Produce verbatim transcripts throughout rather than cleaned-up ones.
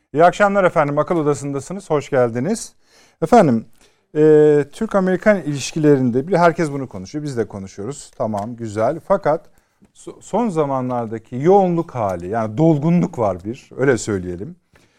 İyi akşamlar efendim. Akıl Odası'ndasınız. Hoş geldiniz. Efendim, e, Türk-Amerikan ilişkilerinde bile herkes bunu konuşuyor. Biz de konuşuyoruz. Tamam, güzel. Fakat so- son zamanlardaki yoğunluk hali, yani dolgunluk var bir, öyle söyleyelim.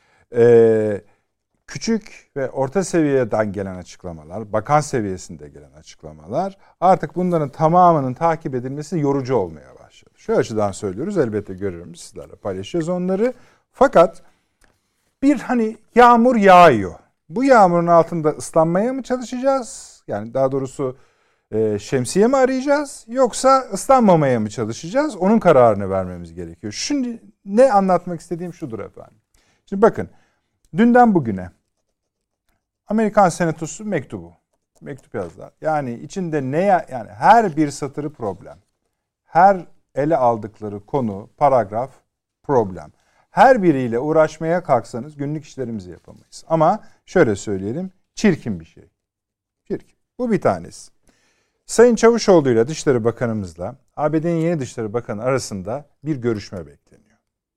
E, küçük ve orta seviyeden gelen açıklamalar, bakan seviyesinde gelen açıklamalar, artık bunların tamamının takip edilmesi yorucu olmaya başladı. Şu açıdan söylüyoruz, elbette görürüm, sizlerle paylaşacağız onları. Fakat bir hani yağmur yağıyor. Bu yağmurun altında ıslanmaya mı çalışacağız? Yani daha doğrusu e, şemsiye mi arayacağız? Yoksa ıslanmamaya mı çalışacağız? Onun kararını vermemiz gerekiyor. Şimdi ne anlatmak istediğim şudur efendim. Şimdi bakın, dünden bugüne Amerikan Senatosu mektubu. Mektup yazdılar. Yani içinde ne ya, yani her bir satırı problem. Her ele aldıkları konu, paragraf problem. Her biriyle uğraşmaya kalksanız günlük işlerimizi yapamayız. Ama şöyle söyleyelim, çirkin bir şey. Çirkin. Bu bir tanesi. Sayın Çavuşoğlu ile Dışişleri Bakanımızla A B D'nin yeni Dışişleri Bakanı arasında bir görüşme bekleniyor.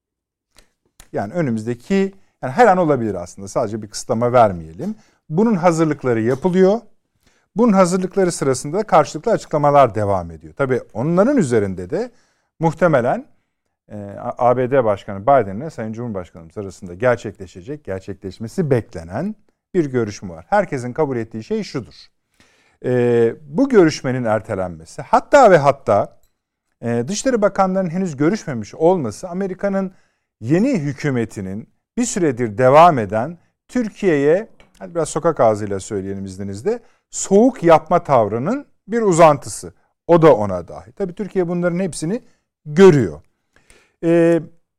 Yani önümüzdeki, yani her an olabilir aslında, sadece bir kısıtlama vermeyelim. Bunun hazırlıkları yapılıyor. Bunun hazırlıkları sırasında karşılıklı açıklamalar devam ediyor. Tabii onların üzerinde de muhtemelen A B D Başkanı Biden ile Sayın Cumhurbaşkanımız arasında gerçekleşecek, gerçekleşmesi beklenen bir görüşme var. Herkesin kabul ettiği şey şudur. Ee, bu görüşmenin ertelenmesi, hatta ve hatta e, Dışişleri Bakanlarının henüz görüşmemiş olması, Amerika'nın yeni hükümetinin bir süredir devam eden Türkiye'ye, hadi biraz sokak ağzıyla söyleyelim izninizle, soğuk yapma tavrının bir uzantısı. O da ona dahil. Tabii Türkiye bunların hepsini görüyor. Ee,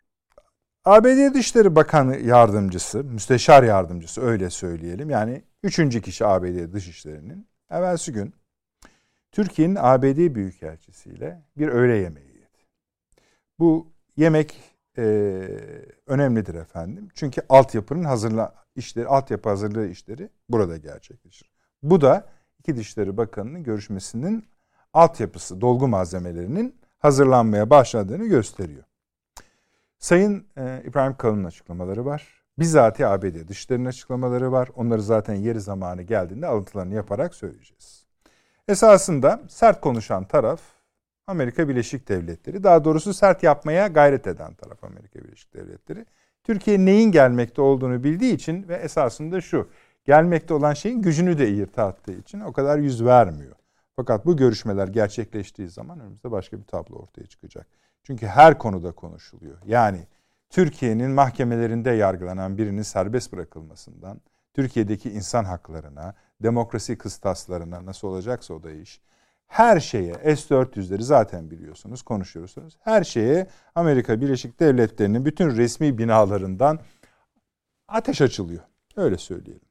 A B D Dışişleri Bakanı Yardımcısı, Müsteşar Yardımcısı öyle söyleyelim. Yani üçüncü kişi A B D Dışişleri'nin evvelsi gün Türkiye'nin A B D Büyükelçisiyle bir öğle yemeği yedi. Bu yemek e, önemlidir efendim. Çünkü altyapının hazırla işleri, altyapı hazırlığı işleri burada gerçekleşir. Bu da iki Dışişleri Bakanı'nın görüşmesinin altyapısı, dolgu malzemelerinin hazırlanmaya başladığını gösteriyor. Sayın e, İbrahim Kalın'ın açıklamaları var. Bizzati A B D Dışişleri'nin açıklamaları var. Onları zaten yeri zamanı geldiğinde alıntılarını yaparak söyleyeceğiz. Esasında sert konuşan taraf Amerika Birleşik Devletleri. Daha doğrusu sert yapmaya gayret eden taraf Amerika Birleşik Devletleri. Türkiye neyin gelmekte olduğunu bildiği için ve esasında şu, gelmekte olan şeyin gücünü de iyi tattığı için o kadar yüz vermiyor. Fakat bu görüşmeler gerçekleştiği zaman önümüzde başka bir tablo ortaya çıkacak. Çünkü her konuda konuşuluyor. Yani Türkiye'nin mahkemelerinde yargılanan birinin serbest bırakılmasından, Türkiye'deki insan haklarına, demokrasi kıstaslarına, nasıl olacaksa o da iş, her şeye, S dört yüzleri zaten biliyorsunuz, konuşuyorsunuz. Her şeye Amerika Birleşik Devletleri'nin bütün resmi binalarından ateş açılıyor. Öyle söyleyelim.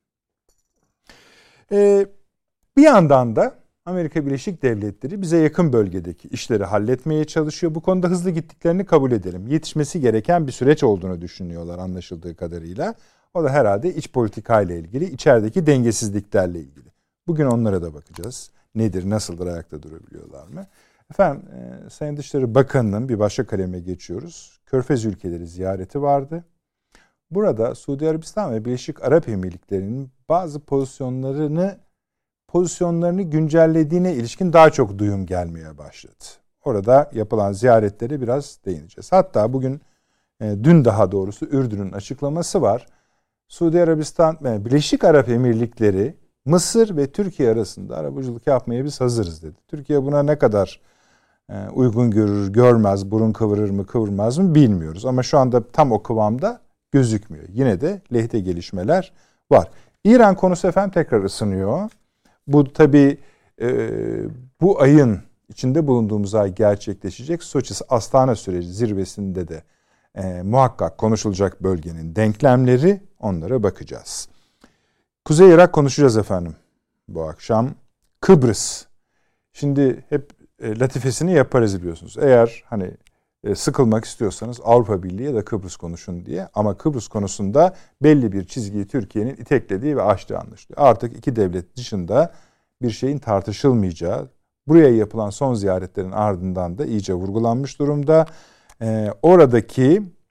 Ee, bir yandan da Amerika Birleşik Devletleri bize yakın bölgedeki işleri halletmeye çalışıyor. Bu konuda hızlı gittiklerini kabul edelim. Yetişmesi gereken bir süreç olduğunu düşünüyorlar anlaşıldığı kadarıyla. O da herhalde iç politikayla ilgili, içerideki dengesizliklerle ilgili. Bugün onlara da bakacağız. Nedir, nasıldır, ayakta durabiliyorlar mı? Efendim, e, Sayın Dışişleri Bakanı'nın bir başka kaleme geçiyoruz. Körfez ülkeleri ziyareti vardı. Burada Suudi Arabistan ve Birleşik Arap Emirlikleri'nin bazı pozisyonlarını pozisyonlarını güncellediğine ilişkin daha çok duyum gelmeye başladı. Orada yapılan ziyaretlere biraz değineceğiz. Hatta bugün, e, dün daha doğrusu Ürdün'ün açıklaması var. Suudi Arabistan ve Birleşik Arap Emirlikleri, Mısır ve Türkiye arasında arabuluculuk yapmaya biz hazırız dedi. Türkiye buna ne kadar e, uygun görür, görmez, burun kıvırır mı, kıvırmaz mı bilmiyoruz. Ama şu anda tam o kıvamda gözükmüyor. Yine de lehte gelişmeler var. İran konusu efendim tekrar ısınıyor. Bu tabii e, bu ayın içinde bulunduğumuz ay gerçekleşecek Soçi Astana süreci zirvesinde de e, muhakkak konuşulacak bölgenin denklemleri, onlara bakacağız. Kuzey Irak konuşacağız efendim bu akşam. Kıbrıs. Şimdi hep e, latifesini yaparız biliyorsunuz. Eğer hani e, sıkılmak istiyorsanız Avrupa Birliği ya da Kıbrıs konuşun diye. Ama Kıbrıs konusunda belli bir çizgiyi Türkiye'nin iteklediği ve aştığı anlaşılıyor. Artık iki devlet dışında bir şeyin tartışılmayacağı, buraya yapılan son ziyaretlerin ardından da iyice vurgulanmış durumda. E, oradaki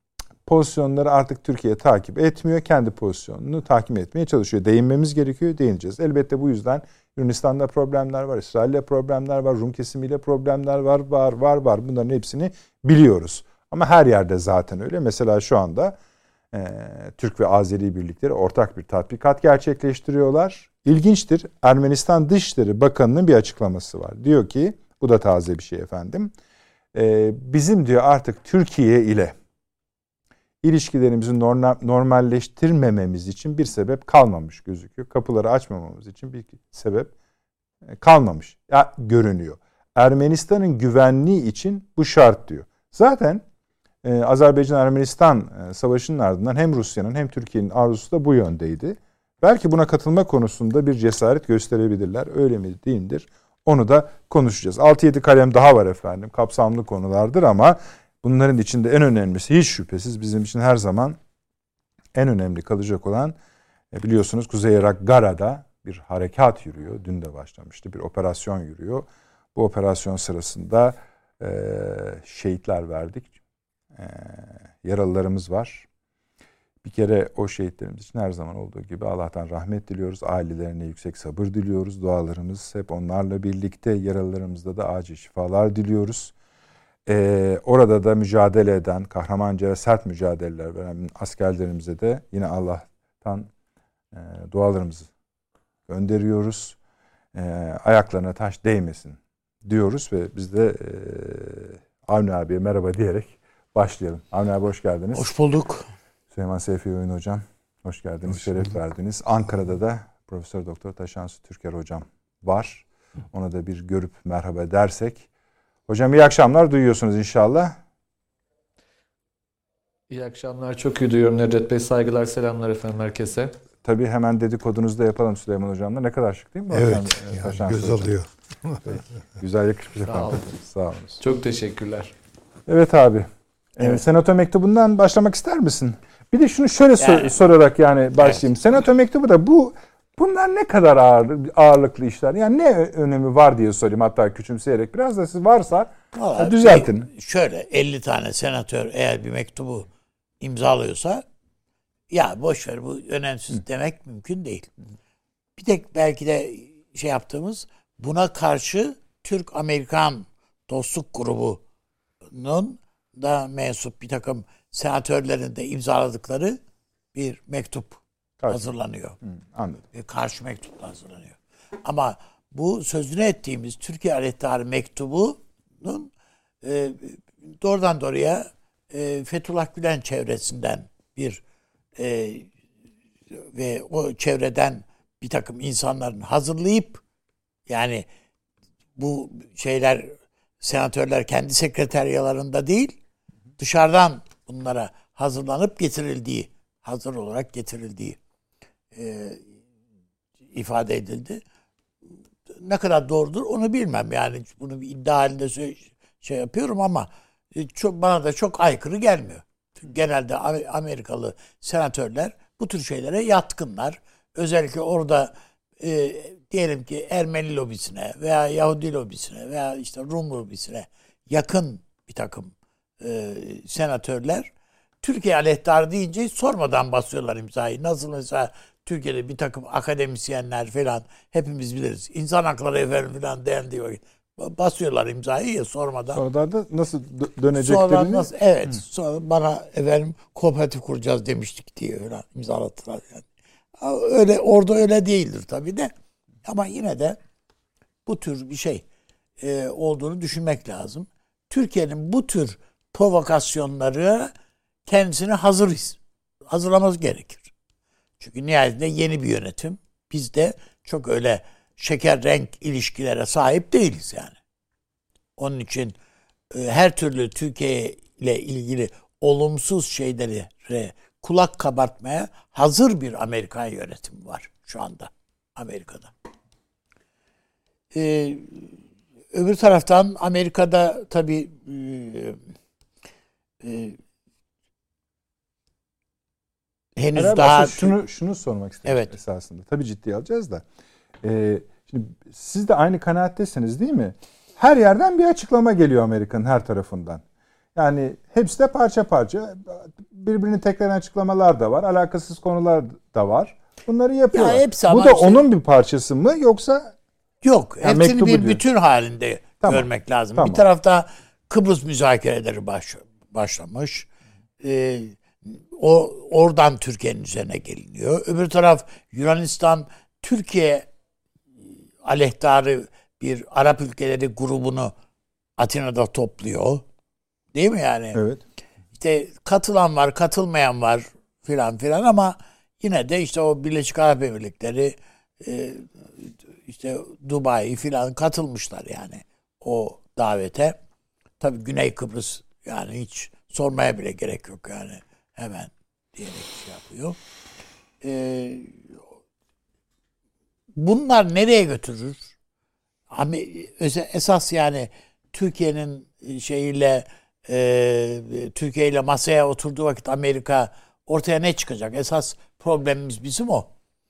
pozisyonları artık Türkiye takip etmiyor. Kendi pozisyonunu takip etmeye çalışıyor. Değinmemiz gerekiyor, değineceğiz. Elbette bu yüzden Yunanistan'da problemler var, İsrail'le problemler var, Rum kesimiyle problemler var, var, var, var. Bunların hepsini biliyoruz. Ama her yerde zaten öyle. Mesela şu anda e, Türk ve Azeri birlikleri ortak bir tatbikat gerçekleştiriyorlar. İlginçtir. Ermenistan Dışişleri Bakanı'nın bir açıklaması var. Diyor ki, bu da taze bir şey efendim. E, bizim diyor artık Türkiye ile ilişkilerimizi normalleştirmememiz için bir sebep kalmamış gözüküyor. Kapıları açmamamız için bir sebep kalmamış. Ya, görünüyor. Ermenistan'ın güvenliği için bu şart diyor. Zaten e, Azerbaycan-Ermenistan e, savaşının ardından hem Rusya'nın hem Türkiye'nin arzusu da bu yöndeydi. Belki buna katılma konusunda bir cesaret gösterebilirler. Öyle mi değildir? Onu da konuşacağız. altı yedi kalem daha var efendim. Kapsamlı konulardır ama bunların içinde en önemlisi hiç şüphesiz bizim için her zaman en önemli kalacak olan, biliyorsunuz Kuzey Irak Gara'da bir harekat yürüyor. Dün de başlamıştı. Bir operasyon yürüyor. Bu operasyon sırasında e, şehitler verdik. E, yaralılarımız var. Bir kere o şehitlerimiz için her zaman olduğu gibi Allah'tan rahmet diliyoruz. Ailelerine yüksek sabır diliyoruz. Dualarımız hep onlarla birlikte. Yaralılarımızda da acil şifalar diliyoruz. Ee, orada da mücadele eden, kahramanca ve sert mücadeleler veren askerlerimize de yine Allah'tan e, dualarımızı gönderiyoruz. E, ayaklarına taş değmesin diyoruz ve biz de e, Avni abiye merhaba diyerek başlayalım. Avni abi hoş geldiniz. Hoş bulduk. Süleyman Seyfi Oyun hocam hoş geldiniz, hoş şeref bulduk. Verdiniz. Ankara'da da Profesör Doktor Taşansu Türker hocam var. Ona da bir görüp merhaba dersek. Hocam iyi akşamlar, duyuyorsunuz inşallah. İyi akşamlar, çok iyi duyuyorum Nedret Bey. Saygılar, selamlar efendim herkese. Tabii hemen dedikodunuzu da yapalım Süleyman hocamla. Ne kadar şık değil mi? Evet, yani göz hocam alıyor. Güzel yakışmış efendim. Sağ olun. Sağ olun. Çok teşekkürler. Evet abi. Evet. Senato mektubundan başlamak ister misin? Bir de şunu şöyle yani, sorarak yani başlayayım. Evet. Senato mektubu da bu bunlar ne kadar ağır, ağırlıklı işler? Yani ne önemi var diye sorayım, hatta küçümseyerek. Biraz da siz varsa vallahi düzeltin. Şey, şöyle elli tane senatör eğer bir mektubu imzalıyorsa ya boş ver bu önemsiz Hı. demek mümkün değil. Bir tek belki de şey yaptığımız, buna karşı Türk-Amerikan dostluk grubunun da mensup bir takım senatörlerin de imzaladıkları bir mektup karşı. hazırlanıyor. Hı, anladım. E, karşı mektup da hazırlanıyor. Ama bu sözünü ettiğimiz Türkiye aleyhtarı mektubunun e, doğrudan doğruya e, Fethullah Gülen çevresinden bir e, ve o çevreden bir takım insanların hazırlayıp, yani bu şeyler senatörler kendi sekreteryalarında değil, dışarıdan bunlara hazırlanıp getirildiği, hazır olarak getirildiği e, ifade edildi. Ne kadar doğrudur onu bilmem, yani bunu bir iddia halinde şey, şey yapıyorum ama çok, bana da çok aykırı gelmiyor. Genelde Amerikalı senatörler bu tür şeylere yatkınlar. Özellikle orada e, diyelim ki Ermeni lobisine veya Yahudi lobisine veya işte Rum lobisine yakın bir takım e, senatörler Türkiye aleyhtarı deyince sormadan basıyorlar imzayı. Nasıl mesela Türkiye'de bir takım akademisyenler falan hepimiz biliriz. İnsan hakları efendim falan dendiği basıyorlar imzayı ya sormadan. Sonra da nasıl döneceklerini? Sonra nasıl, evet. Hı. Sonra bana efendim kooperatif kuracağız demiştik diye öyle imzalattılar yani. Öyle orada öyle değildir tabii de. Ama yine de bu tür bir şey e, olduğunu düşünmek lazım. Türkiye'nin bu tür provokasyonları kendisini hazırız. Hazırlaması gerekir. Çünkü nihayetinde yeni bir yönetim. Biz de çok öyle şeker renk ilişkilere sahip değiliz yani. Onun için e, her türlü Türkiye ile ilgili olumsuz şeyleri kulak kabartmaya hazır bir Amerikan yönetimi var şu anda Amerika'da. Ee, öbür taraftan Amerika'da tabii e, e, henüz Herhalde daha şunu şunu sormak istedim evet. esasında. Tabii ciddiye alacağız da. Ee, şimdi siz de aynı kanaattesiniz değil mi? Her yerden bir açıklama geliyor Amerika'nın her tarafından. Yani hepsi de parça parça. Birbirini tekraren açıklamalar da var. Alakasız konular da var. Bunları yapıyorlar. Ya hepsi Bu ama da işte, onun bir parçası mı yoksa? yok. Yani Hepsini bir diyor. bütün halinde Tamam. görmek lazım. Tamam. Bir tarafta Kıbrıs müzakereleri baş, başlamış. Ee, o oradan Türkiye'nin üzerine geliniyor. Öbür taraf Yunanistan, Türkiye aleyhtarı bir Arap ülkeleri grubunu Atina'da topluyor. Değil mi yani? Evet. İşte katılan var, katılmayan var filan filan ama yine de işte o Birleşik Arap Emirlikleri, e, işte Dubai filan katılmışlar yani o davete. Tabii Güney Kıbrıs yani hiç sormaya bile gerek yok yani hemen diyerek şey yapıyor. Ee, bunlar nereye götürür? Esas yani Türkiye'nin şeyiyle e, Türkiye ile masaya oturduğu vakit Amerika ortaya ne çıkacak? Esas problemimiz bizim o.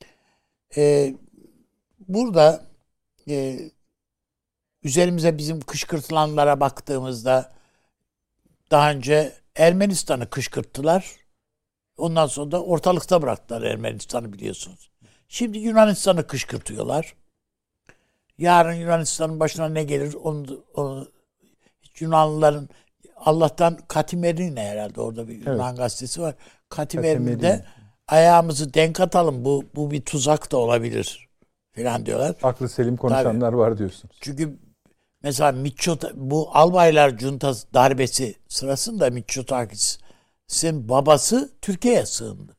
Ee, burada e, üzerimize bizim kışkırtılanlara baktığımızda daha önce Ermenistan'ı kışkırttılar. Ondan sonra da ortalıkta bıraktılar Ermenistan'ı biliyorsunuz. Şimdi Yunanistan'ı kışkırtıyorlar. Yarın Yunanistan'ın başına ne gelir onu, onu Yunanlıların Allah'tan Katimerine herhalde orada bir Yunan evet. gazetesi var. Katimerine'de ayağımızı denk atalım bu bu bir tuzak da olabilir falan diyorlar. Aklı selim konuşanlar Tabii. var diyorsunuz. Çünkü mesela Mitsotakis, bu Albaylar Cuntası darbesi sırasında Mitsotakis'in babası Türkiye'ye sığındı.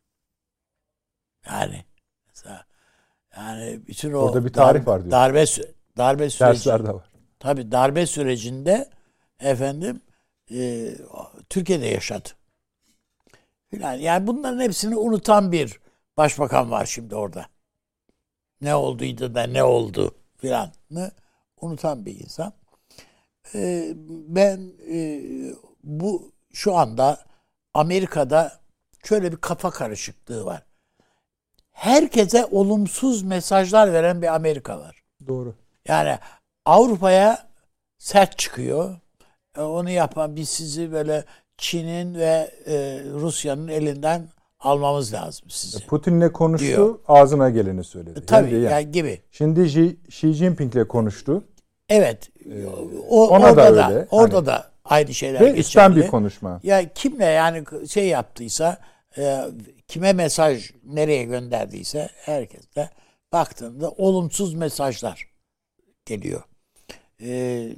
Yani mesela yani bütün o orada bir tarih darbe, var diyor. Darbe darbe süreci. Dersler de var. Tabii darbe sürecinde efendim e, Türkiye'de yaşadı. Yani, yani bunların hepsini unutan bir başbakan var şimdi orada. Ne olduydu da ne oldu filanı unutan bir insan. Ee, ben e, bu şu anda Amerika'da şöyle bir kafa karışıklığı var. Herkese olumsuz mesajlar veren bir Amerika var. Doğru. Yani Avrupa'ya sert çıkıyor. E, onu yapan biz sizi böyle Çin'in ve e, Rusya'nın elinden almamız lazım sizi. Putin'le konuştu, diyor. Ağzına geleni söyledi. E, tabii yani, yani gibi. Şimdi Xi, Xi Jinping'le konuştu. Evet. Ee, o, ona orada da da öyle. orada hani, da aynı şeyler ve geçerli. içten bir konuşma. Ya kimle yani şey yaptıysa, e, kime mesaj nereye gönderdiyse herkes de baktığında olumsuz mesajlar geliyor. Ee,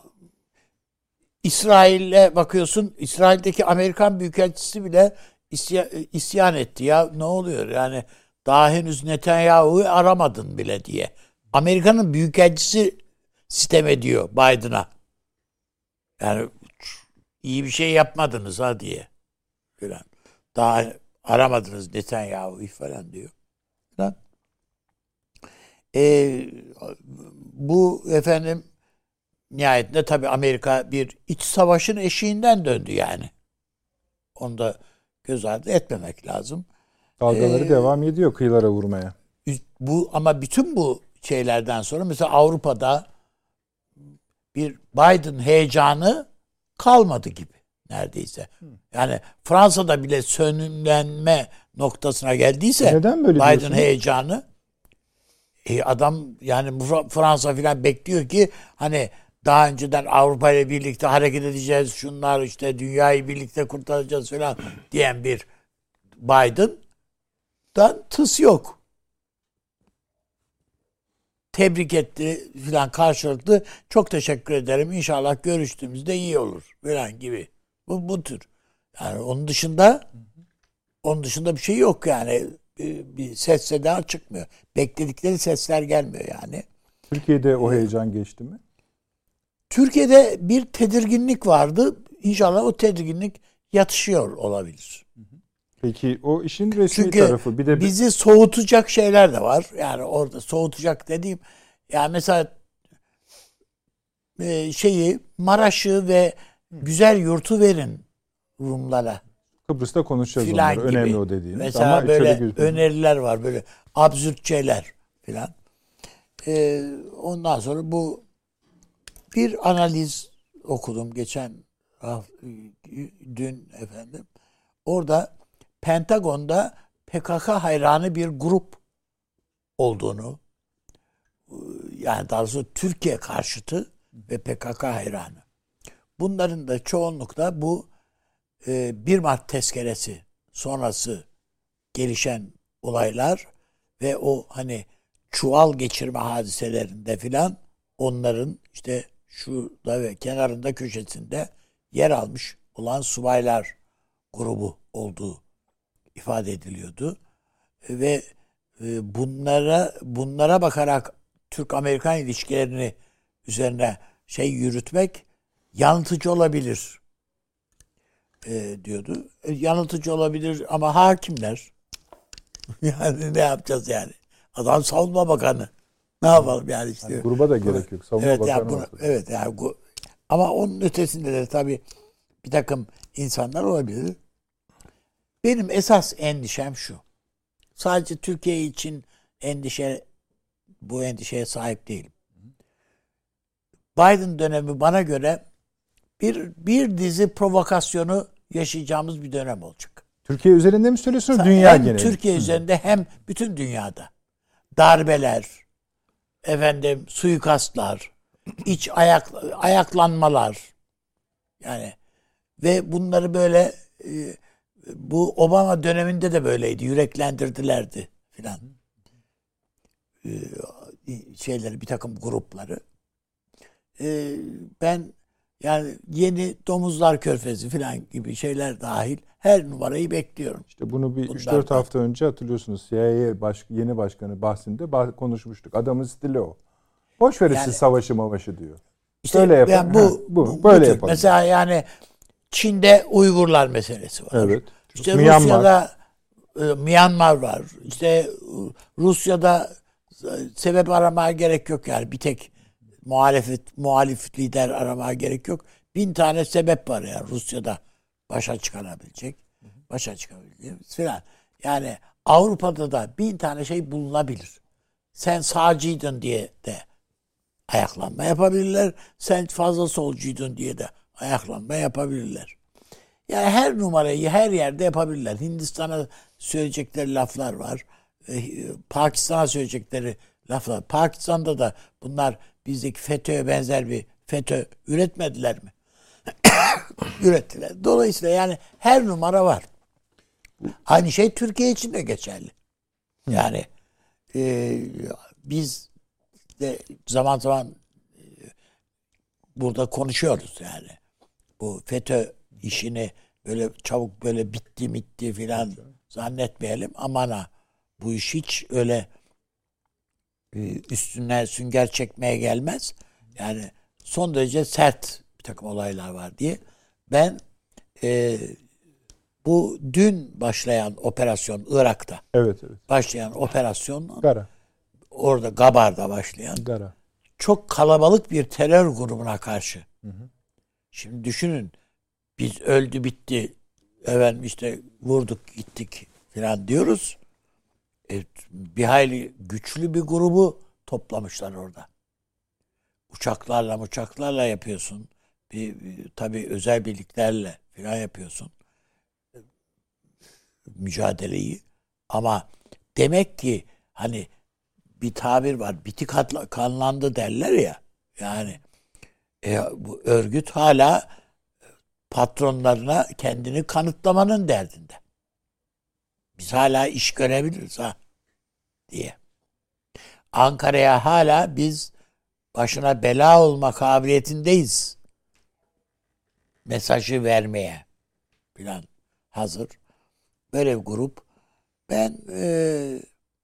İsrail'e bakıyorsun, İsrail'deki Amerikan Büyükelçisi bile isyan, isyan etti. Ya ne oluyor yani daha henüz Netanyahu'yu aramadın bile diye. Amerika'nın Büyükelçisi sitem ediyor Biden'a. Yani iyi bir şey yapmadınız ha diye. Falan. Daha aramadınız Netanyahu'yu falan diyor. Falan. Ee, bu efendim nihayetinde tabii Amerika bir iç savaşın eşiğinden döndü yani. Onu da göz ardı etmemek lazım. Dalgaları ee, devam ediyor kıyılara vurmaya. Bu ama bütün bu şeylerden sonra mesela Avrupa'da bir Biden heyecanı kalmadı gibi neredeyse. Yani Fransa'da bile sönümlenme noktasına geldiyse neden böyle Biden diyorsunuz? heyecanı e adam yani Fransa filan bekliyor ki hani daha önceden Avrupa ile birlikte hareket edeceğiz, şunlar işte dünyayı birlikte kurtaracağız falan diyen bir Biden'dan tıs yok. Tebrik etti filan karşılıklı. Çok teşekkür ederim. İnşallah görüştüğümüzde iyi olur falan gibi. Bu bu tür. Yani onun dışında onun dışında bir şey yok yani. Bir, bir ses seda çıkmıyor. Bekledikleri sesler gelmiyor yani. Türkiye'de o heyecan geçti mi? Türkiye'de bir tedirginlik vardı. İnşallah o tedirginlik yatışıyor olabilir. Peki o işin resmi Çünkü tarafı bir de bizi soğutacak şeyler de var. Yani orada soğutacak dediğim yani mesela e, şeyi Maraş'ı ve güzel yurtu verin Rumlara. Kıbrıs'ta konuşacağız onları. Gibi. Önemli o dediğiniz. Mesela ama böyle göz... öneriler var böyle absürt şeyler filan. Ee, ondan sonra bu bir analiz okudum geçen dün efendim orada Pentagon'da P K K hayranı bir grup olduğunu, yani daha doğrusu Türkiye karşıtı ve P K K hayranı. Bunların da çoğunlukla bu bir Mart tezkeresi sonrası gelişen olaylar ve o hani çuval geçirme hadiselerinde filan onların işte şurada ve kenarında köşesinde yer almış olan subaylar grubu olduğu ifade ediliyordu. Ve bunlara bunlara bakarak Türk-Amerikan ilişkilerini üzerine şey yürütmek yanıltıcı olabilir e, diyordu. E, yanıltıcı olabilir ama hakimler yani ne yapacağız yani? Adam savunma bakanı. Ne yapalım yani işte. Yani gruba da gerek yok. Savunma evet, bakanı yani bunu, evet yani bu, ama onun ötesinde de tabii bir takım insanlar olabilir. Benim esas endişem şu. Sadece Türkiye için endişe, bu endişeye sahip değilim. Biden dönemi bana göre bir bir dizi provokasyonu yaşayacağımız bir dönem olacak. Türkiye üzerinde mi söylüyorsunuz? Dünya hem genelinde. Türkiye üzerinde hem bütün dünyada. Darbeler, efendim suikastlar, iç ayak ayaklanmalar. Yani ve bunları böyle e, bu Obama döneminde de böyleydi. Yüreklendirdilerdi filan. E, şeyleri, bir takım grupları. E, ben yani yeni Domuzlar Körfezi filan gibi şeyler dahil her numarayı bekliyorum. İşte bunu bir üç dört hafta önce hatırlıyorsunuz. C I A baş, yeni başkanı bahsinde bah, konuşmuştuk. Adamın stili o. Boş verin yani, siz savaşı mavaşı diyor. İşte böyle yapalım. Yani bu, ha, bu, bu böyle bu yapalım. Mesela yani Çin'de Uygurlar meselesi var. Evet. İşte Myanmar. Rusya'da e, Myanmar var. İşte Rusya'da sebep aramaya gerek yok yani. Bir tek muhalefet muhalif lider aramaya gerek yok. Bin tane sebep var yani Rusya'da başa çıkarabilecek. Başa çıkabilecek falan. Yani Avrupa'da da bin tane şey bulunabilir. Sen sağcıydın diye de ayaklanma yapabilirler. Sen fazla solcuydun diye de ayaklanma yapabilirler. Yani her numarayı her yerde yapabilirler. Hindistan'a söyleyecekleri laflar var. Pakistan'a söyleyecekleri laflar. Pakistan'da da bunlar bizdeki FETÖ'ye benzer bir FETÖ üretmediler mi? Ürettiler. Dolayısıyla yani her numara var. Aynı şey Türkiye için de geçerli. Yani e, biz de zaman zaman e, burada konuşuyoruz yani. Bu FETÖ işini böyle çabuk böyle bitti mitti filan zannetmeyelim. Aman ha, bu iş hiç öyle e, üstüne sünger çekmeye gelmez. Yani son derece sert bir takım olaylar var diye. Ben e, bu dün başlayan operasyon Irak'ta. Evet, evet. Başlayan operasyon Gara. Orada Gabar'da başlayan. Gara. Çok kalabalık bir terör grubuna karşı. Hı hı. Şimdi düşünün. Biz öldü bitti. Efendim işte vurduk gittik falan diyoruz. E, bir hayli güçlü bir grubu toplamışlar orada. Uçaklarla uçaklarla yapıyorsun. Bir, bir, tabii özel birliklerle falan yapıyorsun. E, mücadeleyi. Ama demek ki hani bir tabir var. Biti kanlandı derler ya. Yani e, bu örgüt hala patronlarına kendini kanıtlamanın derdinde. Biz hala iş görebiliriz ha diye. Ankara'ya hala biz başına bela olma kabiliyetindeyiz mesajı vermeye falan hazır. Böyle bir grup. Ben e,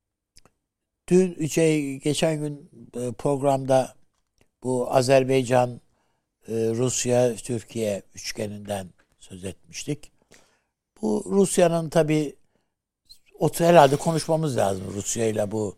dün şey geçen gün programda bu Azerbaycan, Rusya, Türkiye üçgeninden söz etmiştik. Bu Rusya'nın tabii o herhalde konuşmamız lazım Rusya ile bu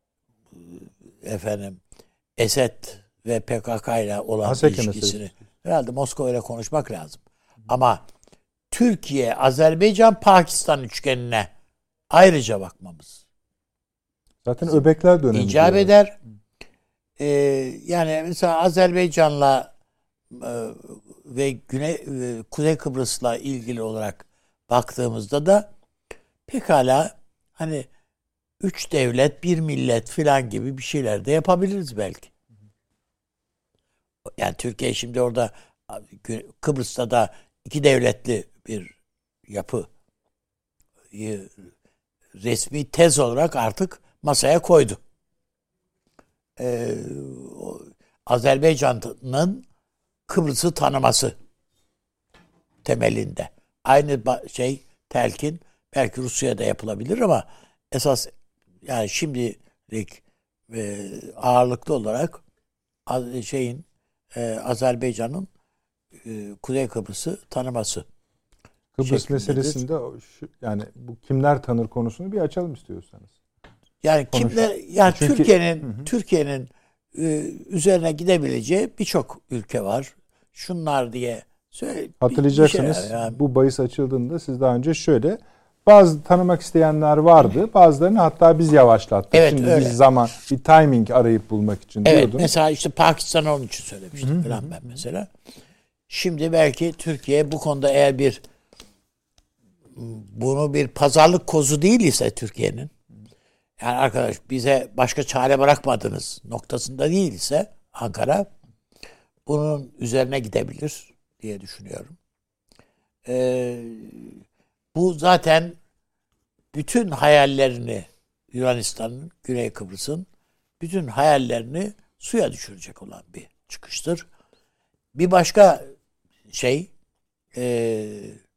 efendim Esed ve P K K ile olan Haseki ilişkisini. meselesi. Herhalde Moskova ile konuşmak lazım. Ama Türkiye, Azerbaycan, Pakistan üçgenine ayrıca bakmamız. Zaten öbekler dönemi. İcap eder. Ee, yani mesela Azerbaycan'la e, ve Güney e, Kuzey Kıbrıs'la ilgili olarak baktığımızda da pekala hani üç devlet, bir millet filan gibi bir şeyler de yapabiliriz belki. Yani Türkiye şimdi orada Kıbrıs'ta da iki devletli bir yapı resmi tez olarak artık masaya koydu. Ee, Azerbaycan'ın Kıbrıs'ı tanıması temelinde. Aynı şey telkin belki Rusya'da yapılabilir ama esas yani şimdilik e, ağırlıklı olarak şeyin e, Azerbaycan'ın e, Kuzey Kıbrıs'ı tanıması. Kıbrıs meselesinde şu, yani bu kimler tanır konusunu bir açalım istiyorsanız. Yani Konuş. kimler yani Çünkü, Türkiye'nin hı hı. Türkiye'nin e, üzerine gidebileceği birçok ülke var. Şunlar diye söyle. Hatırlayacaksınız şey yani. Bu bahis açıldığında siz daha önce şöyle bazı tanımak isteyenler vardı. Bazılarını hatta biz yavaşlattık. Evet, Şimdi öyle. biz zaman bir timing arayıp bulmak için Evet, diyordum. mesela işte Pakistan'ı onun için söylemiştim Hı hı. falan ben mesela. Şimdi belki Türkiye bu konuda eğer bir bunu bir pazarlık kozu değil ise Türkiye'nin yani arkadaş bize başka çare bırakmadınız noktasında değil ise Ankara bunun üzerine gidebilir diye düşünüyorum. Ee, bu zaten bütün hayallerini Yunanistan'ın, Güney Kıbrıs'ın bütün hayallerini suya düşürecek olan bir çıkıştır. Bir başka şey e,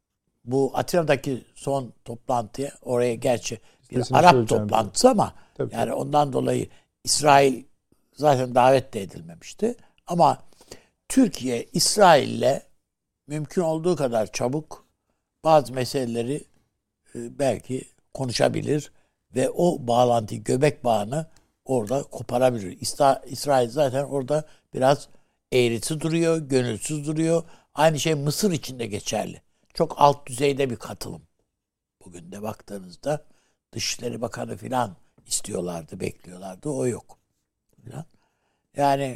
bu Atina'daki son toplantıya oraya gerçi bir Sesini Arap toplantısı diye. ama Tabii, yani tabii. ondan dolayı İsrail zaten davet de edilmemişti. Ama Türkiye İsrail'le mümkün olduğu kadar çabuk bazı meseleleri e, belki konuşabilir ve o bağlantıyı, göbek bağını orada koparabilir. İsra- İsrail zaten orada biraz eğrisi duruyor, gönülsüz duruyor. Aynı şey Mısır için de geçerli. Çok alt düzeyde bir katılım. Bugün de baktığınızda Dışişleri Bakanı filan istiyorlardı, bekliyorlardı. O yok. Falan. Yani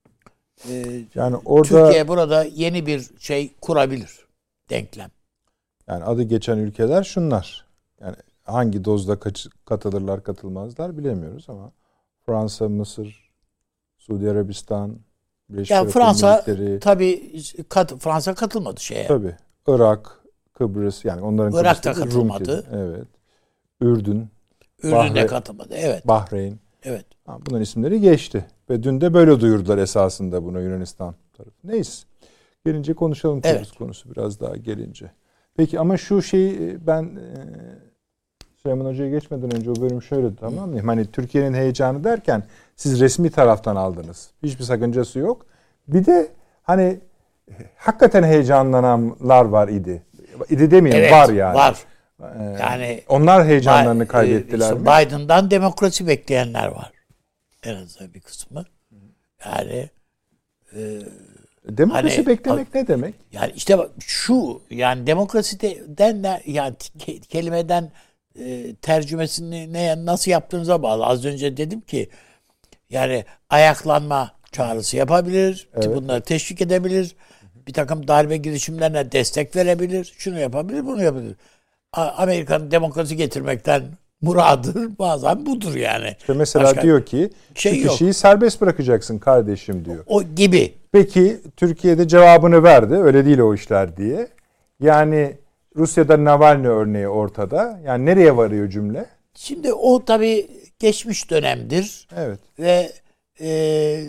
e, Yani orada Türkiye burada yeni bir şey kurabilir. Denklem. yani adı geçen ülkeler şunlar. Yani hangi dozda kaç, katılırlar katılmazlar bilemiyoruz ama Fransa, Mısır, Suudi Arabistan, Birleşik Ya Arap Fransa Emirlikleri, tabii kat, Fransa katılmadı şeye. tabii Irak, Kıbrıs yani onların Irak da Kıbrıs'ta katılmadı. Rum, evet. Ürdün, Ürdün de Bahre- katılmadı. Evet. Bahreyn. Evet. Ha, bunların isimleri geçti. Ve dün de böyle duyurdular esasında bunu Yunanistan tarafı. Neyse. Gelince konuşalım Kıbrıs Evet. konusu biraz daha gelince. Peki ama şu şeyi ben e, Süleyman Hoca'ya geçmeden önce o bölüm şöyle tamam mı? Hani Türkiye'nin heyecanı derken siz resmi taraftan aldınız. Hiçbir sakıncası yok. Bir de hani hakikaten heyecanlananlar var idi. İdi demeyelim Evet, var yani. var. Ee, Yani onlar heyecanlarını Ba- kaybettiler işte mi? Biden'dan demokrasi bekleyenler var. En azından bir kısmı. Yani e, Demokrasi hani- beklemek ne demek? yani işte bak şu yani demokrasiden de yani ke- kelimeden e, tercümesini ne nasıl yaptığınıza bağlı. Az önce dedim ki yani ayaklanma çağrısı yapabilir, Evet. bunları teşvik edebilir, bir takım darbe girişimlerine destek verebilir, şunu yapabilir, bunu yapabilir. A- Amerika'nın demokrasi getirmekten muradı bazen budur yani. İşte mesela Başka diyor ki şey şu yok. kişiyi serbest bırakacaksın kardeşim diyor. O gibi. Peki Türkiye'de cevabını verdi. Öyle değil o işler diye. Yani Rusya'da Navalny örneği ortada. Yani nereye varıyor cümle? Şimdi o tabii geçmiş dönemdir Evet. ve e,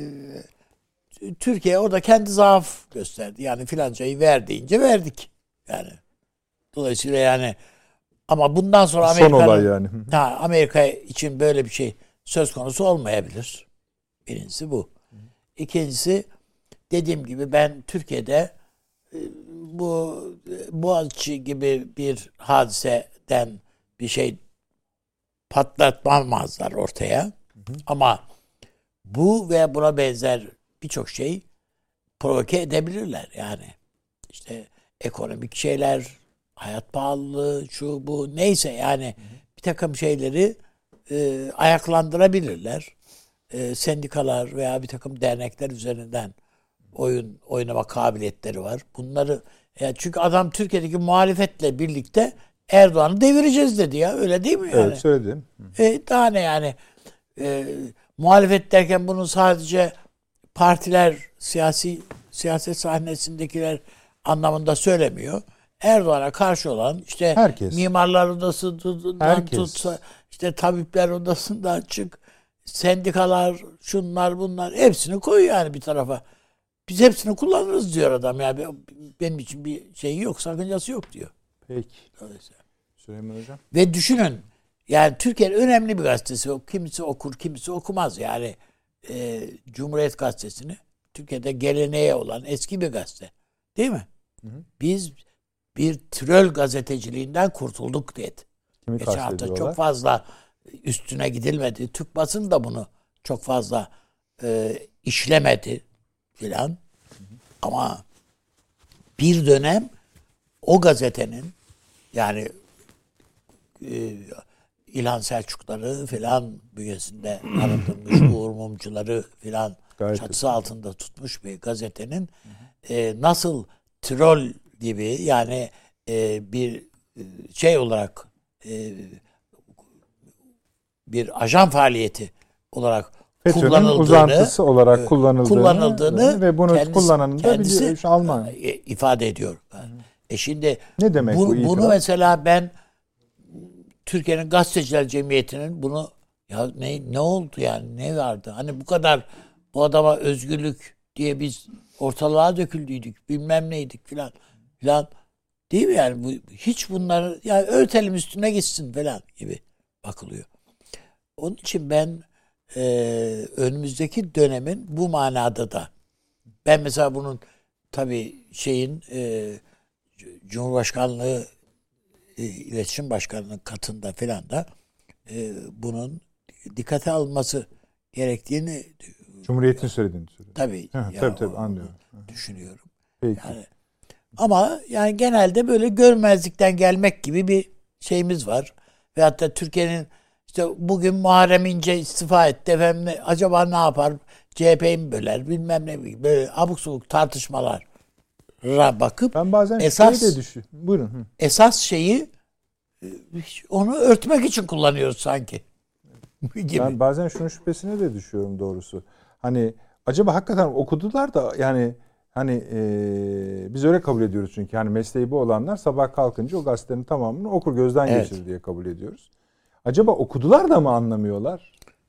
Türkiye orada kendi zaaf gösterdi. Yani filancayı ver deyince verdik. Yani dolayısıyla yani ama bundan sonra Son Amerika'nın olay yani. ha, Amerika için böyle bir şey söz konusu olmayabilir. Birincisi bu. İkincisi dediğim gibi ben Türkiye'de e, bu e, Boğaziçi gibi bir hadiseden bir şey patlatmamazlar ortaya. Hı hı. Ama bu ve buna benzer birçok şey provoke edebilirler. Yani işte ekonomik şeyler, hayat pahalılığı, şu bu neyse yani hı hı. bir takım şeyleri e, ayaklandırabilirler. E, sendikalar veya bir takım dernekler üzerinden oyun oynama kabiliyetleri var. Bunları yani çünkü adam Türkiye'deki muhalefetle birlikte Erdoğan'ı devireceğiz dedi ya. Öyle değil mi yani? Evet, söyledim. E, daha ne yani? E, muhalefet derken bunu sadece partiler, siyasi siyaset sahnesindekiler anlamında söylemiyor. Erdoğan'a karşı olan işte herkes. Mimarlar Odası'ndan tutsa işte tabipler odasından çık, sendikalar, şunlar bunlar hepsini koy yani bir tarafa. Biz hepsini kullanırız diyor adam. Yani benim için bir şey yok, sakıncası yok diyor. Peki. Süleyman Hocam. Ve düşünün yani Türkiye'nin önemli bir gazetesi. Kimisi okur, kimisi okumaz. Yani e, Cumhuriyet Gazetesi'ni Türkiye'de geleneğe olan eski bir gazete. Değil mi? Hı hı. Biz bir tröl gazeteciliğinden kurtulduk dedi. Kimi Geçen hafta kastediyorlar? çok fazla üstüne gidilmedi. Türk basını da bunu çok fazla e, işlemedi filan. Hı hı. Ama bir dönem o gazetenin yani e, İlhan Selçukları filan bünyesinde arındırmış Uğur Mumcuları filan çatısı altında tutmuş bir gazetenin e, nasıl troll gibi yani e, bir şey olarak e, bir ajan faaliyeti olarak FETÖ'nün kullanıldığını, uzantısı olarak e, kullanıldığını, kullanıldığını ve bunu kendisi, kullananın da biliyor, Alman ifade ediyor. E şimdi ne demek bu, bu itiraf? bunu mesela ben Türkiye'nin Gazeteciler Cemiyeti'nin bunu ya ne ne oldu yani ne vardı? Hani bu kadar bu adama özgürlük diye biz ortalığa döküldüydük. Bilmem neydik filan filan. Değil mi yani? Bu, hiç bunları yani örtelim üstüne gitsin falan gibi bakılıyor. Onun için ben e, önümüzdeki dönemin bu manada da ben mesela bunun tabii şeyin e, Cumhurbaşkanlığı e, İletişim Başkanı'nın katında filan da e, bunun dikkate alınması gerektiğini Cumhuriyet'in söylediğini söylüyorum. Tabii. Ha, ya, tabii tabii anlıyorum. Düşünüyorum. Peki. Yani, ama yani genelde böyle görmezlikten gelmek gibi bir şeyimiz var. Ve hatta Türkiye'nin işte bugün Muharrem İnce istifa etti efendim ne, acaba ne yapar? C H P'yi mi böler? Bilmem ne böyle abuk sabuk tartışmalara bakıp ben bazen esas de düşüyor. Buyurun. Hı. Esas şeyi onu örtmek için kullanıyoruz sanki. Gibi. Ben bazen şunun şüphesine de düşüyorum doğrusu. Hani acaba hakikaten okudular da yani hani e, biz öyle kabul ediyoruz çünkü hani mesleği bu olanlar sabah kalkınca o gazetenin tamamını okur gözden evet. geçirir diye kabul ediyoruz. Acaba okudular da mı anlamıyorlar?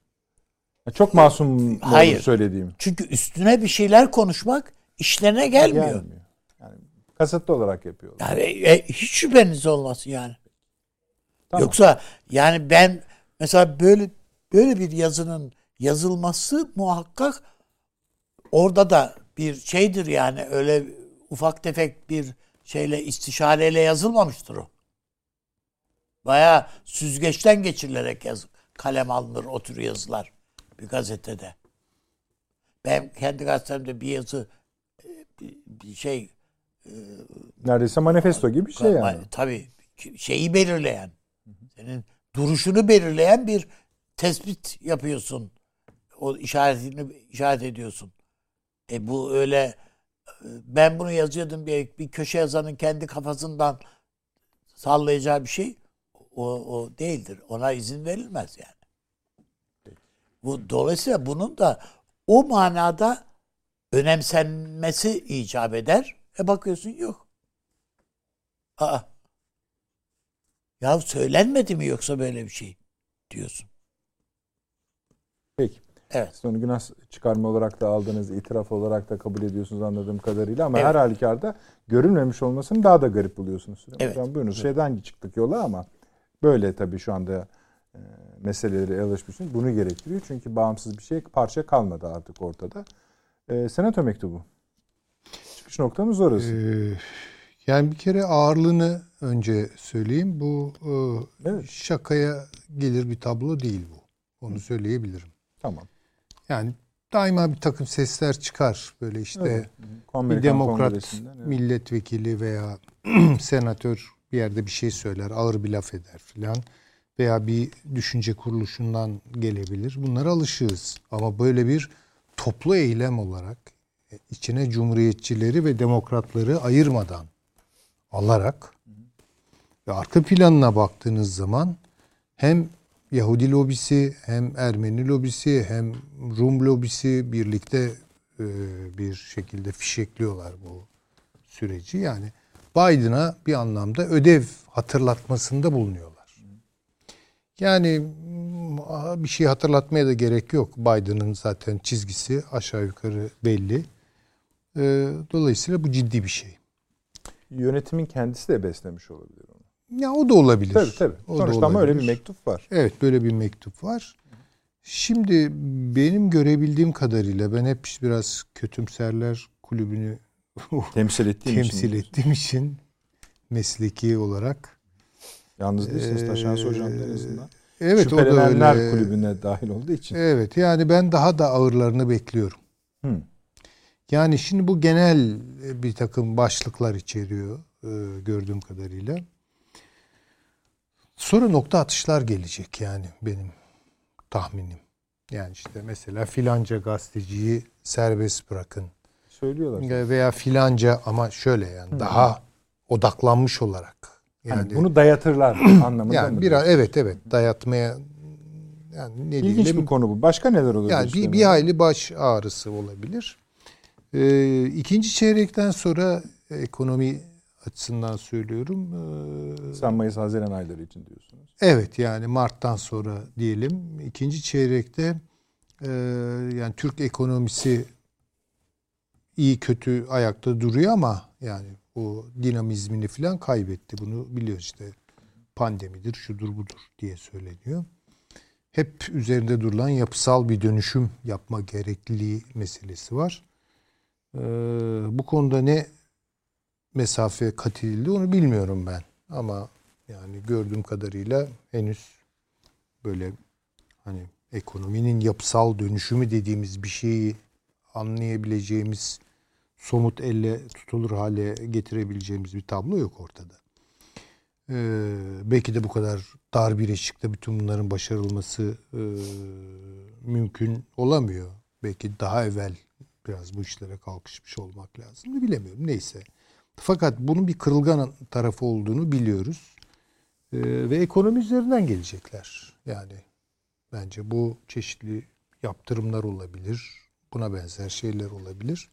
Çok masum Hayır. söylediğim. Çünkü üstüne bir şeyler konuşmak işlerine gelmiyor. gelmiyor. Yani kasıtlı olarak yapıyorlar. Yani e, hiç şüpheniz olmasın yani. Tamam. Yoksa yani ben mesela böyle böyle bir yazının yazılması muhakkak orada da bir şeydir yani öyle ufak tefek bir şeyle istişareyle yazılmamıştır o. Bayağı süzgeçten geçirilerek yaz, kalem alınır o tür yazılar bir gazetede. Ben kendi gazetemde bir yazı bir şey neredeyse manifesto gibi bir şey yani. Tabii şeyi belirleyen senin duruşunu belirleyen bir tespit yapıyorsun. O işaretini işaret ediyorsun. E bu öyle ben bunu yazıyordum bir, bir köşe yazanın kendi kafasından sallayacağı bir şey o, o değildir. Ona izin verilmez yani. Bu dolayısıyla bunun da o manada önemsenmesi icap eder. E bakıyorsun yok. Aa. Ya söylenmedi mi yoksa böyle bir şey diyorsun. Peki. Evet. Siz onu günah çıkarma olarak da aldığınız, itiraf olarak da kabul ediyorsunuz anladığım kadarıyla ama evet. her halükarda görülmemiş olmasını daha da garip buluyorsunuz. Evet. Yani buyurunuz şeyden çıktık yola ama böyle tabii şu anda e, meseleleri alışmışsınız. Bunu gerektiriyor çünkü bağımsız bir şey parça kalmadı artık ortada. E, Senato mektubu. Çıkış noktamız orası. Ee, yani bir kere ağırlığını önce söyleyeyim. Bu e, evet. şakaya gelir bir tablo değil bu. Onu söyleyebilirim. Tamam. Yani daima bir takım sesler çıkar. Böyle işte evet. bir demokrat evet. milletvekili veya senatör bir yerde bir şey söyler, ağır bir laf eder filan. Veya bir düşünce kuruluşundan gelebilir. Bunlara alışığız. Ama böyle bir toplu eylem olarak içine cumhuriyetçileri ve demokratları ayırmadan alarak ve arka planına baktığınız zaman hem Yahudi lobisi hem Ermeni lobisi hem Rum lobisi birlikte e, bir şekilde fişekliyorlar bu süreci. Yani Biden'a bir anlamda ödev hatırlatmasında bulunuyorlar. Yani bir şey hatırlatmaya da gerek yok. Biden'ın zaten çizgisi aşağı yukarı belli. E, dolayısıyla bu ciddi bir şey. Yönetimin kendisi de beslemiş olabilir onu. Ya o da olabilir. Tabii tabii. O Sonuçta ama öyle bir mektup var. Evet, böyle bir mektup var. Şimdi benim görebildiğim kadarıyla ben hep biraz kötümserler kulübünü temsil ettiğim temsil için. ettiğim için mesleki olarak. Yalnız değilsiniz Ee, Taşansı Hocam en azından. Evet, o da Şüphelenenler öyle. kulübüne dahil olduğu için. Evet, yani ben daha da ağırlarını bekliyorum. Hı. Yani şimdi bu genel bir takım başlıklar içeriyor e, gördüğüm kadarıyla. Sonra nokta atışlar gelecek yani benim tahminim. Yani işte mesela filanca gazeteciyi serbest bırakın. Söylüyorlar. Veya filanca ama şöyle yani Hı. daha odaklanmış olarak. Yani hani bunu dayatırlar anlamında yani mı? biraz evet evet dayatmaya yani ne İlginç diyelim, bir konu bu. Başka neler olabilir? Yani bir, bir hayli baş ağrısı olabilir. Ee, ikinci çeyrekten sonra ekonomi açısından söylüyorum. Ee, Sen Mayıs-Haziran ayları için diyorsunuz. Evet, yani Mart'tan sonra diyelim. İkinci çeyrekte e, yani Türk ekonomisi iyi kötü ayakta duruyor ama yani o dinamizmini falan kaybetti. Bunu biliyoruz işte. Pandemidir, şudur budur diye söyleniyor. Hep üzerinde durulan yapısal bir dönüşüm yapma gerekliliği meselesi var. Ee, bu konuda ne mesafe kat edildi onu bilmiyorum ben. Ama yani gördüğüm kadarıyla henüz böyle hani ekonominin yapısal dönüşümü dediğimiz bir şeyi anlayabileceğimiz, somut elle tutulur hale getirebileceğimiz bir tablo yok ortada. Ee, belki de bu kadar dar bir eşikte bütün bunların başarılması e, mümkün olamıyor. Belki daha evvel biraz bu işlere kalkışmış olmak lazım. Bilemiyorum. Neyse. Fakat bunun bir kırılgan tarafı olduğunu biliyoruz. Ee, ve ekonomi üzerinden gelecekler. Yani bence bu çeşitli yaptırımlar olabilir. Buna benzer şeyler olabilir.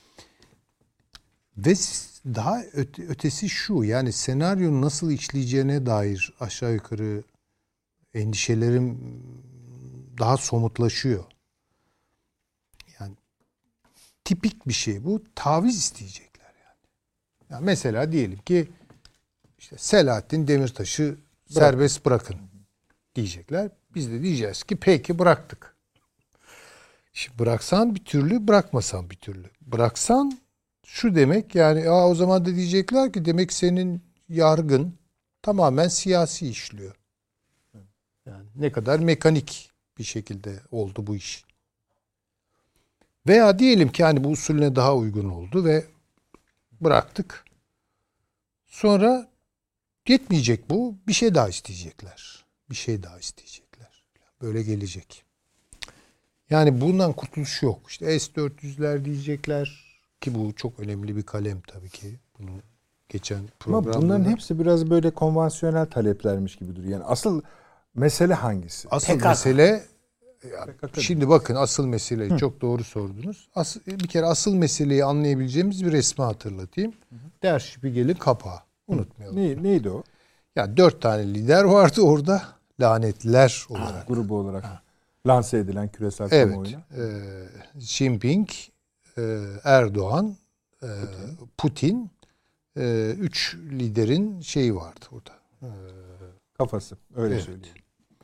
Ve daha öte, ötesi şu, yani senaryonun nasıl işleyeceğine dair aşağı yukarı endişelerim daha somutlaşıyor. Yani tipik bir şey bu. Taviz isteyecekler yani. Yani mesela diyelim ki işte Selahattin Demirtaş'ı Bırak. serbest bırakın diyecekler. Biz de diyeceğiz ki peki bıraktık. Şimdi bıraksan bir türlü, bırakmasan bir türlü. Bıraksan şu demek yani Aa, o zaman da diyecekler ki demek senin yargın tamamen siyasi işliyor. Yani ne kadar mekanik bir şekilde oldu bu iş. Veya diyelim ki hani bu usulüne daha uygun oldu ve bıraktık. Sonra yetmeyecek bu. Bir şey daha isteyecekler. Bir şey daha isteyecekler. Böyle gelecek. Yani bundan kurtuluş yok. İşte S dört yüzler diyecekler. Ki bu çok önemli bir kalem tabii ki. Bunu geçen programda. Ama bunların hepsi biraz böyle konvansiyonel taleplermiş gibi duruyor. Yani asıl mesele hangisi? Asıl P K K. mesele yani şimdi bakın asıl meseleyi Hı. çok doğru sordunuz. Asıl, bir kere asıl meseleyi anlayabileceğimiz bir resmi hatırlatayım. Hı. Der Spiegel'in kapağı. Unutmayalım. Ne, neydi o? Yani dört tane lider vardı orada. Lanetliler olarak. Ha, grubu olarak. Ha. Lanse edilen küresel evet, kamuoyuna. Evet. E, Xi Jinping, e, Erdoğan, e, Putin, Putin e, üç liderin şeyi vardı orada. E, Kafası. Öyle evet. söyleyeyim.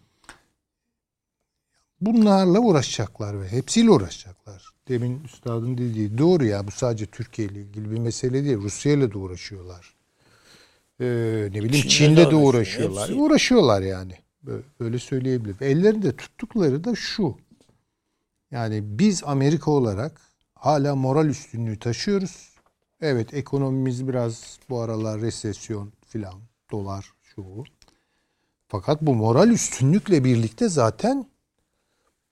Bunlarla uğraşacaklar ve hepsiyle uğraşacaklar. Demin üstadın dediği doğru ya, bu sadece Türkiye ile ilgili bir mesele değil. Rusya ile de uğraşıyorlar. Ee, ne bileyim Çin'de, Çin'de de uğraşıyorlar. Hepsi. Uğraşıyorlar yani. Böyle söyleyebilirim. Ellerinde tuttukları da şu. Yani biz Amerika olarak hala moral üstünlüğü taşıyoruz. Evet, ekonomimiz biraz bu aralar resesyon filan, dolar şu bu. Fakat bu moral üstünlükle birlikte zaten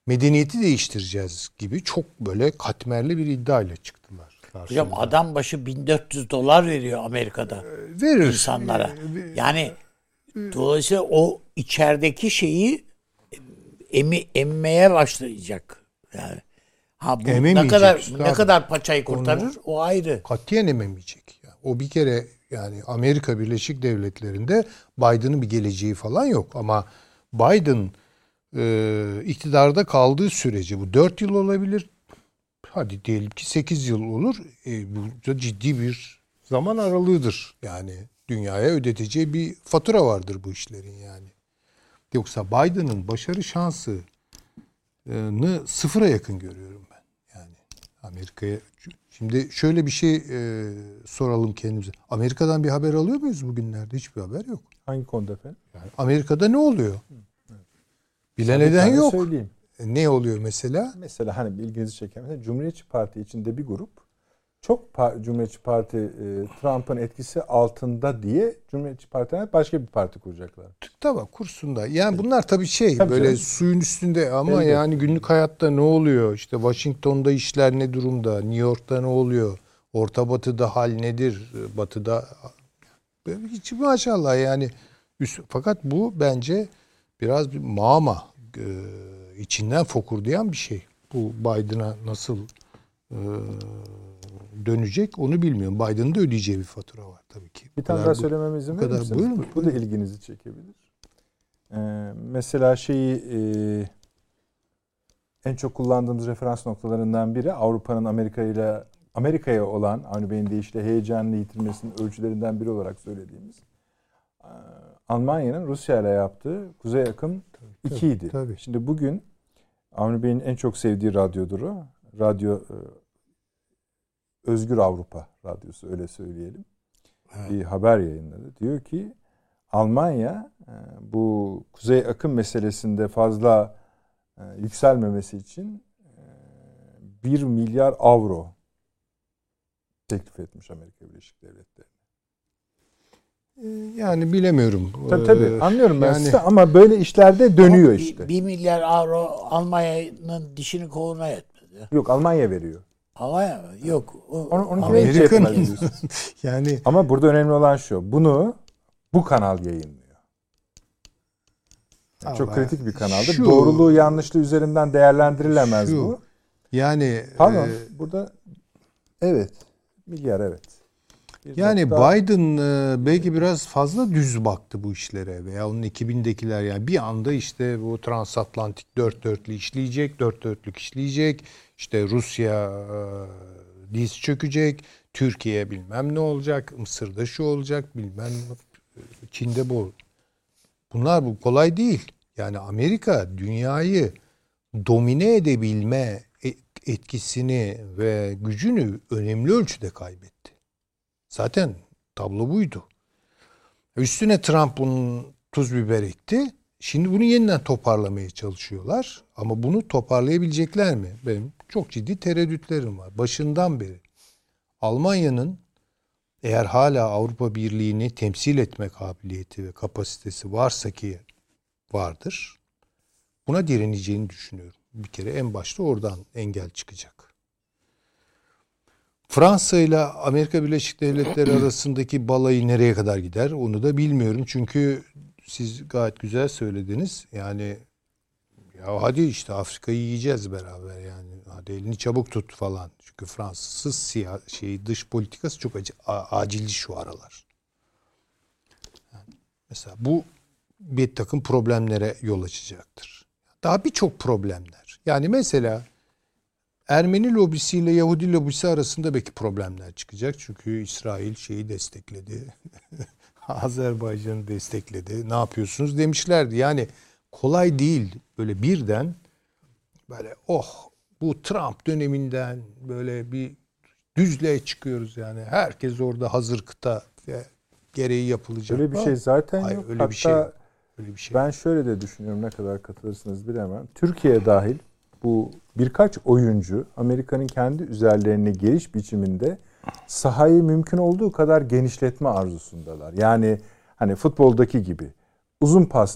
medeniyeti değiştireceğiz gibi çok böyle katmerli bir iddiayla çıktılar. Hocam adam başı bin dört yüz dolar veriyor Amerika'da verir insanlara. Yani dolayısıyla o içerideki şeyi emi, emmeye başlayacak. Yani ha bu ne kadar ne kadar paçayı kurtarır onu o ayrı. Katiyen ememeyecek. Yani o bir kere yani Amerika Birleşik Devletleri'nde Biden'ın bir geleceği falan yok ama Biden e, iktidarda kaldığı sürece bu dört yıl olabilir. Hadi diyelim ki sekiz yıl olur. E, bu da ciddi bir zaman aralığıdır. Yani dünyaya ödeteceği bir fatura vardır bu işlerin yani. Yoksa Biden'ın başarı şansını sıfıra yakın görüyorum ben. Yani Amerika'ya. Şimdi şöyle bir şey e, soralım kendimize. Amerika'dan bir haber alıyor muyuz bugünlerde? Hiçbir haber yok. Hangi konuda efendim? Yani Amerika'da ne oluyor? Bilen eden yok. Söyleyeyim. E, ne oluyor mesela? Mesela hani bir ilginizi çeken mesela Cumhuriyetçi Parti içinde bir grup çok par- Cumhuriyetçi Parti e, Trump'ın etkisi altında diye Cumhuriyetçi Parti'ne başka bir parti kuracaklar. Tamam kursunda. Yani bunlar tabii şey tabii böyle canım. suyun üstünde ama Elbette. yani günlük hayatta ne oluyor? İşte Washington'da işler ne durumda? New York'ta ne oluyor? Orta Batı'da hal nedir? Batı'da hiç maşallah yani. Fakat bu bence biraz bir mağma e, içinden fokurdayan bir şey. Bu Biden'a nasıl e, dönecek onu bilmiyorum. Biden'ın da ödeyeceği bir fatura var tabii ki. Bir tane daha söylememe izin verir misiniz? Buyurun, Bu, bu da ilginizi çekebilir. Ee, mesela şeyi e, en çok kullandığımız referans noktalarından biri Avrupa'nın Amerika ile Amerika'ya olan Avni Bey'in deyişle heyecanını yitirmesinin ölçülerinden biri olarak söylediğimiz e, Almanya'nın Rusya ile yaptığı Kuzey Akım iki idi. Tabii. Şimdi bugün Avni Bey'in en çok sevdiği radyodur o. Radyo e, Özgür Avrupa Radyosu öyle söyleyelim. Evet. Bir haber yayınladı. Diyor ki Almanya bu Kuzey Akım meselesinde fazla yükselmemesi için bir milyar avro teklif etmiş Amerika Birleşik Devletleri. Yani bilemiyorum. Tabii tabii anlıyorum ben yani, size ama böyle işlerde dönüyor işte. Bir milyar avro Almanya'nın dişini kovuna yetmedi. Yok Almanya veriyor. Almanya mı? Yok. O, Amerika'nın yani ama burada önemli olan şu. Bunu bu kanal yayınlıyor. Yani çok kritik bir kanaldır. Şu, Doğruluğu yanlışlığı üzerinden değerlendirilemez şu, bu. Yani Pardon, e, burada evet milyar evet. Bir yani nokta... Biden e, belki biraz fazla düz baktı bu işlere veya onun ekibindekiler yani bir anda işte bu transatlantik dört dörtlü işleyecek, dört dörtlük işleyecek. İşte Rusya e, diz çökecek, Türkiye bilmem ne olacak, Mısır'da şu olacak, bilmem Çin'de bu. Bunlar bu kolay değil. Yani Amerika dünyayı domine edebilme etkisini ve gücünü önemli ölçüde kaybetti. Zaten tablo buydu. Üstüne Trump bunun tuz biber ekti. Şimdi bunu yeniden toparlamaya çalışıyorlar. Ama bunu toparlayabilecekler mi? Benim çok ciddi tereddütlerim var. Başından beri Almanya'nın eğer hala Avrupa Birliği'ni temsil etme kabiliyeti ve kapasitesi varsa ki vardır, buna direneceğini düşünüyorum. Bir kere en başta oradan engel çıkacak. Fransa ile Amerika Birleşik Devletleri arasındaki balayı nereye kadar gider onu da bilmiyorum. Çünkü siz gayet güzel söylediniz. Yani ya hadi işte Afrika'yı yiyeceğiz beraber yani. Hadi elini çabuk tut falan. Çünkü Fransız siyah şey dış politikası çok acı, acildi şu aralar. Yani mesela bu bir takım problemlere yol açacaktır. Daha birçok problemler. Yani mesela Ermeni lobisiyle Yahudi lobisi arasında belki problemler çıkacak. Çünkü İsrail şeyi destekledi. Azerbaycan'ı destekledi. Ne yapıyorsunuz demişlerdi. Yani kolay değil. Böyle birden böyle oh bu Trump döneminden böyle bir düzlüğe çıkıyoruz yani. Herkes orada hazır kıta ve gereği yapılacak. Öyle bir şey zaten Hayır, yok. Öyle Hatta bir şey. Öyle bir şey. Ben şöyle de düşünüyorum, ne kadar katılırsınız bilemem. Türkiye dahil bu birkaç oyuncu Amerika'nın kendi üzerlerine geliş biçiminde sahayı mümkün olduğu kadar genişletme arzusundalar. Yani hani futboldaki gibi uzun pas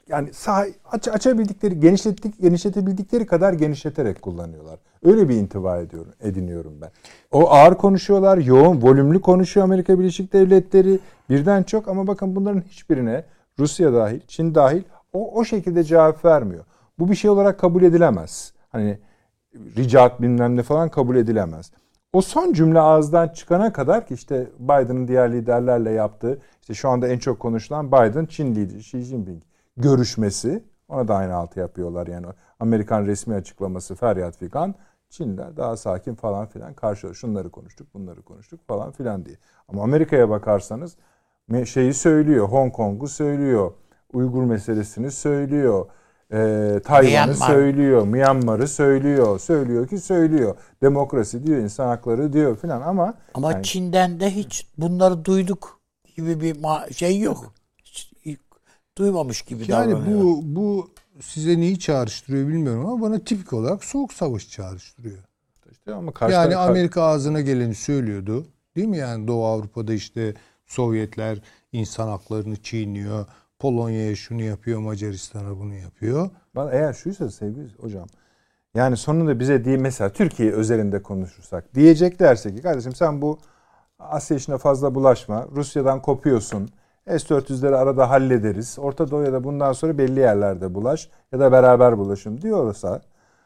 yani sah aç, açabildikleri, genişlettik, genişletebildikleri kadar genişleterek kullanıyorlar. Öyle bir intiba ediyorum, ediniyorum ben. O ağır konuşuyorlar, yoğun, volümlü konuşuyor Amerika Birleşik Devletleri birden çok ama bakın bunların hiçbirine Rusya dahil, Çin dahil o o şekilde cevap vermiyor. Bu bir şey olarak kabul edilemez. Hani ricat bilmem ne falan kabul edilemez. O son cümle ağızdan çıkana kadar ki işte Biden'ın diğer liderlerle yaptığı, işte şu anda en çok konuşulan Biden, Çin lideri Xi Jinping görüşmesi, ona da aynı altı yapıyorlar yani. Amerikan resmi açıklaması feryat figan, Çinliler daha sakin falan filan karşı şunları konuştuk, bunları konuştuk falan filan diye. Ama Amerika'ya bakarsanız şeyi söylüyor, Hong Kong'u söylüyor, Uygur meselesini söylüyor, e, Tayvan'ı Myanmar. söylüyor, Myanmar'ı söylüyor, söylüyor ki söylüyor. Demokrasi diyor, insan hakları diyor filan ama ama yani, Çin'den de hiç bunları duyduk gibi bir şey yok. Hiç duymamış gibi yani davranıyor. bu bu size neyi çağrıştırıyor bilmiyorum ama bana tipik olarak Soğuk Savaş çağrıştırıyor. İşte ama karşı yani taraf... Amerika ağzına geleni söylüyordu. Değil mi? Yani Doğu Avrupa'da işte Sovyetler insan haklarını çiğniyor. Polonya'ya şunu yapıyor, Macaristan'a bunu yapıyor. Ben eğer şuysa sevgili hocam, yani sonunda bize değil, mesela Türkiye özelinde konuşursak diyeceklerse ki kardeşim sen bu Asya işine fazla bulaşma, Rusya'dan kopuyorsun, S dört yüzleri arada hallederiz, Orta Doğu'ya da bundan sonra belli yerlerde bulaş ya da beraber bulaşın diyorsa,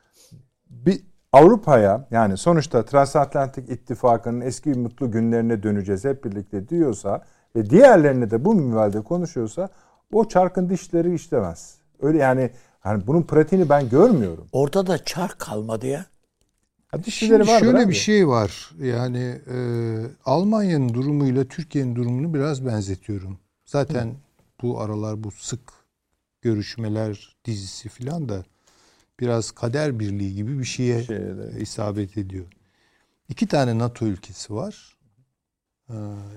bir Avrupa'ya, yani sonuçta Transatlantik İttifakı'nın eski mutlu günlerine döneceğiz hep birlikte diyorsa ve diğerlerine de bu minvalde konuşuyorsa, o çarkın dişleri işlemez. Öyle yani, hani bunun pratiğini ben görmüyorum. Ortada çark kalmadı ya. Ha, dişleri Şimdi var şöyle abi. bir şey var. Yani e, Almanya'nın durumuyla Türkiye'nin durumunu biraz benzetiyorum. Zaten Hı. bu aralar bu sık görüşmeler dizisi filan da biraz kader birliği gibi bir şeye Şeyde. isabet ediyor. İki tane NATO ülkesi var. Ee,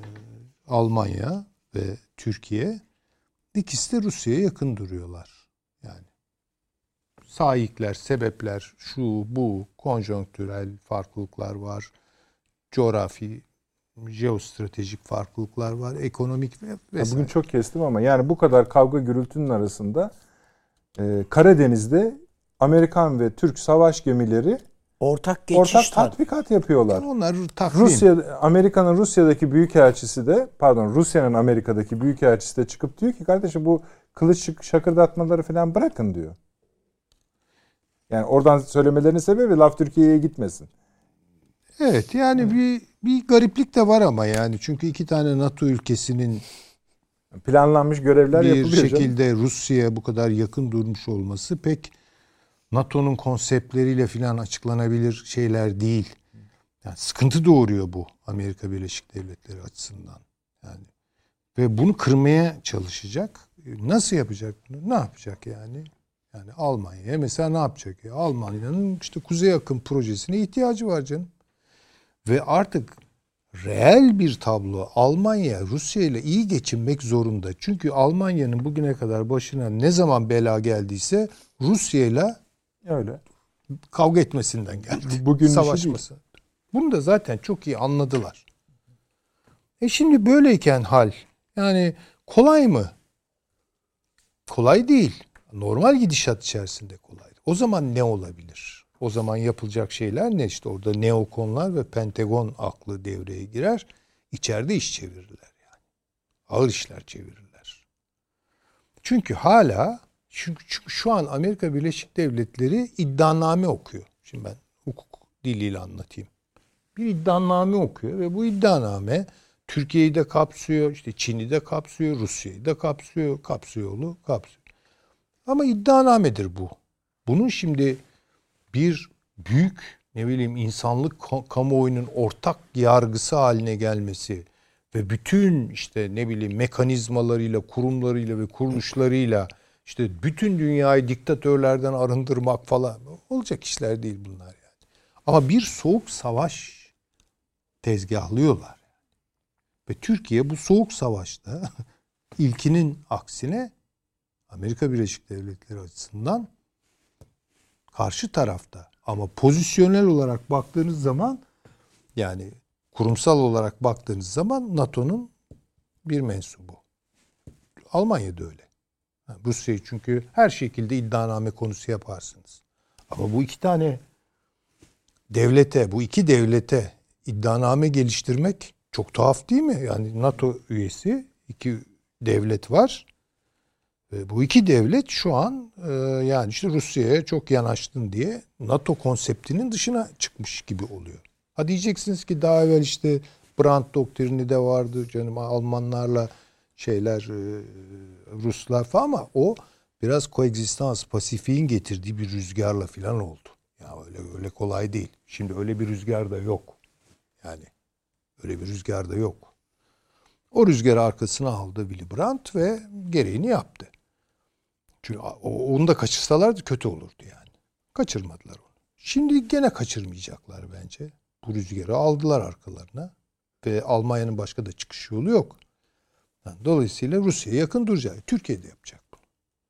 Almanya ve Türkiye. İkisi de Rusya'ya yakın duruyorlar. Yani saikler, sebepler, şu bu, konjonktürel farklılıklar var. Coğrafi, jeostratejik farklılıklar var. Ekonomik ve vesaire. Bugün çok kestim ama yani bu kadar kavga gürültünün arasında e, Karadeniz'de Amerikan ve Türk savaş gemileri ortak geçiş ortak tatbikat yapıyorlar. Onlar takvim. Rusya, Amerika'nın Rusya'daki büyükelçisi de, pardon Rusya'nın Amerika'daki büyükelçisi de çıkıp diyor ki kardeşim bu kılıç şakırdatmaları falan bırakın diyor. Yani oradan söylemelerinin sebebi laf Türkiye'ye gitmesin. Evet yani evet. bir bir gariplik de var ama yani çünkü iki tane NATO ülkesinin planlanmış görevler bir yapılıyor. Bir şekilde canım. Rusya'ya bu kadar yakın durmuş olması pek NATO'nun konseptleriyle filan açıklanabilir şeyler değil. Yani sıkıntı doğuruyor bu Amerika Birleşik Devletleri açısından. Yani ve bunu kırmaya çalışacak. Nasıl yapacak bunu? Ne yapacak yani? Yani Almanya mesela ne yapacak ya? Almanya'nın işte Kuzey Akım projesine ihtiyacı var canım. Ve artık reel bir tablo, Almanya Rusya ile iyi geçinmek zorunda. Çünkü Almanya'nın bugüne kadar başına ne zaman bela geldiyse Rusya ile öyle kavga etmesinden geldi. Bugün savaşması. Bunu da zaten çok iyi anladılar. E şimdi böyleyken hal, yani kolay mı? Kolay değil. Normal gidişat içerisinde kolay. O zaman ne olabilir? O zaman yapılacak şeyler ne? İşte orada neokonlar ve Pentagon aklı devreye girer. İçeride iş çevirirler yani. Ağır işler çevirirler. Çünkü hala çünkü, çünkü şu an Amerika Birleşik Devletleri iddianame okuyor. Şimdi ben hukuk diliyle anlatayım. Bir iddianame okuyor ve bu iddianame Türkiye'yi de kapsıyor, işte Çin'i de kapsıyor, Rusya'yı da kapsıyor, kapsıyor yolu, kapsıyor. Ama iddianamedir bu. Bunun şimdi bir büyük, ne bileyim, insanlık kamuoyunun ortak yargısı haline gelmesi ve bütün işte ne bileyim mekanizmalarıyla, kurumlarıyla ve kuruluşlarıyla işte bütün dünyayı diktatörlerden arındırmak falan olacak işler değil bunlar yani. Ama bir soğuk savaş tezgahlıyorlar. Ve Türkiye bu soğuk savaşta ilkinin aksine Amerika Birleşik Devletleri açısından karşı tarafta. Ama pozisyonel olarak baktığınız zaman, yani kurumsal olarak baktığınız zaman NATO'nun bir mensubu. Almanya'da öyle. Rusya'yı çünkü her şekilde iddianame konusu yaparsınız. Ama bu iki tane devlete, bu iki devlete iddianame geliştirmek çok tuhaf değil mi? Yani NATO üyesi iki devlet var. Ve bu iki devlet şu an e, yani işte Rusya'ya çok yanaştın diye NATO konseptinin dışına çıkmış gibi oluyor. Ha diyeceksiniz ki daha evvel işte Brandt doktrini de vardı canım, Almanlarla şeyler e, Ruslar falan, ama o biraz koegzistans, Pasifik'in getirdiği bir rüzgarla falan oldu. Ya öyle öyle kolay değil. Şimdi öyle bir rüzgar da yok. Yani öyle bir rüzgar da yok. O rüzgarı arkasına aldı Willy Brandt ve gereğini yaptı. Çünkü onu da kaçırsalardı kötü olurdu yani. Kaçırmadılar onu. Şimdi gene kaçırmayacaklar bence. Bu rüzgarı aldılar arkalarına. Ve Almanya'nın başka da çıkış yolu yok. Yani dolayısıyla Rusya'ya yakın duracak. Türkiye'de yapacak bunu.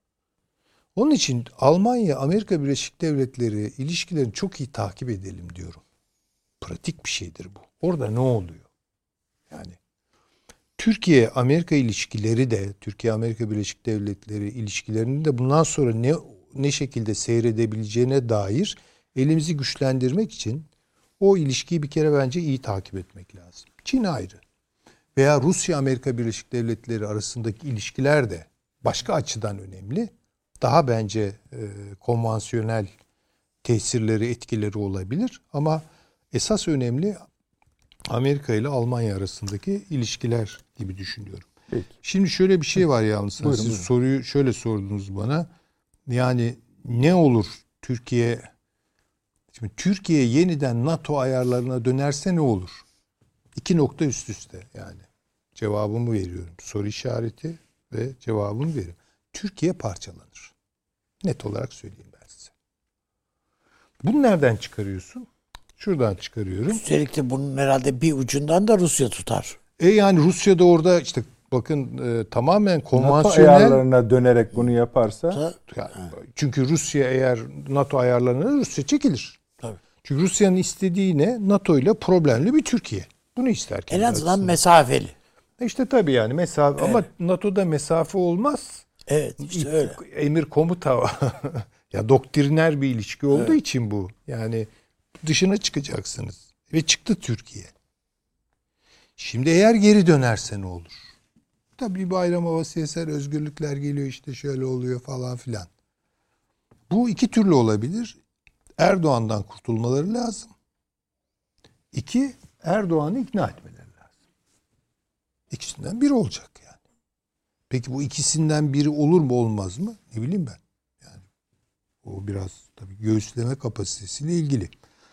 Onun için Almanya, Amerika Birleşik Devletleri ilişkilerini çok iyi takip edelim diyorum. Pratik bir şeydir bu. Orada ne oluyor? Yani Türkiye-Amerika ilişkileri de, Türkiye-Amerika Birleşik Devletleri ilişkilerinin de bundan sonra ne ne şekilde seyredebileceğine dair elimizi güçlendirmek için o ilişkiyi bir kere bence iyi takip etmek lazım. Çin ayrı. Veya Rusya-Amerika Birleşik Devletleri arasındaki ilişkiler de başka açıdan önemli. Daha bence e, konvansiyonel tesirleri, etkileri olabilir. Ama esas önemli Amerika ile Almanya arasındaki ilişkiler gibi düşünüyorum. Peki. Şimdi şöyle bir şey var yalnız. Buyurun, Siz buyurun. soruyu şöyle sordunuz bana. Yani ne olur Türkiye, şimdi Türkiye yeniden NATO ayarlarına dönerse ne olur? İki nokta üst üste yani. Cevabımı veriyorum. Soru işareti ve cevabımı veriyorum. Türkiye parçalanır. Net olarak söyleyeyim ben size. Bunu nereden çıkarıyorsun? Şuradan çıkarıyorum. Üstelik de bunun herhalde bir ucundan da Rusya tutar. E yani Rusya da orada işte bakın e, tamamen NATO konvansiyonel. ayarlarına dönerek bunu yaparsa Yani, çünkü Rusya eğer NATO ayarlarına Rusya çekilir. Tabii. Çünkü Rusya'nın istediği ne? NATO ile problemli bir Türkiye. Bunu ister. En azından mesafeli. İşte tabii yani mesafe, evet. Ama NATO'da mesafe olmaz. Evet işte öyle. Emir komuta ya doktriner bir ilişki olduğu evet. için bu. Yani dışına çıkacaksınız. Ve çıktı Türkiye. Şimdi eğer geri dönerse ne olur? Tabii bayram havası eser, özgürlükler geliyor, işte şöyle oluyor falan filan. Bu iki türlü olabilir. Erdoğan'dan kurtulmaları lazım. İki, Erdoğan'ı ikna etmeleri lazım. İkisinden biri olacak yani. Peki bu ikisinden biri olur mu olmaz mı? Ne bileyim ben. Yani o biraz tabii göğüsleme kapasitesiyle ilgili.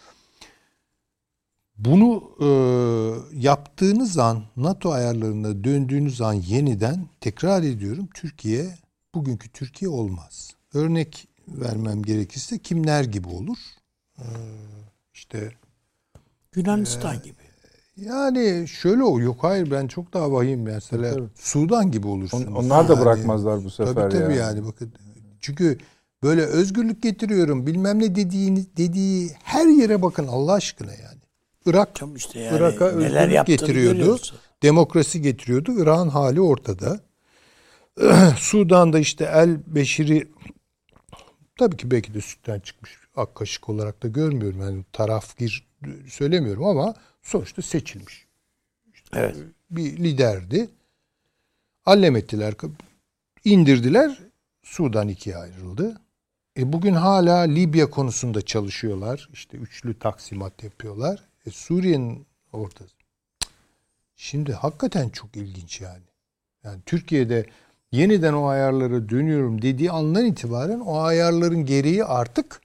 Bunu e, yaptığınız an, NATO ayarlarına döndüğünüz an yeniden, tekrar ediyorum, Türkiye bugünkü Türkiye olmaz. Örnek vermem gerekirse kimler gibi olur? Ee, işte Yunanistan e, gibi. Yani şöyle o yok hayır ben çok daha vahim mesela tabii. Sudan gibi olursunuz. On, onlar da yani, bırakmazlar bu sefer tabii, tabii yani. yani bakın. Çünkü böyle özgürlük getiriyorum bilmem ne dediğini dediği her yere bakın Allah aşkına yani. Irak işte yani, Irak'a özgürlük getiriyordu. Demokrasi getiriyordu. Irak'ın hali ortada. Sudan'da işte El Beşir'i tabii ki belki de sütten çıkmış ak kaşık olarak da görmüyorum. Yani tarafgir söylemiyorum ama sonuçta seçilmiş. İşte evet. Bir liderdi. Allem ettiler. İndirdiler. Sudan ikiye ayrıldı. E bugün hala Libya konusunda çalışıyorlar. İşte üçlü taksimat yapıyorlar. E Suriye'nin ortası. Şimdi hakikaten çok ilginç yani. Yani Türkiye'de yeniden o ayarlara dönüyorum dediği andan itibaren o ayarların gereği artık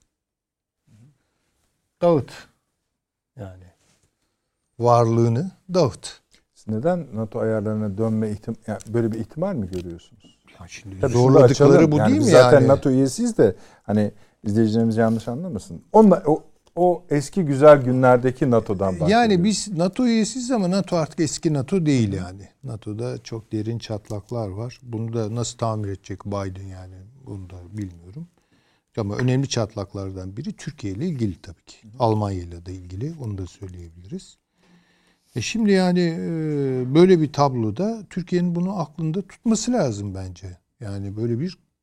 dağıt. Yani varlığını dağıt. Siz neden NATO ayarlarına dönme ihtim yani böyle bir ihtimal mi görüyorsunuz? Ya şimdi tabii zorladıkları bu yani değil mi zaten yani? NATO üyesiyiz de hani izleyicilerimiz yanlış anlamasın. Onunla o O eski güzel günlerdeki NATO'dan bahsediyoruz. Yani biz NATO üyesiyiz ama NATO artık eski NATO değil yani. NATO'da çok derin çatlaklar var. Bunu da nasıl tamir edecek Biden yani bunu da bilmiyorum. Ama önemli çatlaklardan biri Türkiye ile ilgili tabii ki. Almanya ile de ilgili onu da söyleyebiliriz. E şimdi yani böyle bir tabloda Türkiye'nin bunu aklında tutması lazım bence. Yani böyle bir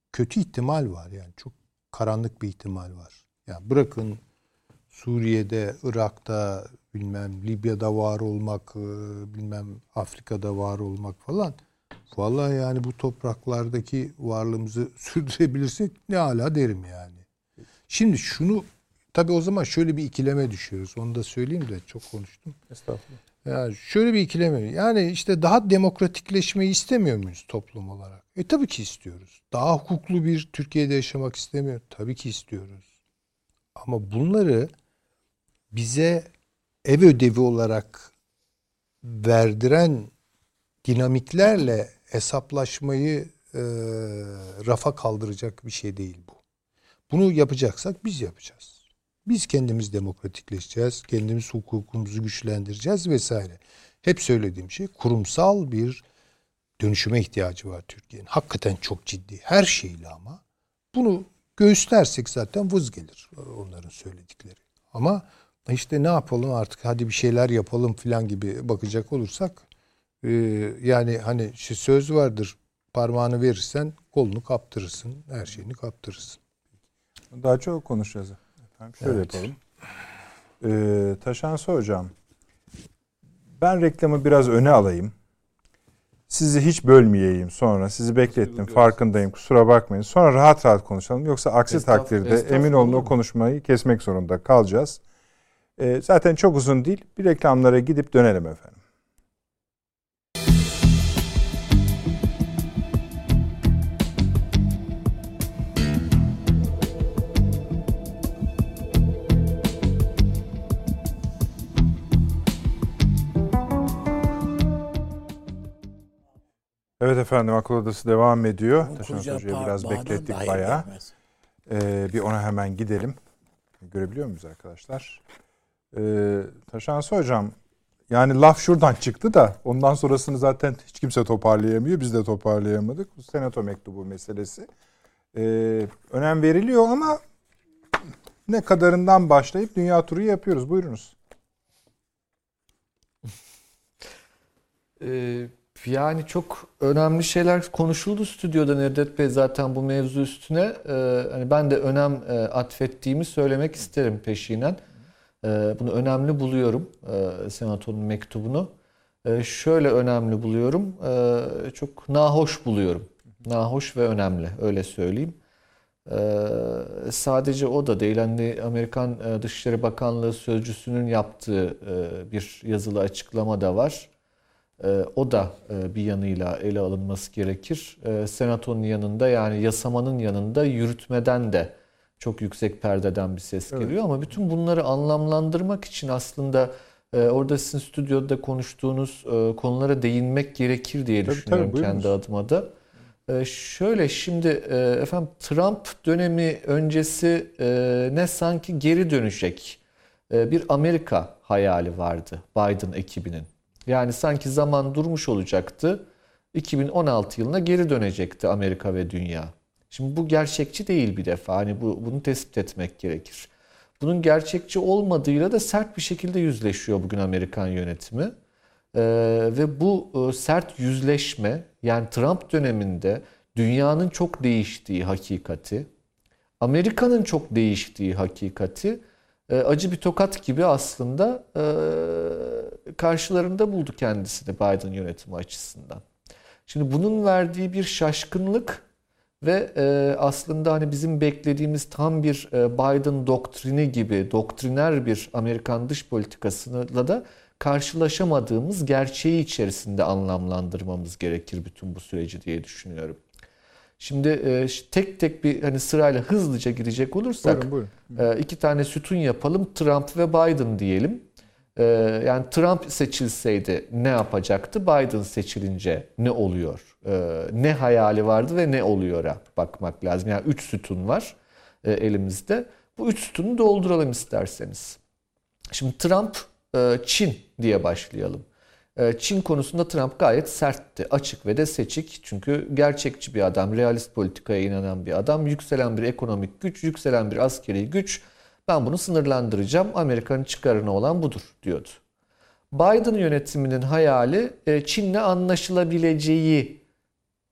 kötü ihtimal var. Yani çok karanlık bir ihtimal var. Yani bırakın Suriye'de, Irak'ta, bilmem Libya'da var olmak, bilmem Afrika'da var olmak falan. Vallahi yani bu topraklardaki varlığımızı sürdürebilirsek ne ala derim yani. Şimdi şunu tabii o zaman şöyle bir ikileme düşüyoruz. Onu da söyleyeyim de çok konuştum. Estağfurullah. Yani şöyle bir ikileme. Yani işte daha demokratikleşmeyi istemiyor muyuz toplum olarak? E tabii ki istiyoruz. Daha hukuklu bir Türkiye'de yaşamak istemiyor. Tabii ki istiyoruz. Ama bunları bize ev ödevi olarak verdiren dinamiklerle hesaplaşmayı e, rafa kaldıracak bir şey değil bu. Bunu yapacaksak biz yapacağız. Biz kendimiz demokratikleşeceğiz, kendimiz hukukumuzu güçlendireceğiz vesaire. Hep söylediğim şey kurumsal bir dönüşüme ihtiyacı var Türkiye'nin. Hakikaten çok ciddi her şeyle ama bunu göğüslersek zaten vız gelir onların söyledikleri. Ama işte ne yapalım artık hadi bir şeyler yapalım falan gibi bakacak olursak e, yani hani şu söz vardır parmağını verirsen kolunu kaptırırsın, her şeyini kaptırırsın. Daha çok konuşacağız. Efendim şöyle Evet. yapalım. Ee, Taşansı Hocam, ben reklamı biraz öne alayım. Sizi hiç bölmeyeyim sonra. Sizi beklettim. Farkındayım. Kusura bakmayın. Sonra rahat rahat konuşalım. Yoksa aksi Estağfurullah, takdirde estağfurullah, emin olun olur o mu? konuşmayı kesmek zorunda kalacağız. Ee, zaten çok uzun değil. Bir reklamlara gidip dönelim efendim. Evet efendim, akıl odası devam ediyor. Onun Taşan kuracağı Hoca'yı bağ- biraz bağdan beklettik dahi bayağı. gelmez. Ee, bir ona hemen gidelim. Görebiliyor muyuz arkadaşlar? Ee, Taşansı Hocam, yani laf şuradan çıktı da ondan sonrasını zaten hiç kimse toparlayamıyor. Biz de toparlayamadık. Bu senato mektubu meselesi. Ee, önem veriliyor ama ne kadarından başlayıp dünya turu yapıyoruz. Buyurunuz. Ee, yani çok önemli şeyler konuşuldu stüdyoda Nedret Bey zaten bu mevzu üstüne. Ee, hani ben de önem e, atfettiğimi söylemek isterim peşinen. Ee, bunu önemli buluyorum, e, Senato'nun mektubunu. E, şöyle önemli buluyorum, e, çok nahoş buluyorum. Nahoş ve önemli, öyle söyleyeyim. Ee, sadece o da değil, hani Amerikan e, Dışişleri Bakanlığı Sözcüsü'nün yaptığı e, bir yazılı açıklama da var. E, o da e, bir yanıyla ele alınması gerekir. E, Senato'nun yanında, yani yasamanın yanında yürütmeden de çok yüksek perdeden bir ses Evet. geliyor. Ama bütün bunları anlamlandırmak için aslında e, orada sizin stüdyoda konuştuğunuz e, konulara değinmek gerekir diye Tabii, düşünüyorum tabii, kendi buyurunuz. adıma da. Ee, şöyle şimdi e, efendim Trump dönemi öncesi e, ne sanki geri dönecek e, bir Amerika hayali vardı Biden ekibinin. Yani sanki zaman durmuş olacaktı. iki bin on altı yılına geri dönecekti Amerika ve dünya. Şimdi bu gerçekçi değil bir defa. Hani bu bunu tespit etmek gerekir. Bunun gerçekçi olmadığıyla da sert bir şekilde yüzleşiyor bugün Amerikan yönetimi. Ee, ve bu e, sert yüzleşme, yani Trump döneminde dünyanın çok değiştiği hakikati, Amerika'nın çok değiştiği hakikati e, acı bir tokat gibi aslında e, karşılarında buldu kendisini Biden yönetimi açısından. Şimdi bunun verdiği bir şaşkınlık ve e, aslında hani bizim beklediğimiz tam bir e, Biden doktrini gibi doktriner bir Amerikan dış politikasıyla da karşılaşamadığımız gerçeği içerisinde anlamlandırmamız gerekir bütün bu süreci diye düşünüyorum. Şimdi e, tek tek bir hani sırayla hızlıca gidecek olursak Buyurun, buyurun. e, iki tane sütun yapalım. Trump ve Biden diyelim. E, yani Trump seçilseydi ne yapacaktı? Biden seçilince ne oluyor? E, ne hayali vardı ve ne oluyor'a bakmak lazım. Yani üç sütun var e, elimizde. Bu üç sütunu dolduralım isterseniz. Şimdi Trump, Çin diye başlayalım. Çin konusunda Trump gayet sertti, açık ve de seçik. Çünkü gerçekçi bir adam, realist politikaya inanan bir adam, yükselen bir ekonomik güç, yükselen bir askeri güç. Ben bunu sınırlandıracağım, Amerika'nın çıkarına olan budur diyordu. Biden yönetiminin hayali Çin'le anlaşılabileceği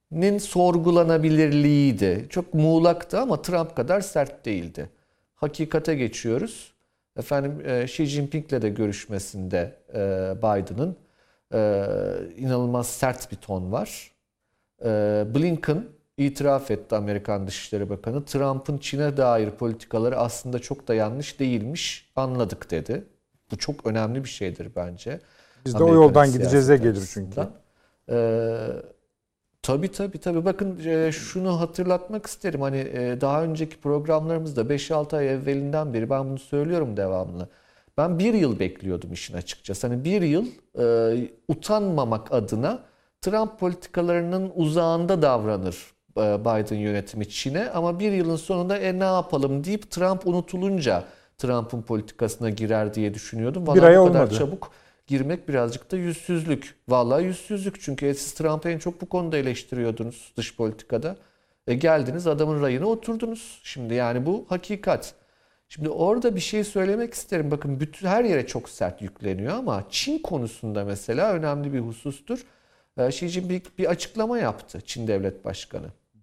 nin sorgulanabilirliğiydi. Çok muğlaktı ama Trump kadar sert değildi. Hakikate geçiyoruz. Efendim Xi Jinping'le de görüşmesinde Biden'ın inanılmaz sert bir ton var. Blinken itiraf etti, Amerikan Dışişleri Bakanı. Trump'ın Çin'e dair politikaları aslında çok da yanlış değilmiş, anladık dedi. Bu çok önemli bir şeydir bence. Biz de Amerikan o yoldan gideceğize gelir çünkü. Ee, tabii tabii tabii. Bakın e, şunu hatırlatmak isterim. Hani e, daha önceki programlarımızda beş altı ay evvelinden beri ben bunu söylüyorum devamlı. Ben bir yıl bekliyordum işin açıkçası. Hani bir yıl e, utanmamak adına Trump politikalarının uzağında davranır Biden yönetimi Çin'e, ama bir yılın sonunda e ne yapalım deyip Trump unutulunca Trump'ın politikasına girer diye düşünüyordum. Vallahi bir ay bu kadar olmadı. Çabuk girmek birazcık da yüzsüzlük. Vallahi yüzsüzlük, çünkü siz Trump'ı en çok bu konuda eleştiriyordunuz dış politikada. E geldiniz adamın rayına oturdunuz. Şimdi yani bu hakikat. Şimdi orada bir şey söylemek isterim. Bakın bütün her yere çok sert yükleniyor ama Çin konusunda mesela önemli bir husustur. Xi Jinping bir açıklama yaptı, Çin Devlet Başkanı.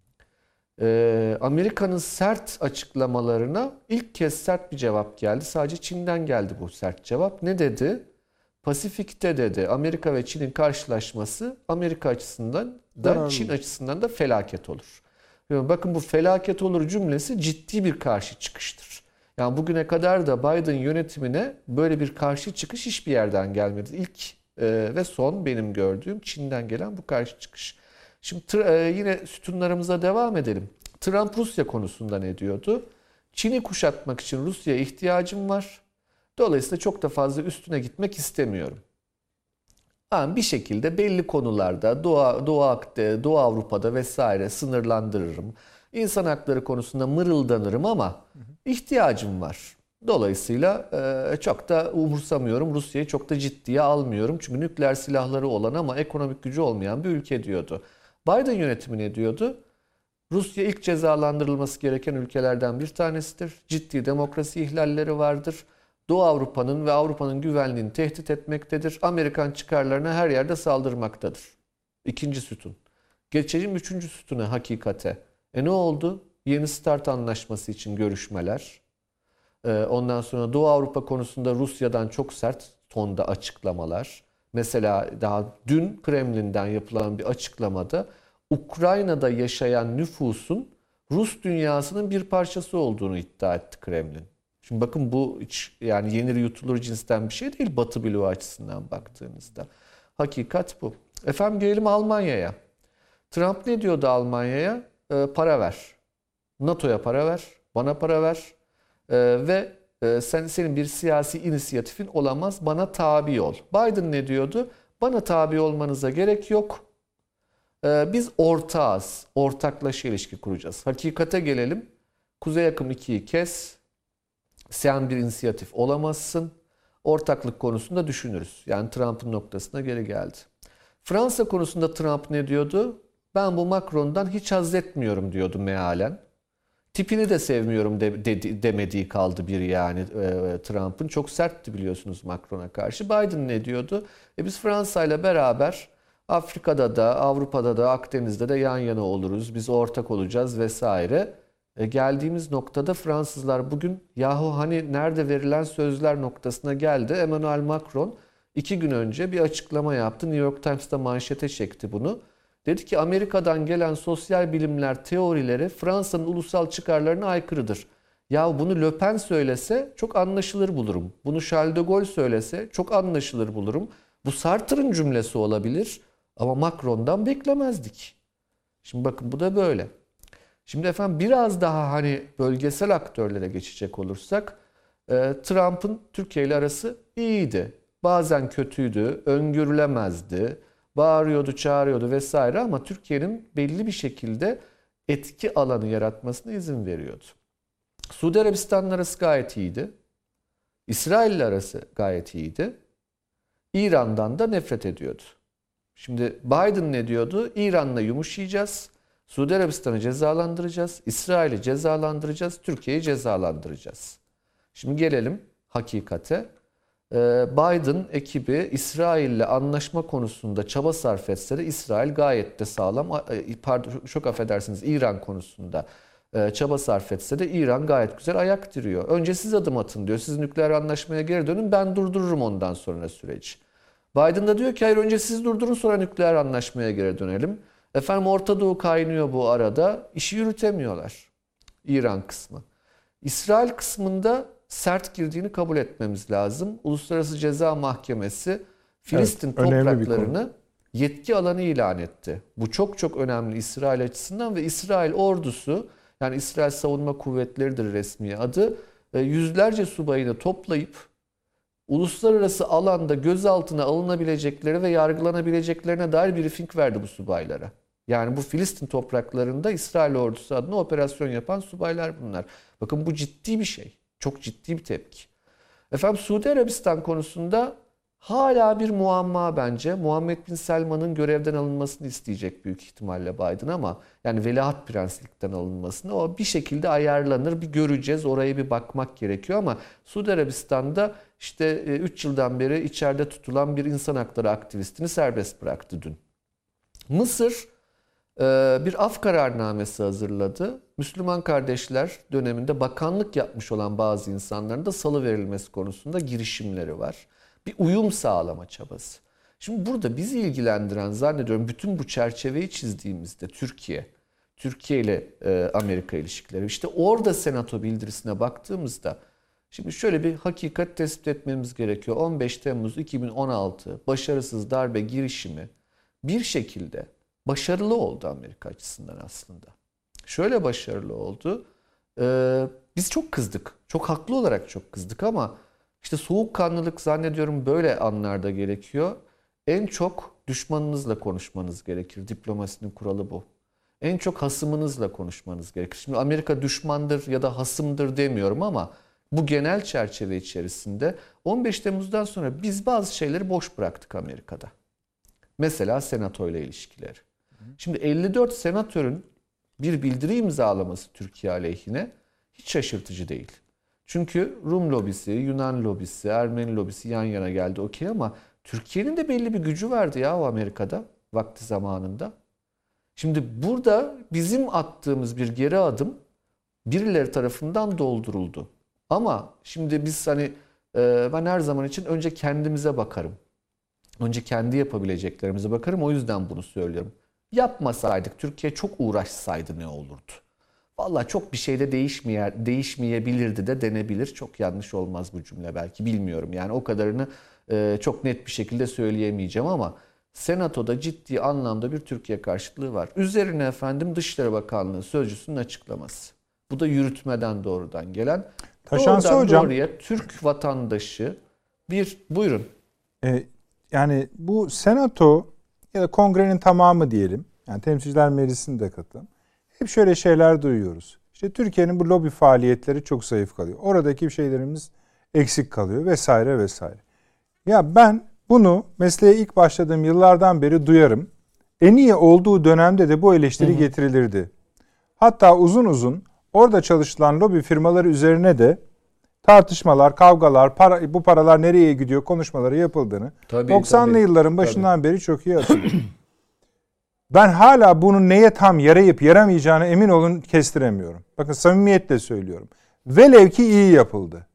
Ee, Amerika'nın sert açıklamalarına ilk kez sert bir cevap geldi. Sadece Çin'den geldi bu sert cevap. Ne dedi? Pasifik'te dedi, Amerika ve Çin'in karşılaşması Amerika açısından da Çin açısından da felaket olur. Yani bakın, bu felaket olur cümlesi ciddi bir karşı çıkıştır. Yani bugüne kadar da Biden yönetimine böyle bir karşı çıkış hiçbir yerden gelmedi. İlk e, ve son benim gördüğüm Çin'den gelen bu karşı çıkış. Şimdi e, yine sütunlarımıza devam edelim. Trump Rusya konusunda ne diyordu? Çin'i kuşatmak için Rusya'ya ihtiyacım var. Dolayısıyla çok da fazla üstüne gitmek istemiyorum. Yani bir şekilde belli konularda Doğu, Doğu, Doğu Avrupa'da vesaire sınırlandırırım. İnsan hakları konusunda mırıldanırım ama ihtiyacım var. Dolayısıyla e, çok da umursamıyorum. Rusya'yı çok da ciddiye almıyorum. Çünkü nükleer silahları olan ama ekonomik gücü olmayan bir ülke diyordu. Biden yönetimi ne diyordu? Rusya ilk cezalandırılması gereken ülkelerden bir tanesidir. Ciddi demokrasi ihlalleri vardır. Doğu Avrupa'nın ve Avrupa'nın güvenliğini tehdit etmektedir. Amerikan çıkarlarına her yerde saldırmaktadır. İkinci sütun. Geçelim üçüncü sütuna, hakikate. E ne oldu? Yeni START anlaşması için görüşmeler. Ondan sonra Doğu Avrupa konusunda Rusya'dan çok sert tonda açıklamalar. Mesela daha dün Kremlin'den yapılan bir açıklamada Ukrayna'da yaşayan nüfusun Rus dünyasının bir parçası olduğunu iddia etti Kremlin. Şimdi bakın, bu hiç yani yenir yutulur cinsten bir şey değil Batı bloğu açısından baktığınızda. Hakikat bu. Efendim gelelim Almanya'ya. Trump ne diyordu Almanya'ya? E, para ver. NATO'ya para ver. Bana para ver. E, ve e, sen senin bir siyasi inisiyatifin olamaz. Bana tabi ol. Biden ne diyordu? Bana tabi olmanıza gerek yok. E, biz ortağız. Ortaklaşa ilişki kuracağız. Hakikate gelelim. Kuzey Akım ikiyi kes. Sen bir inisiyatif olamazsın. Ortaklık konusunda düşünürüz. Yani Trump'ın noktasına geri geldi. Fransa konusunda Trump ne diyordu? Ben bu Macron'dan hiç haz etmiyorum diyordu mealen. Tipini de sevmiyorum de, de, demediği kaldı bir yani e, Trump'ın. Çok sertti biliyorsunuz Macron'a karşı. Biden ne diyordu? E biz Fransa'yla beraber Afrika'da da, Avrupa'da da, Akdeniz'de de yan yana oluruz. Biz ortak olacağız vesaire. E, geldiğimiz noktada Fransızlar bugün yahu hani nerede verilen sözler noktasına geldi. Emmanuel Macron iki gün önce bir açıklama yaptı. New York Times'ta manşete çekti bunu. Dedi ki Amerika'dan gelen sosyal bilimler teorileri Fransa'nın ulusal çıkarlarına aykırıdır. Ya bunu Le Pen söylese çok anlaşılır bulurum. Bunu Charles de Gaulle söylese çok anlaşılır bulurum. Bu Sartre'ın cümlesi olabilir ama Macron'dan beklemezdik. Şimdi bakın, bu da böyle. Şimdi efendim biraz daha hani bölgesel aktörlere geçecek olursak Trump'ın Türkiye ile arası iyiydi. Bazen kötüydü, öngörülemezdi. Bağırıyordu, çağırıyordu vesaire ama Türkiye'nin belli bir şekilde etki alanı yaratmasına izin veriyordu. Suudi Arabistan'la arası gayet iyiydi. İsrail'le arası gayet iyiydi. İran'dan da nefret ediyordu. Şimdi Biden ne diyordu? İran'la yumuşayacağız. Suudi Arabistan'ı cezalandıracağız. İsrail'i cezalandıracağız. Türkiye'yi cezalandıracağız. Şimdi gelelim hakikate. Biden ekibi İsrail'le anlaşma konusunda çaba sarf etse de İsrail gayet de sağlam, pardon çok affedersiniz İran konusunda çaba sarf etse de İran gayet güzel ayak diriyor. Önce siz adım atın diyor. Siz nükleer anlaşmaya geri dönün, ben durdururum ondan sonra süreci. Biden da diyor ki hayır, önce siz durdurun, sonra nükleer anlaşmaya geri dönelim. Efendim Orta Doğu kaynıyor bu arada. İşi yürütemiyorlar İran kısmı. İsrail kısmında sert girdiğini kabul etmemiz lazım. Uluslararası Ceza Mahkemesi Filistin evet, topraklarını yetki alanı ilan etti. Bu çok çok önemli İsrail açısından ve İsrail ordusu, yani İsrail Savunma Kuvvetleri'dir resmi adı, yüzlerce subayını toplayıp uluslararası alanda gözaltına alınabilecekleri ve yargılanabileceklerine dair briefing verdi bu subaylara. Yani bu Filistin topraklarında İsrail ordusu adına operasyon yapan subaylar bunlar. Bakın bu ciddi bir şey. Çok ciddi bir tepki. Efendim Suudi Arabistan konusunda hala bir muamma bence. Muhammed Bin Selman'ın görevden alınmasını isteyecek büyük ihtimalle Biden ama yani veliaht prenslikten alınmasını, o bir şekilde ayarlanır, bir göreceğiz, oraya bir bakmak gerekiyor ama Suudi Arabistan'da işte üç yıldan beri içeride tutulan bir insan hakları aktivistini serbest bıraktı dün. Mısır bir af kararnamesi hazırladı. Müslüman kardeşler döneminde bakanlık yapmış olan bazı insanların da salıverilmesi konusunda girişimleri var. Bir uyum sağlama çabası. Şimdi burada bizi ilgilendiren zannediyorum bütün bu çerçeveyi çizdiğimizde Türkiye, Türkiye ile Amerika ilişkileri, işte orada senato bildirisine baktığımızda şimdi şöyle bir hakikat tespit etmemiz gerekiyor. on beş Temmuz iki bin on altı başarısız darbe girişimi bir şekilde başarılı oldu Amerika açısından aslında. Şöyle başarılı oldu. Ee, biz çok kızdık. Çok haklı olarak çok kızdık ama işte soğukkanlılık zannediyorum böyle anlarda gerekiyor. En çok düşmanınızla konuşmanız gerekir. Diplomasinin kuralı bu. En çok hasımınızla konuşmanız gerekir. Şimdi Amerika düşmandır ya da hasımdır demiyorum ama bu genel çerçeve içerisinde on beş Temmuz'dan sonra biz bazı şeyleri boş bıraktık Amerika'da. Mesela senato ile ilişkileri. Şimdi elli dört senatörün bir bildiri imzalaması Türkiye aleyhine hiç şaşırtıcı değil. Çünkü Rum lobisi, Yunan lobisi, Ermeni lobisi yan yana geldi okey ama Türkiye'nin de belli bir gücü vardı ya o Amerika'da vakti zamanında. Şimdi burada bizim attığımız bir geri adım birileri tarafından dolduruldu. Ama şimdi biz hani ben her zaman için önce kendimize bakarım. Önce kendi yapabileceklerimize bakarım. O yüzden bunu söylüyorum. Yapmasaydık, Türkiye çok uğraşsaydı ne olurdu? Vallahi çok bir şeyde değişmeye, değişmeyebilirdi de denebilir. Çok yanlış olmaz bu cümle belki, bilmiyorum. Yani o kadarını e, çok net bir şekilde söyleyemeyeceğim ama Senato'da ciddi anlamda bir Türkiye karşıtlığı var. Üzerine efendim Dışişleri Bakanlığı Sözcüsü'nün açıklaması. Bu da yürütmeden doğrudan gelen. Taşansı doğrudan hocam. Doğruya Türk vatandaşı bir, buyurun. E, yani bu Senato ya da kongrenin tamamı diyelim. Yani Temsilciler Meclisi'nde de katılın. Hep şöyle şeyler duyuyoruz. İşte Türkiye'nin bu lobi faaliyetleri çok zayıf kalıyor. Oradaki şeylerimiz eksik kalıyor vesaire vesaire. Ya ben bunu mesleğe ilk başladığım yıllardan beri duyarım. En iyi olduğu dönemde de bu eleştiri hı hı. getirilirdi. Hatta uzun uzun orada çalışılan lobi firmaları üzerine de tartışmalar, kavgalar, para, bu paralar nereye gidiyor konuşmaları yapıldığını tabii, doksanlı tabii, yılların başından tabii. beri çok iyi hatırlıyorum. Ben hala bunun neye tam yarayıp yaramayacağını emin olun kestiremiyorum. Bakın samimiyetle söylüyorum. Velev ki iyi yapıldı.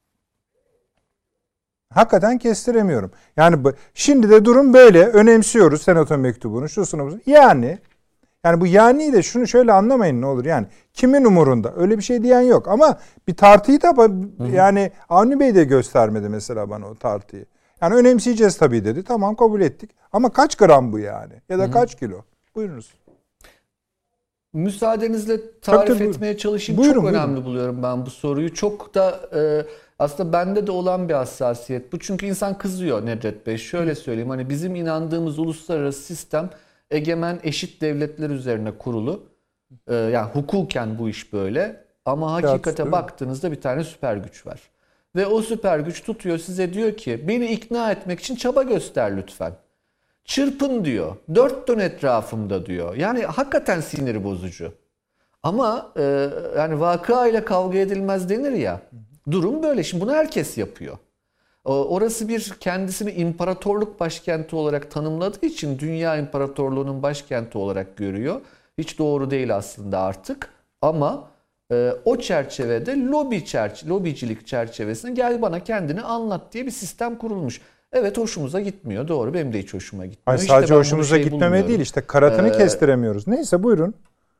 Hakikaten kestiremiyorum. Yani şimdi de durum böyle. Önemsiyoruz senato mektubunu, şusunu busunu. Yani yani bu yani de şunu şöyle anlamayın ne olur. Yani kimin umurunda? Öyle bir şey diyen yok. Ama bir tartıyı da yani Avni Bey de göstermedi mesela bana o tartıyı. Yani önemseyeceğiz tabii dedi. Tamam kabul ettik. Ama kaç gram bu yani? Ya da Hı-hı. kaç kilo? Buyurunuz. Müsaadenizle tarif tabii, tabii, etmeye çalışayım. Buyurun, çok buyurun. Önemli buluyorum ben bu soruyu. Çok da e, aslında bende de olan bir hassasiyet bu. Çünkü insan kızıyor Nedret Bey. Şöyle söyleyeyim, hani bizim inandığımız uluslararası sistem egemen eşit devletler üzerine kurulu. E, yani hukuken bu iş böyle. Ama hakikate evet, baktığınızda bir tane süper güç var. Ve o süper güç tutuyor size, diyor ki beni ikna etmek için çaba göster lütfen. Çırpın diyor. Dört dön etrafımda diyor. Yani hakikaten sinir bozucu. Ama e, yani vakıa ile kavga edilmez denir ya. Durum böyle. Şimdi bunu herkes yapıyor. Orası bir kendisini imparatorluk başkenti olarak tanımladığı için dünya imparatorluğunun başkenti olarak görüyor. Hiç doğru değil aslında artık. Ama e, o çerçevede lobi çerçe lobicilik çerçevesinde gel bana kendini anlat diye bir sistem kurulmuş. Evet, hoşumuza gitmiyor. Doğru, benim de hiç hoşuma gitmiyor. Hayır, İşte sadece ben hoşumuza şey gitmeme bulmuyorum. değil, işte karatını Ee, kestiremiyoruz. Neyse, buyurun.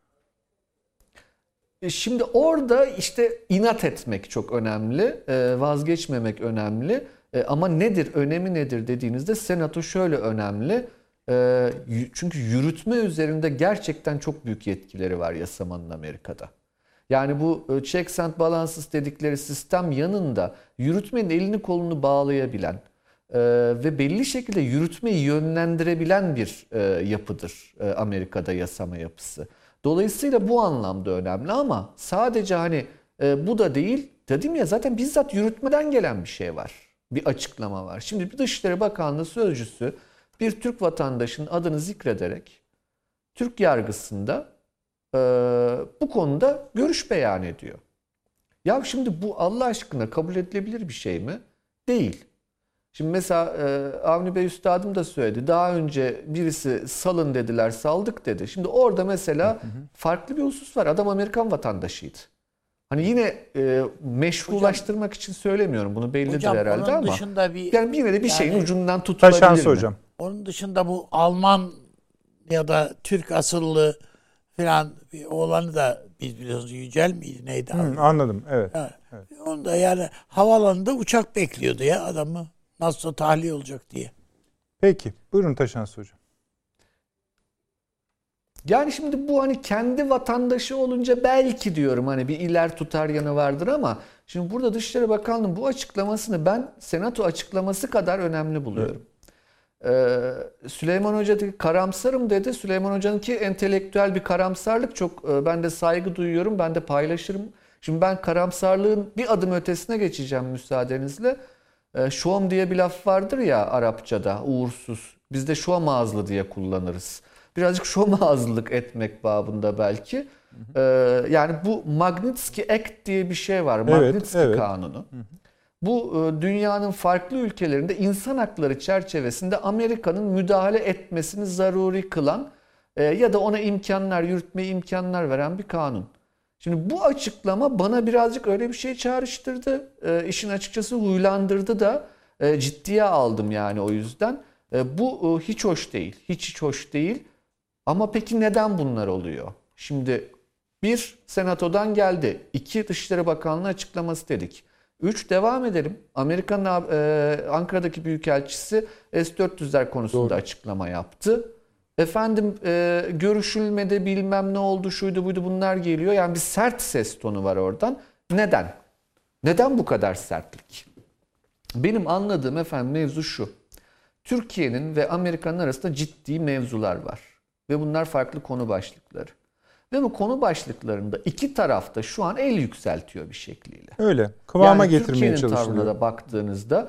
Şimdi orada işte inat etmek çok önemli, vazgeçmemek önemli. Ama nedir, önemi nedir dediğinizde Senato şöyle önemli. Çünkü yürütme üzerinde gerçekten çok büyük yetkileri var yasamanın Amerika'da. Yani bu checks and balances dedikleri sistem yanında yürütmenin elini kolunu bağlayabilen ve belli şekilde yürütmeyi yönlendirebilen bir yapıdır Amerika'da yasama yapısı. Dolayısıyla bu anlamda önemli ama sadece hani e, bu da değil, dedim ya zaten bizzat yürütmeden gelen bir şey var. Bir açıklama var. Şimdi bir Dışişleri Bakanlığı sözcüsü bir Türk vatandaşının adını zikrederek Türk yargısında e, bu konuda görüş beyan ediyor. Ya şimdi bu Allah aşkına kabul edilebilir bir şey mi? Değil. Şimdi mesela e, Avni Bey Üstadım da söyledi. Daha önce birisi salın dediler, saldık dedi. Şimdi orada mesela hı hı. farklı bir husus var. Adam Amerikan vatandaşıydı. Hani yine e, meşrulaştırmak hocam, için söylemiyorum. Bunu bellidir hocam, herhalde ama. Dışında bir, yani yine de bir yani, şeyin ucundan tutulabilir mi? Hocam. Onun dışında bu Alman ya da Türk asıllı falan bir oğlanı da biz biliyoruz. Yücel miydi neydi? Hı, anladım, evet. evet. evet. Onu da yani havaalanında uçak bekliyordu ya adamı. Nasıl tahliye olacak diye. Peki. Buyurun Taşansı Hocam. Yani şimdi bu hani kendi vatandaşı olunca belki diyorum hani bir iler tutar yanı vardır ama şimdi burada Dışişleri Bakanlığı'nın bu açıklamasını ben Senato açıklaması kadar önemli buluyorum. Evet. Ee, Süleyman Hoca dedi, karamsarım dedi. Süleyman Hoca'nınki entelektüel bir karamsarlık, çok e, ben de saygı duyuyorum, ben de paylaşırım. Şimdi ben karamsarlığın bir adım ötesine geçeceğim müsaadenizle. Şom diye bir laf vardır ya Arapçada, uğursuz. Biz de şom ağızlı diye kullanırız. Birazcık şom ağızlılık etmek babında belki. Hı hı. Ee, yani bu Magnitsky Act diye bir şey var. Evet, Magnitsky evet. Kanunu. Hı hı. Bu dünyanın farklı ülkelerinde insan hakları çerçevesinde Amerika'nın müdahale etmesini zaruri kılan e, ya da ona imkanlar, yürütme imkanlar veren bir kanun. Şimdi bu açıklama bana birazcık öyle bir şey çağrıştırdı. E, işin açıkçası huylandırdı da e, ciddiye aldım yani o yüzden. E, bu e, hiç hoş değil. Hiç hiç hoş değil. Ama peki neden bunlar oluyor? Şimdi bir, Senato'dan geldi. İki, Dışişleri Bakanlığı açıklaması dedik. Üç, devam edelim. Amerika'nın e, Ankara'daki Büyükelçisi S dört yüzler konusunda Doğru. açıklama yaptı. Efendim e, görüşülmedi, bilmem ne oldu, şuydu buydu, bunlar geliyor. Yani bir sert ses tonu var oradan. Neden? Neden bu kadar sertlik? Benim anladığım efendim mevzu şu. Türkiye'nin ve Amerika'nın arasında ciddi mevzular var. Ve bunlar farklı konu başlıkları. Ve bu konu başlıklarında iki tarafta şu an el yükseltiyor bir şekliyle. Öyle. Kıvama yani getirmeye çalışılıyor. Türkiye'nin tavrına da baktığınızda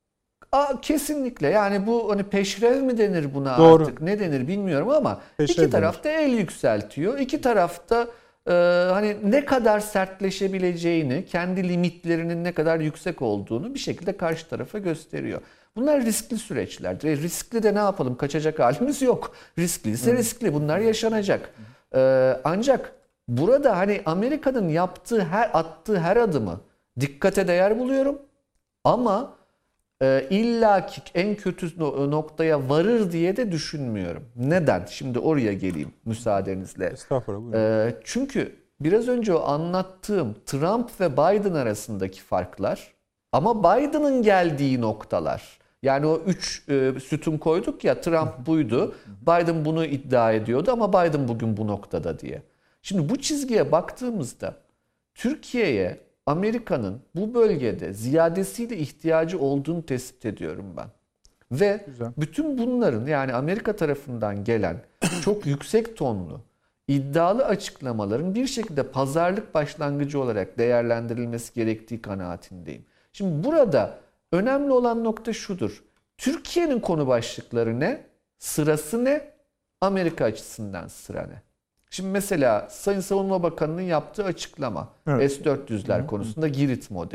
Aa, kesinlikle yani bu hani peşrev mi denir buna Doğru. artık ne denir bilmiyorum ama peşrev iki tarafta el yükseltiyor. İki tarafta e, hani ne kadar sertleşebileceğini, kendi limitlerinin ne kadar yüksek olduğunu bir şekilde karşı tarafa gösteriyor. Bunlar riskli süreçlerdir. E, riskli de ne yapalım? Kaçacak halimiz yok. Riskliyse hmm. riskli. Bunlar yaşanacak. E, ancak burada hani Amerika'nın yaptığı her attığı her adımı dikkate değer buluyorum. Ama E, İlla ki en kötü noktaya varır diye de düşünmüyorum. Neden? Şimdi oraya geleyim müsaadenizle. Estağfurullah. E, çünkü biraz önce o anlattığım Trump ve Biden arasındaki farklar ama Biden'ın geldiği noktalar. Yani o üç e, sütun koyduk ya, Trump buydu, Biden bunu iddia ediyordu ama Biden bugün bu noktada diye. Şimdi bu çizgiye baktığımızda Türkiye'ye Amerika'nın bu bölgede ziyadesiyle ihtiyacı olduğunu tespit ediyorum ben. Ve Güzel. bütün bunların yani Amerika tarafından gelen çok yüksek tonlu, iddialı açıklamaların bir şekilde pazarlık başlangıcı olarak değerlendirilmesi gerektiği kanaatindeyim. Şimdi burada önemli olan nokta şudur. Türkiye'nin konu başlıkları ne? Sırası ne? Amerika açısından sıra ne? Şimdi mesela Sayın Savunma Bakanı'nın yaptığı açıklama evet. S dört yüzler konusunda Girit modeli.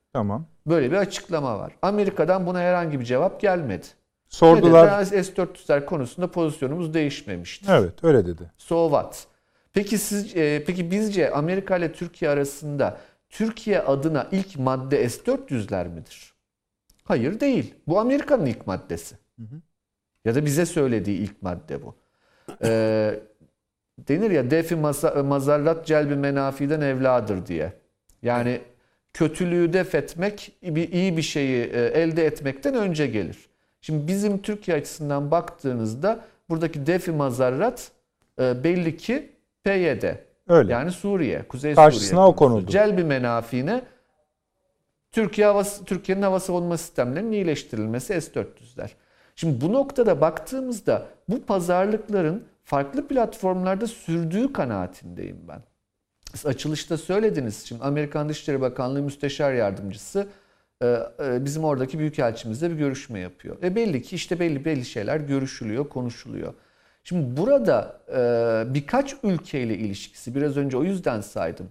Tamam. Böyle bir açıklama var. Amerika'dan buna herhangi bir cevap gelmedi. Sordular. S dört yüzler konusunda pozisyonumuz değişmemiştir. Evet, öyle dedi. So what? Peki siz e, peki bizce Amerika ile Türkiye arasında Türkiye adına ilk madde S dört yüzler midir? Hayır, değil. Bu Amerika'nın ilk maddesi. Hı hı. Ya da bize söylediği ilk madde bu. Ee, denir ya defi mazarrat celbi menafiden evladır diye. Yani kötülüğü def etmek iyi bir şeyi elde etmekten önce gelir. Şimdi bizim Türkiye açısından baktığınızda buradaki defi mazarrat belli ki P Y D. Öyle. Yani Suriye, Kuzey Karşısına Suriye. o konuldu. Celbi menafine Türkiye havası, Türkiye'nin hava savunma sistemlerinin iyileştirilmesi S dört yüzler. Şimdi bu noktada baktığımızda bu pazarlıkların farklı platformlarda sürdüğü kanaatindeyim ben. Siz açılışta söylediniz. Şimdi Amerikan Dışişleri Bakanlığı Müsteşar Yardımcısı bizim oradaki büyükelçimizle bir görüşme yapıyor. E belli ki işte belli belli şeyler görüşülüyor, konuşuluyor. Şimdi burada birkaç ülkeyle ilişkisi, biraz önce o yüzden saydım.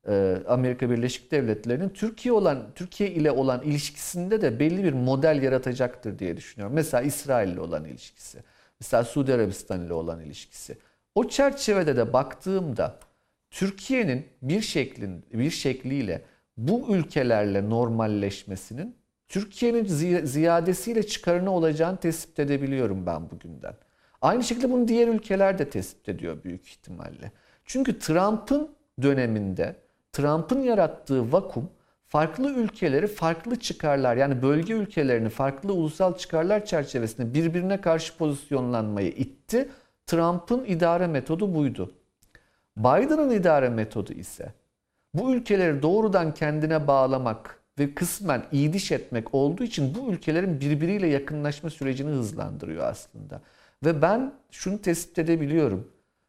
Amerika Birleşik Devletleri'nin Türkiye olan Türkiye ile olan ilişkisinde de belli bir model yaratacaktır diye düşünüyorum. Mesela İsrail ile olan ilişkisi, mesela Suudi Arabistan ile olan ilişkisi. O çerçevede de baktığımda Türkiye'nin bir şeklin bir şekliyle bu ülkelerle normalleşmesinin Türkiye'nin ziyadesiyle çıkarına olacağını tespit edebiliyorum ben bugünden. Aynı şekilde bunu diğer ülkeler de tespit ediyor büyük ihtimalle. Çünkü Trump'ın döneminde Trump'ın yarattığı vakum farklı ülkeleri farklı çıkarlar, yani bölge ülkelerini farklı ulusal çıkarlar çerçevesinde birbirine karşı pozisyonlanmayı itti. Trump'ın idare metodu buydu. Biden'ın idare metodu ise bu ülkeleri doğrudan kendine bağlamak ve kısmen iyiliş etmek olduğu için bu ülkelerin birbiriyle yakınlaşma sürecini hızlandırıyor aslında. Ve ben şunu tespit edebiliyorum.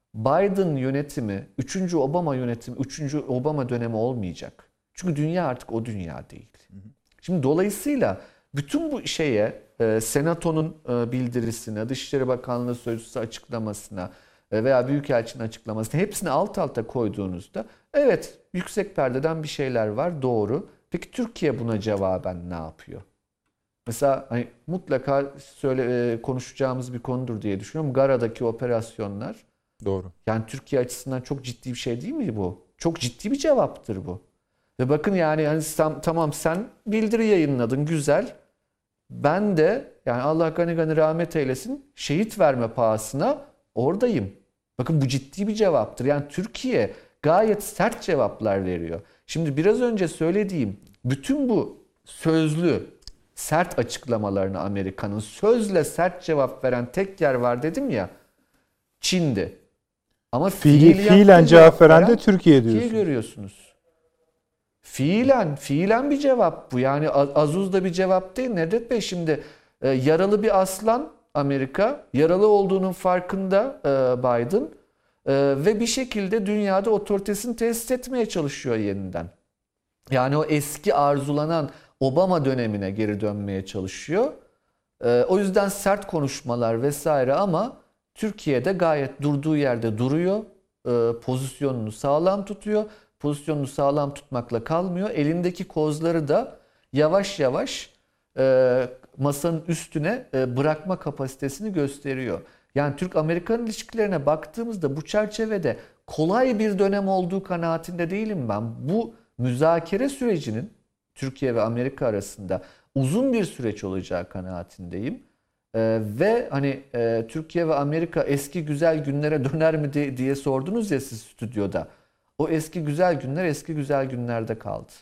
Biden yönetimi, üçüncü Obama yönetimi, üçüncü Obama dönemi olmayacak. Çünkü dünya artık o dünya değil. Şimdi dolayısıyla bütün bu şeye, e, Senato'nun e, bildirisine, Dışişleri Bakanlığı Sözcüsü açıklamasına e, veya Büyükelçinin açıklamasına hepsini alt alta koyduğunuzda evet yüksek perdeden bir şeyler var, doğru. Peki Türkiye buna cevaben ne yapıyor? Mesela hani mutlaka söyle e, konuşacağımız bir konudur diye düşünüyorum. Gara'daki operasyonlar. Doğru. Yani Türkiye açısından çok ciddi bir şey değil mi bu? Çok ciddi bir cevaptır bu. Ve bakın yani, yani sen, tamam sen bildiri yayınladın, güzel. Ben de yani Allah gani gani rahmet eylesin şehit verme pahasına oradayım. Bakın bu ciddi bir cevaptır. Yani Türkiye gayet sert cevaplar veriyor. Şimdi biraz önce söylediğim bütün bu sözlü sert açıklamalarını Amerika'nın sözle sert cevap veren tek yer var dedim ya, Çin'di. Ama Fiili, fiilen cevap veren de Türkiye diyorsun. Türkiye görüyorsunuz. Fiilen, fiilen bir cevap bu. Yani Azuz da bir cevap değil. Nedret Bey şimdi e, yaralı bir aslan Amerika. Yaralı olduğunun farkında e, Biden. E, ve bir şekilde dünyada otoritesini tesis etmeye çalışıyor yeniden. Yani o eski arzulanan Obama dönemine geri dönmeye çalışıyor. E, o yüzden sert konuşmalar vesaire ama Türkiye'de gayet durduğu yerde duruyor. E, pozisyonunu sağlam tutuyor. Pozisyonunu sağlam tutmakla kalmıyor. Elindeki kozları da yavaş yavaş e, masanın üstüne e, bırakma kapasitesini gösteriyor. Yani Türk-Amerikan ilişkilerine baktığımızda bu çerçevede kolay bir dönem olduğu kanaatinde değilim ben. Bu müzakere sürecinin Türkiye ve Amerika arasında uzun bir süreç olacağı kanaatindeyim. Ee, ve hani e, Türkiye ve Amerika eski güzel günlere döner mi diye, diye sordunuz ya siz stüdyoda. O eski güzel günler eski güzel günlerde kaldı.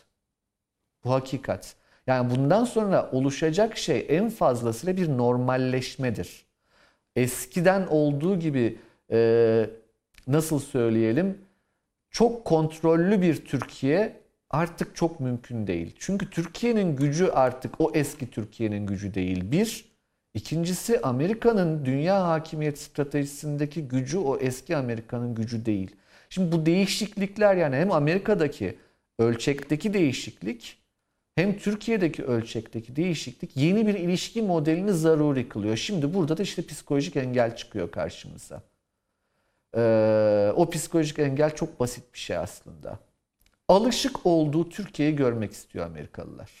Bu hakikat. Yani bundan sonra oluşacak şey en fazlasıyla bir normalleşmedir. Eskiden olduğu gibi e, nasıl söyleyelim, çok kontrollü bir Türkiye artık çok mümkün değil. Çünkü Türkiye'nin gücü artık o eski Türkiye'nin gücü değil. Bir. İkincisi Amerika'nın dünya hakimiyet stratejisindeki gücü o eski Amerika'nın gücü değil. Şimdi bu değişiklikler, yani hem Amerika'daki ölçekteki değişiklik hem Türkiye'deki ölçekteki değişiklik yeni bir ilişki modelini zaruri kılıyor. Şimdi burada da işte psikolojik engel çıkıyor karşımıza. Ee, o psikolojik engel çok basit bir şey aslında. alışık olduğu Türkiye'yi görmek istiyor Amerikalılar.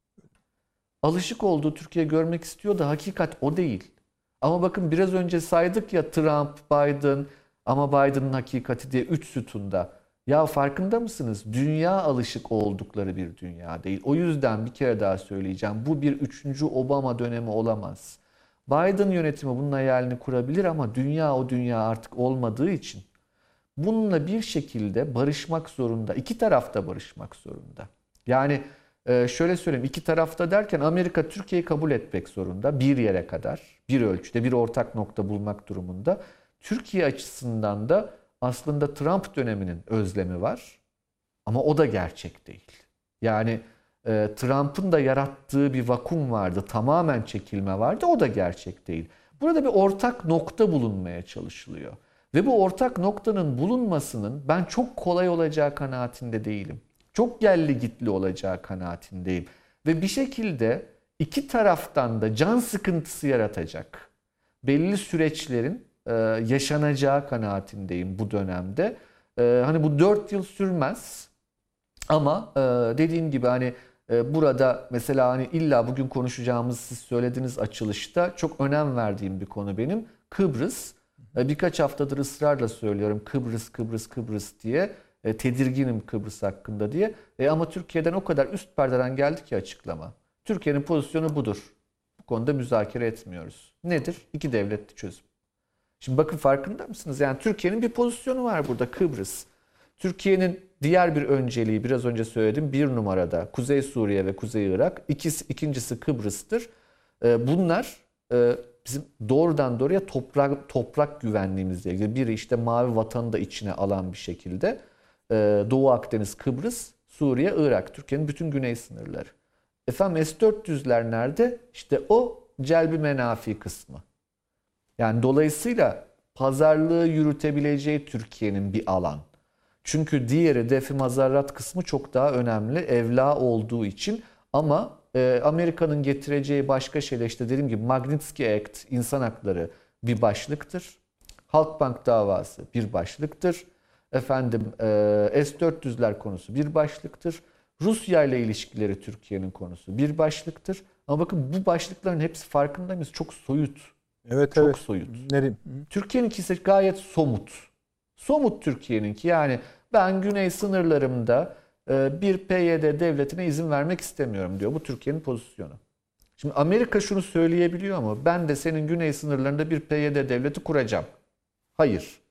Alışık olduğu Türkiye görmek istiyor da hakikat o değil. Ama bakın biraz önce saydık ya Trump, Biden ama Biden'ın hakikati diye üç sütunda. Ya farkında mısınız? Dünya alışık oldukları bir dünya değil. O yüzden bir kere daha söyleyeceğim. Bu bir üçüncü Obama dönemi olamaz. Biden yönetimi bunun hayalini kurabilir ama dünya o dünya artık olmadığı için bununla bir şekilde barışmak zorunda. İki taraf da barışmak zorunda. Yani şöyle söyleyeyim, iki tarafta derken Amerika Türkiye'yi kabul etmek zorunda bir yere kadar, bir ölçüde bir ortak nokta bulmak durumunda. Türkiye açısından da aslında Trump döneminin özlemi var ama o da gerçek değil. Yani e, Trump'ın da yarattığı bir vakum vardı, tamamen çekilme vardı, o da gerçek değil. Burada bir ortak nokta bulunmaya çalışılıyor ve bu ortak noktanın bulunmasının ben çok kolay olacağı kanaatinde değilim. Çok gelli gitli olacağı kanaatindeyim. Ve bir şekilde iki taraftan da can sıkıntısı yaratacak belli süreçlerin e, yaşanacağı kanaatindeyim bu dönemde. E, hani bu dört yıl sürmez ama e, dediğim gibi hani e, burada mesela hani illa bugün konuşacağımız siz söylediğiniz açılışta çok önem verdiğim bir konu benim. Kıbrıs. E, birkaç haftadır ısrarla söylüyorum Kıbrıs, Kıbrıs, Kıbrıs diye. E, tedirginim Kıbrıs hakkında diye. E, ama Türkiye'den o kadar üst perdeden geldi ki açıklama. Türkiye'nin pozisyonu budur. Bu konuda müzakere etmiyoruz. Nedir? İki devletli çözüm. Şimdi bakın farkında mısınız? Yani Türkiye'nin bir pozisyonu var burada Kıbrıs. Türkiye'nin diğer bir önceliği biraz önce söyledim bir numarada Kuzey Suriye ve Kuzey Irak. İkisi, ikincisi Kıbrıs'tır. E, bunlar e, bizim doğrudan doğruya toprak, toprak güvenliğimizle ilgili. Biri işte mavi vatanı da içine alan bir şekilde. Doğu Akdeniz, Kıbrıs, Suriye, Irak, Türkiye'nin bütün güney sınırları. Efendim S dört yüzler nerede? İşte o celbi menafi kısmı. Yani dolayısıyla pazarlığı yürütebileceği Türkiye'nin bir alan. Çünkü diğeri defi mazarrat kısmı çok daha önemli. Evla olduğu için ama e, Amerika'nın getireceği başka şeyler işte dediğim gibi Magnitsky Act, insan hakları bir başlıktır. Halkbank davası bir başlıktır. Efendim S dört yüzler konusu bir başlıktır. Rusya ile ilişkileri Türkiye'nin konusu bir başlıktır. Ama bakın bu başlıkların hepsi farkında mıyız? Çok soyut. Evet, çok evet. soyut. Nereye? Türkiye'ninkisi gayet somut. Somut Türkiye'ninki. Yani ben güney sınırlarımda bir P Y D devletine izin vermek istemiyorum diyor. Bu Türkiye'nin pozisyonu. Şimdi Amerika şunu söyleyebiliyor mu? Ben de senin güney sınırlarında bir P Y D devleti kuracağım. Hayır.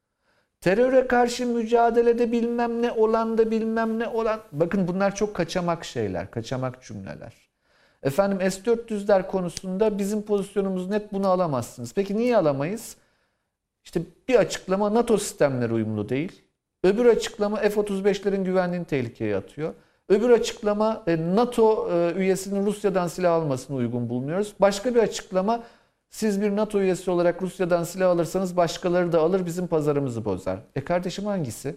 Teröre karşı mücadelede bilmem ne olan da bilmem ne olan. Bakın bunlar çok kaçamak şeyler, kaçamak cümleler. Efendim S dört yüzler konusunda bizim pozisyonumuz net, bunu alamazsınız. Peki niye alamayız? İşte bir açıklama NATO sistemleri uyumlu değil. Öbür açıklama F otuz beşlerin güvenliğini tehlikeye atıyor. Öbür açıklama NATO üyesinin Rusya'dan silah almasını uygun bulmuyoruz. Başka bir açıklama siz bir NATO üyesi olarak Rusya'dan silah alırsanız başkaları da alır, bizim pazarımızı bozar. E kardeşim hangisi?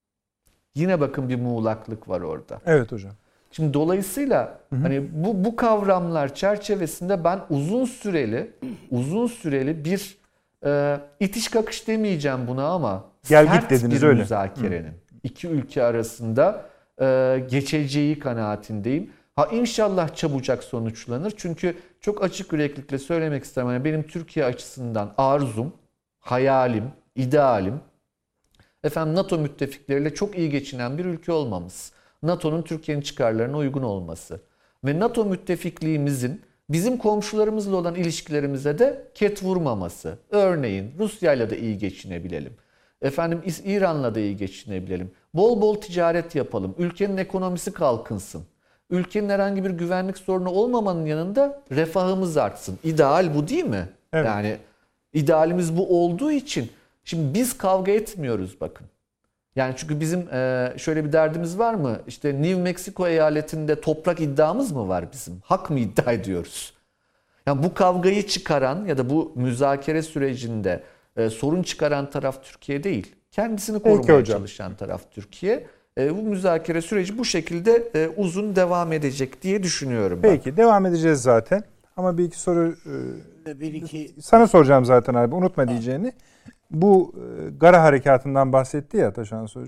Yine bakın bir muğlaklık var orada. Evet hocam. Şimdi dolayısıyla hı hı. hani bu bu kavramlar çerçevesinde ben uzun süreli uzun süreli bir e, itiş kakış demeyeceğim buna ama gel sert git dediniz bir öyle. müzakerenin hı. iki ülke arasında e, geçeceği kanaatindeyim. Ha inşallah çabucak sonuçlanır. Çünkü çok açık yüreklilikle söylemek isterim. Yani benim Türkiye açısından arzum, hayalim, idealim efendim NATO müttefikleriyle çok iyi geçinen bir ülke olmamız. NATO'nun Türkiye'nin çıkarlarına uygun olması. Ve NATO müttefikliğimizin bizim komşularımızla olan ilişkilerimize de ket vurmaması. Örneğin Rusya'yla da iyi geçinebilelim. Efendim İran'la da iyi geçinebilelim. Bol bol ticaret yapalım. Ülkenin ekonomisi kalkınsın. Ülkenin herhangi bir güvenlik sorunu olmamanın yanında refahımız artsın. İdeal bu değil mi? Evet. Yani idealimiz bu olduğu için şimdi biz kavga etmiyoruz bakın. Yani çünkü bizim şöyle bir derdimiz var mı? İşte New Mexico eyaletinde toprak iddiamız mı var bizim? Hak mı iddia ediyoruz? Yani bu kavgayı çıkaran ya da bu müzakere sürecinde sorun çıkaran taraf Türkiye değil. Kendisini korumaya çalışan taraf Türkiye. Bu müzakere süreci bu şekilde uzun devam edecek diye düşünüyorum ben. Peki devam edeceğiz zaten. Ama bir iki soru bir iki sana soracağım zaten abi. Unutma diyeceğini. Bu Gara harekatından bahsetti ya Taşan Hoca.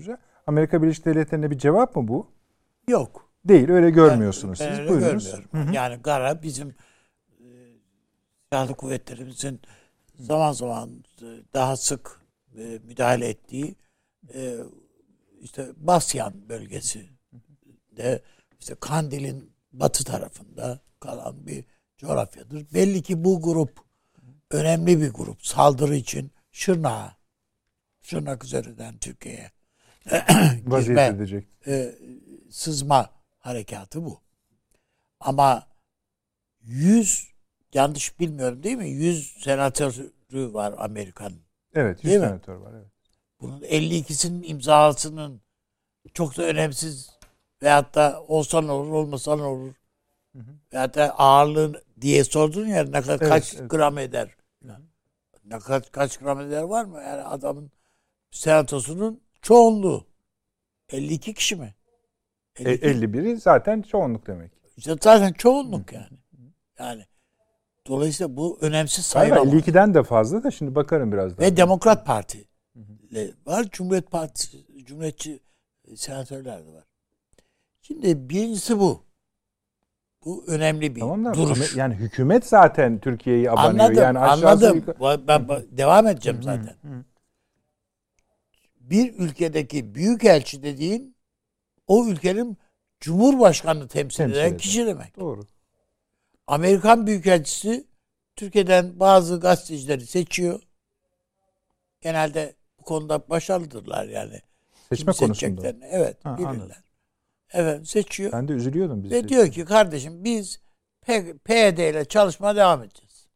Amerika Birleşik Devletleri'ne bir cevap mı bu? Yok. Değil, öyle görmüyorsunuz ben, ben siz. öyle Buyurunuz. görmüyorum. Hı hı. Yani Gara bizim e, silahlı kuvvetlerimizin zaman zaman e, daha sık e, müdahale ettiği e, işte Basyan bölgesi de işte Kandil'in batı tarafında kalan bir coğrafyadır. Belli ki bu grup önemli bir grup. Saldırı için Şırnak'a, Şırnak üzerinden Türkiye'ye Vaziyet girme, edecek. e, sızma harekatı bu. Ama yüz yanlış bilmiyorum değil mi? yüz senatörü var Amerika'nın. Evet, yüz Değil mi? senatör var. Evet. Bunun elli ikisinin imzasının çok da önemsiz veyahut da olsa ne olur, olmasa ne olur. Hı hı. Veyahut da ağırlığı diye sordun ya ne kadar Evet, kaç evet. gram eder? Ne kaç kaç gram eder var mı? Yani adamın senatosunun çoğunluğu. elli iki kişi mi? E, elli biri zaten çoğunluk demek. İşte zaten çoğunluk yani. Yani dolayısıyla bu önemsiz Galiba sayılamaz. elli ikiden de fazla da şimdi bakarım biraz daha. Ve Demokrat Parti var. Cumhuriyet Partisi, Cumhuriyetçi senatörler de var. Şimdi birincisi bu. Bu önemli bir Tamam da duruş. yani hükümet zaten Türkiye'yi abanıyor. Anladım, Yani aşağısı anladım. yukarı- Ben, ben devam edeceğim zaten. Hı hı. Bir ülkedeki büyükelçi dediğin o ülkenin Cumhurbaşkanı temsil Temsil eden eden. kişi demek. Doğru. Amerikan Büyükelçisi Türkiye'den bazı gazetecileri seçiyor. Genelde bu konuda başarılıdırlar yani. Seçme Kimi konusunda. seçeceklerini. Evet, Ha, bilirler. anladım. Evet, seçiyor. Ben de üzülüyordum biz. Ve diyor ki kardeşim biz P Y D ile çalışmaya devam edeceğiz.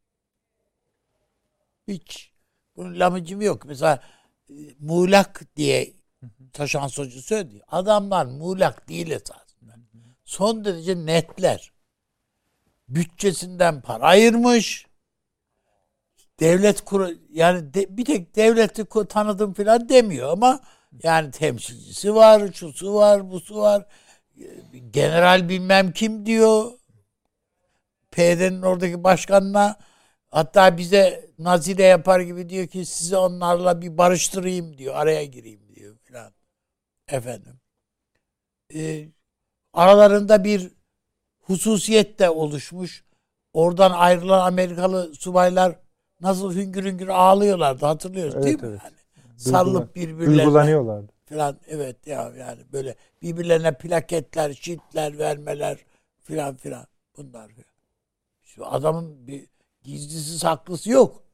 Hiç bunun lamıcımı yok. Mesela e, muğlak diye Taşan Hoca söyledi. Adamlar muğlak değil esasında. Son derece netler. Bütçesinden para ayırmış. Devlet kuru yani de, bir tek devleti ku- tanıdım falan demiyor ama yani temsilcisi var, şusu var, busu var. General bilmem kim diyor. P Y D'nin oradaki başkanına hatta bize nazire yapar gibi diyor ki sizi onlarla bir barıştırayım diyor. Araya gireyim diyor falan. Efendim. Ee, aralarında bir hususiyet de oluşmuş. Oradan ayrılan Amerikalı subaylar nasıl hüngür hüngür ağlıyorlardı hatırlıyoruz Evet, değil mi? evet. Yani sarılıp birbirlerine Duygulanıyorlardı. falan evet ya yani böyle birbirlerine plaketler, şitler vermeler filan filan bunlar filan. Şu adamın bir gizlisi saklısı yok.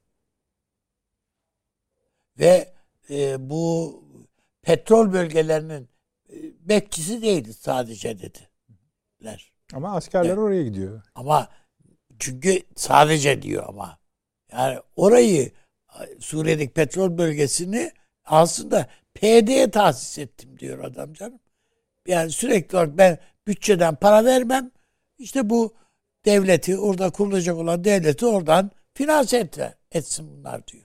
Ve e, bu petrol bölgelerinin e, bekçisi değiliz sadece dediler. Ama askerler Evet. oraya gidiyor. Ama çünkü sadece diyor ama. Yani orayı Suriye'deki petrol bölgesini aslında P Y D'ye tahsis ettim diyor adam canım. Yani sürekli olarak ben bütçeden para vermem. İşte bu devleti orada kurulacak olan devleti oradan finanse et, etsin bunlar diyor.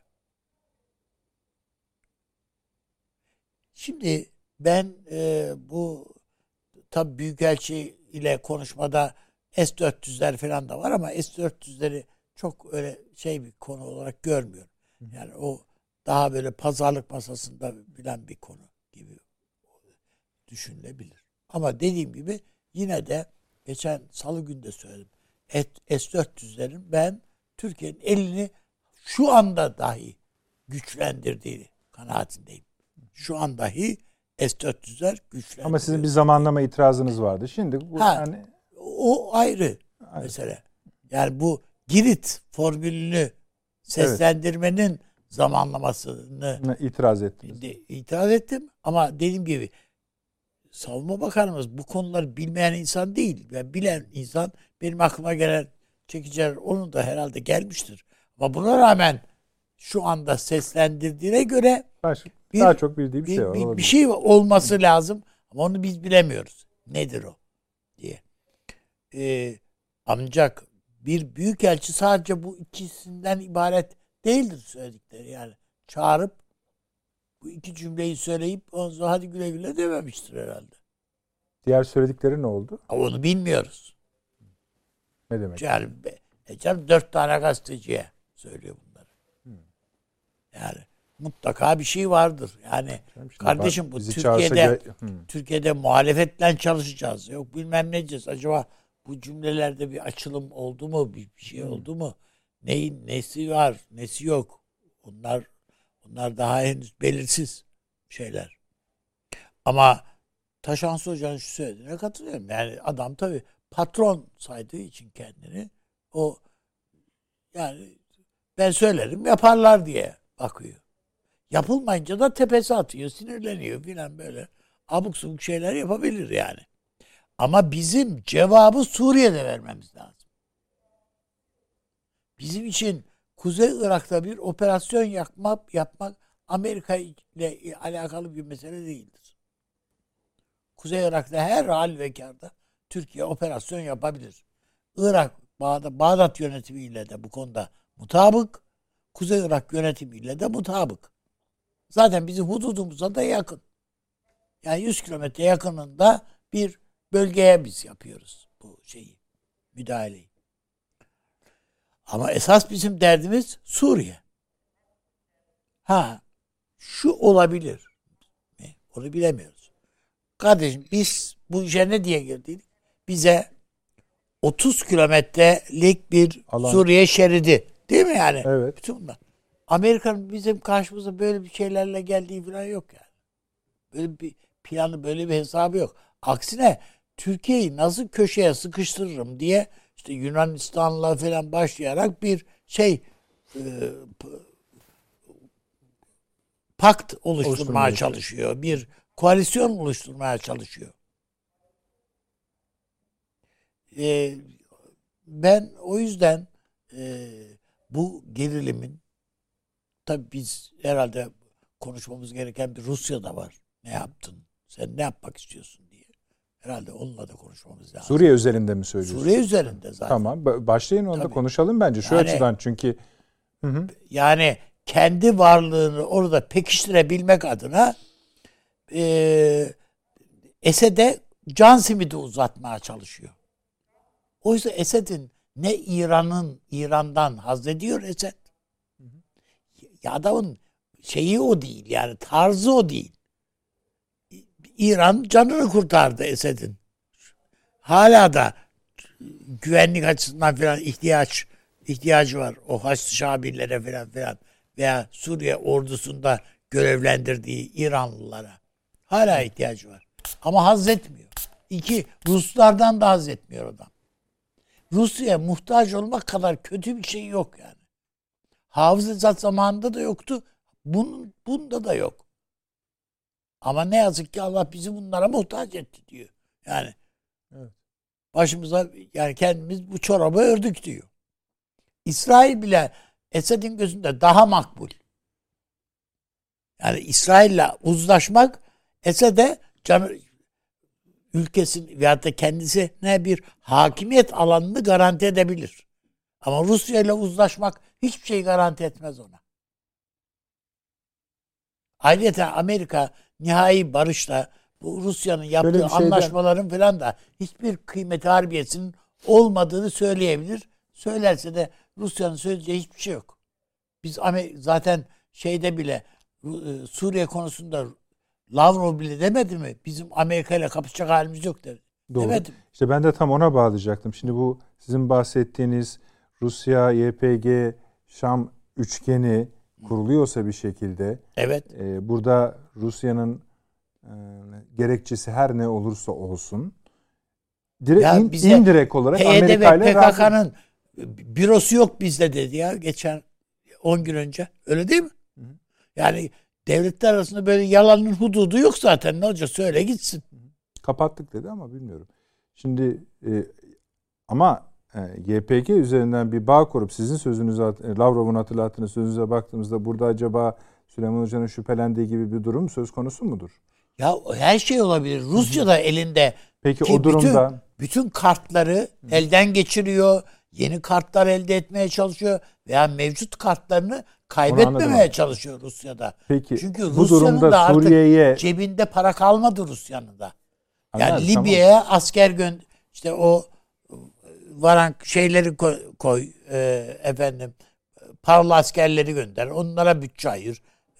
Şimdi ben e, bu tabii Büyükelçi ile konuşmada S dört yüzler falan da var ama S dört yüzleri çok öyle şey bir konu olarak görmüyorum. Yani o daha böyle pazarlık masasında bilen bir konu gibi düşünülebilir. Ama dediğim gibi yine de geçen salı günü de söyledim. S dört yüzlerin ben Türkiye'nin elini şu anda dahi güçlendirdiği kanaatindeyim. Şu an dahi S dört yüzler güçlendiriyor. Ama sizin bir zamanlama itirazınız vardı. Şimdi bu Ha, yani o ayrı Ayrı. mesele. Yani bu Girit formülünü seslendirmenin zamanlamasını itiraz ettiniz. de, itiraz ettim. Ama dediğim gibi Savunma Bakanımız bu konuları bilmeyen insan değil. Ve bilen insan benim aklıma gelen çekiciler onun da herhalde gelmiştir. Ama buna rağmen şu anda seslendirdiğine göre Baş, bir, daha çok bildiği bir, bir, şey var. bir, olabilir. bir şey olması lazım. Ama onu biz bilemiyoruz. Nedir o diye. Ee, ancak bir büyükelçi sadece bu ikisinden ibaret değildir söyledikleri. Yani çağırıp bu iki cümleyi söyleyip ondan sonra hadi güle güle dememiştir herhalde. Diğer söyledikleri ne oldu? Ama onu bilmiyoruz. Ne demek? Yani e canım dört tane gazeteciye söylüyor bunları. Yani Mutlaka bir şey vardır. Yani Şimdi kardeşim bu bizi Türkiye'de çağırsa gel- Hı. Türkiye'de muhalefetle çalışacağız. Yok bilmem ne diyeceğiz. Acaba bu cümlelerde bir açılım oldu mu? Bir, bir şey oldu mu? Neyin nesi var, nesi yok? Onlar onlar daha henüz belirsiz şeyler. Ama Taşansı Hoca'nın şu söylediğine katılıyorum. Yani adam tabii patron saydığı için kendini o yani ben söylerim yaparlar diye bakıyor. Yapılmayınca da tepesi atıyor, sinirleniyor filan böyle. Abuk subuk şeyler yapabilir yani. Ama bizim cevabı Suriye'de vermemiz lazım. Bizim için Kuzey Irak'ta bir operasyon yapmak, yapmak Amerika ile alakalı bir mesele değildir. Kuzey Irak'ta her hal ve kârda Türkiye operasyon yapabilir. Irak, Bağdat, Bağdat yönetimiyle de bu konuda mutabık. Kuzey Irak yönetimiyle de mutabık. Zaten bizim hududumuza da yakın. Yani yüz kilometre yakınında bir bölgeye biz yapıyoruz bu şeyi, müdahaleyi. Ama esas bizim derdimiz Suriye. Ha, şu olabilir mi? Onu bilemiyoruz. Kardeşim biz bu işe ne diye girdik? Bize otuz kilometrelik bir Alan. Suriye şeridi. Değil mi yani? Evet. Bütün bunlar. Amerika'nın bizim karşımıza böyle bir şeylerle geldiği falan yok yani. Böyle bir planı, böyle bir hesabı yok. Aksine Türkiye'yi nasıl köşeye sıkıştırırım diye işte Yunanistan'la falan başlayarak bir şey e, p- pakt oluşturmaya Oluşturmaya çalışıyor. Bir koalisyon oluşturmaya çalışıyor. E, ben o yüzden e, bu gerilimin tabii biz herhalde konuşmamız gereken bir Rusya'da var. Ne yaptın? Sen ne yapmak istiyorsun diye. Herhalde onunla da konuşmamız lazım. Suriye üzerinde mi söylüyorsun? Suriye üzerinde zaten. Tamam. ba- Başlayın onda Tabii. konuşalım bence. Şu Yani- açıdan çünkü hı hı. Yani kendi varlığını orada pekiştirebilmek adına e, Esed'e can simidi uzatmaya çalışıyor. Oysa Esed'in ne İran'ın İran'dan haz ediyor Esed. Ya adamın şeyi o değil yani tarzı o değil. İran canını kurtardı Esed'in. Hala da güvenlik açısından falan ihtiyaç ihtiyacı var. O Haçlı Şabiler'e falan filan veya Suriye ordusunda görevlendirdiği İranlılara. Hala ihtiyacı var. Ama haz etmiyor. İki, Ruslardan da haz etmiyor adam. Rusya'ya muhtaç olmak kadar kötü bir şey yok yani. Hafız Esad zamanında da yoktu. Bunun, bunda da yok. Ama ne yazık ki Allah bizi bunlara muhtaç etti diyor. Yani Evet. başımıza yani kendimiz bu çorabı ördük diyor. İsrail bile Esed'in gözünde daha makbul. Yani İsrail'le uzlaşmak Esed'e canı, ülkesin veyahut da kendisine bir hakimiyet alanını garanti edebilir. Ama Rusya ile uzlaşmak hiçbir şey garanti etmez ona. Ayrıca Amerika nihai barışla bu Rusya'nın yaptığı Böyle bir şeyden- anlaşmaların falan da hiçbir kıymeti harbiyesinin olmadığını söyleyebilir. Söylerse de Rusya'nın söyleyeceği hiçbir şey yok. Biz Amer- zaten şeyde bile Ru- e, Suriye konusunda Lavrov bile demedi mi? Bizim Amerika ile kapışacak halimiz yok dedi. Doğru. Demedi mi? İşte ben de tam ona bağlayacaktım. Şimdi bu sizin bahsettiğiniz Rusya, Y P G, Şam üçgeni kuruluyorsa bir şekilde Evet. e, burada Rusya'nın e, gerekçesi her ne olursa olsun direkt Ya in- bize indirekt olarak P Y D Amerika ve ile P K K'nın bürosu yok bizde dedi ya geçen on gün önce. Öyle değil mi? Hı hı. Yani devletler arasında böyle yalanın hududu yok zaten. Ne olacak? Söyle gitsin. kapattık dedi ama bilmiyorum. Şimdi e, ama e, Y P G üzerinden bir bağ kurup sizin sözünüze, e, Lavrov'un hatırlattığınız sözünüze baktığımızda burada acaba Süleyman Hoca'nın şüphelendiği gibi bir durum söz konusu mudur? Ya her şey olabilir. Rusya da elinde Peki ki o durumda bütün, bütün kartları elden geçiriyor. Yeni kartlar elde etmeye çalışıyor veya mevcut kartlarını kaybetmemeye anladım. çalışıyor Rusya'da. peki Çünkü bu Rusya'nın durumda da artık Suriye'ye cebinde para kalmadı Rusya'nın da. Yani Anladım, Libya'ya asker gön işte o varan şeyleri koy, koy e, efendim paralı askerleri gönder. Onlara bütçe ayır.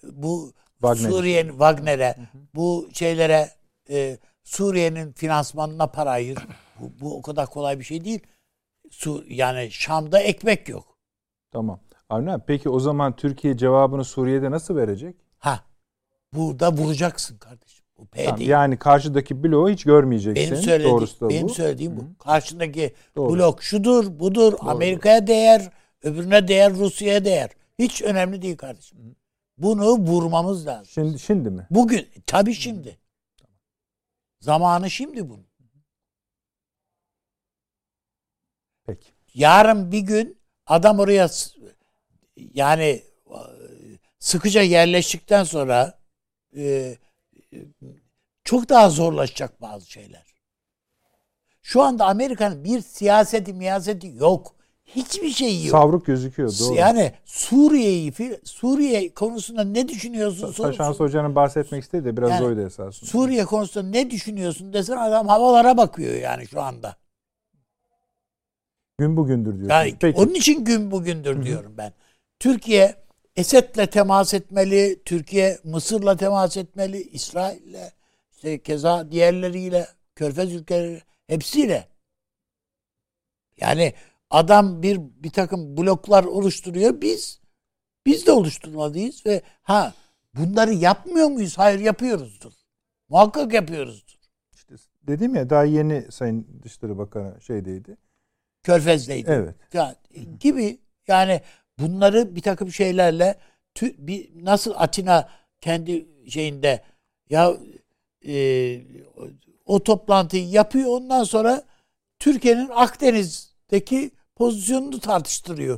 bu Wagner. Suriye'nin Wagner'e, bu şeylere e, Suriye'nin finansmanına para ayır. Bu, bu o kadar kolay bir şey değil. Su, yani Şam'da ekmek yok. Tamam. Avni abi, peki o zaman Türkiye cevabını Suriye'de nasıl verecek? Ha. Burada vuracaksın kardeşim. Bu P Tamam, değil. yani karşıdaki bloğu hiç görmeyeceksin. Benim söylediğim, Doğrusu da benim bu. söylediğim bu. Hı. Karşındaki Doğru. blok şudur, budur. Doğru. Amerika'ya değer, öbürüne değer, Rusya'ya değer. Hiç önemli değil kardeşim. Bunu vurmamız lazım. Şimdi, şimdi mi? Bugün, tabii şimdi. Zamanı şimdi bunun. Peki. Yarın bir gün adam oraya yani sıkıca yerleştikten sonra e, çok daha zorlaşacak bazı şeyler. Şu anda Amerika'nın bir siyaseti miyaseti yok. Hiçbir şeyi yok. Savruk gözüküyor. Doğru. Yani Suriye'yi Suriye konusunda ne düşünüyorsun? Taşans Hoca'nın bahsetmek istediği de biraz yani, oydu esasında. Suriye konusunda ne düşünüyorsun desen adam havalara bakıyor yani şu anda. Gün bugündür diyor. Yani Peki. onun için gün bugündür Hı-hı. diyorum ben. Türkiye Esed'le temas etmeli, Türkiye Mısır'la temas etmeli, İsrail'le, işte keza diğerleriyle, Körfez ülkeleri hepsiyle. Yani adam bir bir takım bloklar oluşturuyor, biz biz de oluşturmalıyız ve ha bunları yapmıyor muyuz? Hayır, yapıyoruzdur. Muhakkak yapıyoruzdur. İşte dedim ya, daha yeni Sayın Dışişleri Bakanı şeydeydi. Körfez'deydi. Evet. Yani, gibi yani bunları bir takım şeylerle tü, bir, nasıl Atina kendi şeyinde ya e, o toplantıyı yapıyor, ondan sonra Türkiye'nin Akdeniz'deki pozisyonunu tartıştırıyor.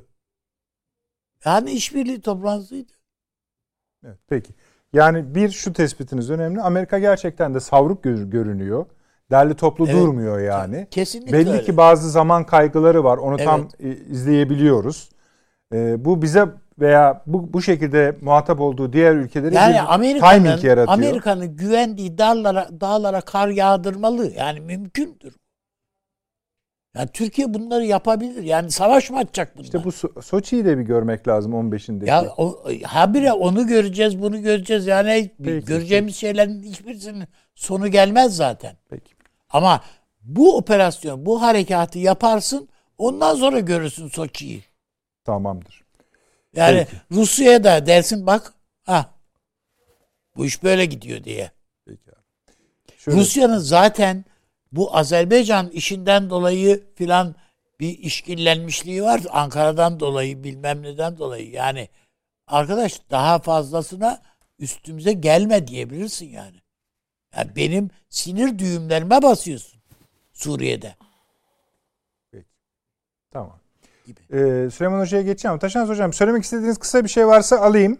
Yani işbirliği toplantısıydı. Evet, peki. Yani bir şu tespitiniz önemli. Amerika gerçekten de savruk görünüyor. Derli toplu evet. durmuyor yani. Kesinlikle belli öyle. ki bazı zaman kaygıları var. Onu evet. tam izleyebiliyoruz. Ee, bu bize veya bu bu şekilde muhatap olduğu diğer ülkeleri yani bir timing yaratıyor. Amerika'nın güvendiği dağlara, dağlara kar yağdırmalı. Yani mümkündür. Yani Türkiye bunları yapabilir. Yani savaş mı açacak bunlar? İşte bu so- Soçi'yi de bir görmek lazım on beşindeki. Ya o, habire onu göreceğiz, bunu göreceğiz. Yani Peki, göreceğimiz peki. şeylerin hiçbirisinin sonu gelmez zaten. Peki. Ama bu operasyon, bu harekatı yaparsın, ondan sonra görürsün Soçi'yi. Tamamdır. Yani Peki. Rusya'ya da dersin bak, ha bu iş böyle gidiyor diye. Peki abi. Rusya'nın zaten bu Azerbaycan işinden dolayı filan bir işkillenmişliği var. Ankara'dan dolayı, bilmem neden dolayı. Yani arkadaş daha fazlasına üstümüze gelme diyebilirsin yani. Yani benim sinir düğümlerime basıyorsun Suriye'de. Peki. Tamam. Ee, Süleyman Hoca'ya geçeceğim. Taşans Hocam, söylemek istediğiniz kısa bir şey varsa alayım.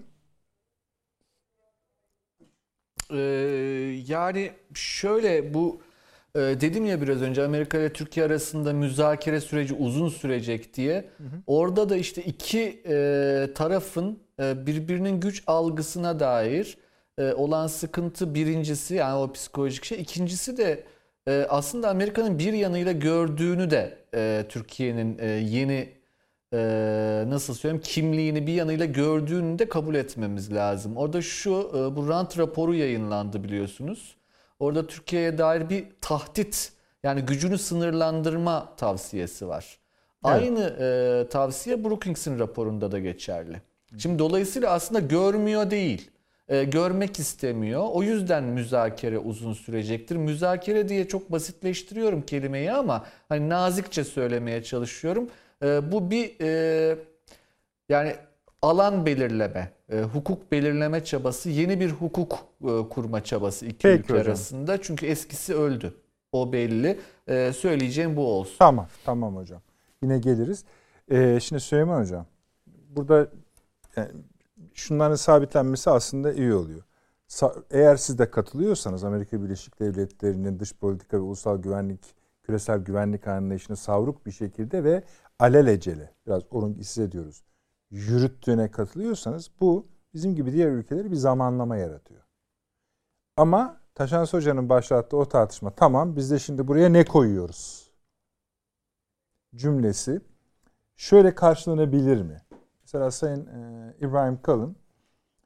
Ee, yani şöyle bu e, dedim ya biraz önce Amerika ile Türkiye arasında müzakere süreci uzun sürecek diye. Hı hı. Orada da işte iki e, tarafın e, birbirinin güç algısına dair e, olan sıkıntı birincisi, yani o psikolojik şey. İkincisi de e, aslında Amerika'nın bir yanıyla gördüğünü de e, Türkiye'nin e, yeni Ee, nasıl söyleyeyim kimliğini bir yanıyla gördüğünü de kabul etmemiz lazım. Orada şu bu Rand raporu yayınlandı biliyorsunuz. Orada Türkiye'ye dair bir tahdit, yani gücünü sınırlandırma tavsiyesi var. Evet. Aynı e, tavsiye Brookings'in raporunda da geçerli. Şimdi dolayısıyla aslında görmüyor değil, e, görmek istemiyor. O yüzden müzakere uzun sürecektir. Müzakere diye çok basitleştiriyorum kelimeyi ama hani nazikçe söylemeye çalışıyorum. Bu bir e, yani alan belirleme, e, hukuk belirleme çabası, yeni bir hukuk e, kurma çabası iki Peki ülke hocam. arasında. Çünkü eskisi öldü. O belli. E, söyleyeceğim bu olsun. Tamam, tamam hocam. Yine geliriz. Ee, şimdi Süleyman Hocam, burada yani şunların sabitlenmesi aslında iyi oluyor. Sa- eğer siz de katılıyorsanız Amerika Birleşik Devletleri'nin dış politika ve ulusal güvenlik, küresel güvenlik anlayışını savruk bir şekilde ve alelacele, biraz onu hissediyoruz, yürüttüğüne katılıyorsanız bu bizim gibi diğer ülkeleri bir zamanlama yaratıyor. Ama Taşans Hoca'nın başlattığı o tartışma, tamam biz de şimdi buraya ne koyuyoruz cümlesi şöyle karşılanabilir mi? Mesela Sayın e, İbrahim Kalın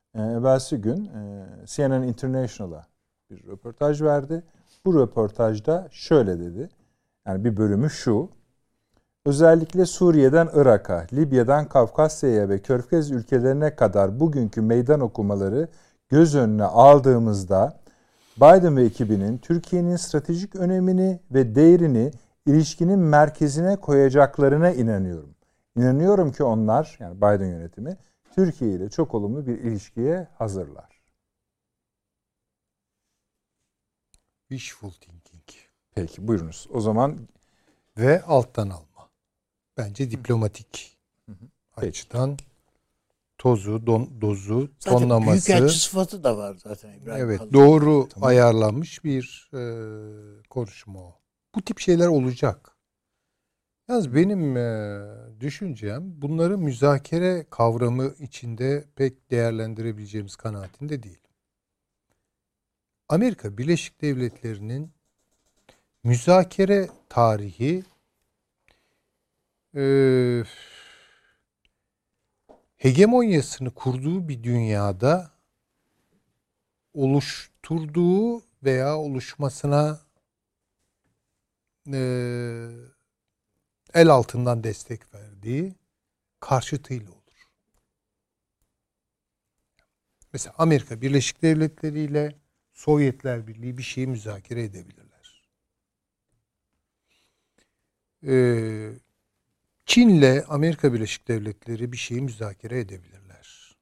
e, evvelsi gün e, C N N International'a bir röportaj verdi. Bu röportajda şöyle dedi. Yani bir bölümü şu. Özellikle Suriye'den Irak'a, Libya'dan Kafkasya'ya ve Körfez ülkelerine kadar bugünkü meydan okumaları göz önüne aldığımızda Biden ve ekibinin Türkiye'nin stratejik önemini ve değerini ilişkinin merkezine koyacaklarına inanıyorum. İnanıyorum ki onlar, yani Biden yönetimi, Türkiye ile çok olumlu bir ilişkiye hazırlar. Wishful thinking. Peki buyurunuz. O zaman ve alttan alma. Bence diplomatik hı hı. açıdan tozu, don, dozu, zaten tonlaması. Büyükelçi sıfatı da var zaten İbrahim Evet, Kalın. doğru tamam. ayarlanmış bir e, konuşma o. Bu tip şeyler olacak. Yalnız benim e, düşüncem bunları müzakere kavramı içinde pek değerlendirebileceğimiz kanaatinde değil. Amerika Birleşik Devletleri'nin müzakere tarihi e, hegemonyasını kurduğu bir dünyada oluşturduğu veya oluşmasına e, el altından destek verdiği karşıtıyla olur. Mesela Amerika Birleşik Devletleri ile Sovyetler Birliği bir şeyi müzakere edebilirler. Ee, Çin'le Amerika Birleşik Devletleri bir şeyi müzakere edebilirler.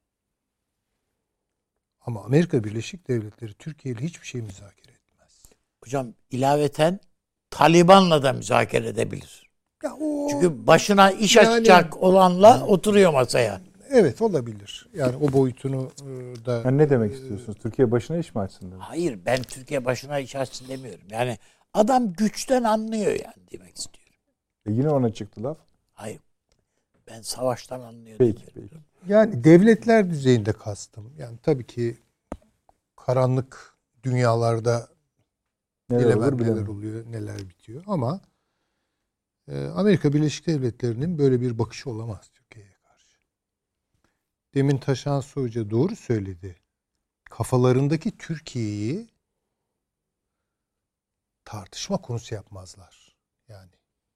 Ama Amerika Birleşik Devletleri Türkiye ile hiçbir şey müzakere etmez. Hocam ilaveten Taliban'la da müzakere edebilir. Ya o, Çünkü başına iş yani, açacak olanla oturuyor masaya. Evet olabilir. Yani o boyutunu da... yani ne demek istiyorsunuz? Türkiye başına iş mi açsın demek? Hayır, ben Türkiye başına iş açsın demiyorum. Yani adam güçten anlıyor yani demek istiyorum. E yine ona çıktı laf. Hayır. Ben savaştan anlıyorum. Peki, peki. Yani devletler düzeyinde kastım. Yani tabii ki karanlık dünyalarda Neler neler, olur neler bilemem. oluyor, neler bitiyor. Ama e, Amerika Birleşik Devletleri'nin böyle bir bakışı olamaz Türkiye'ye karşı. Demin Taşan Su Hoca doğru söyledi. Kafalarındaki Türkiye'yi tartışma konusu yapmazlar. Yani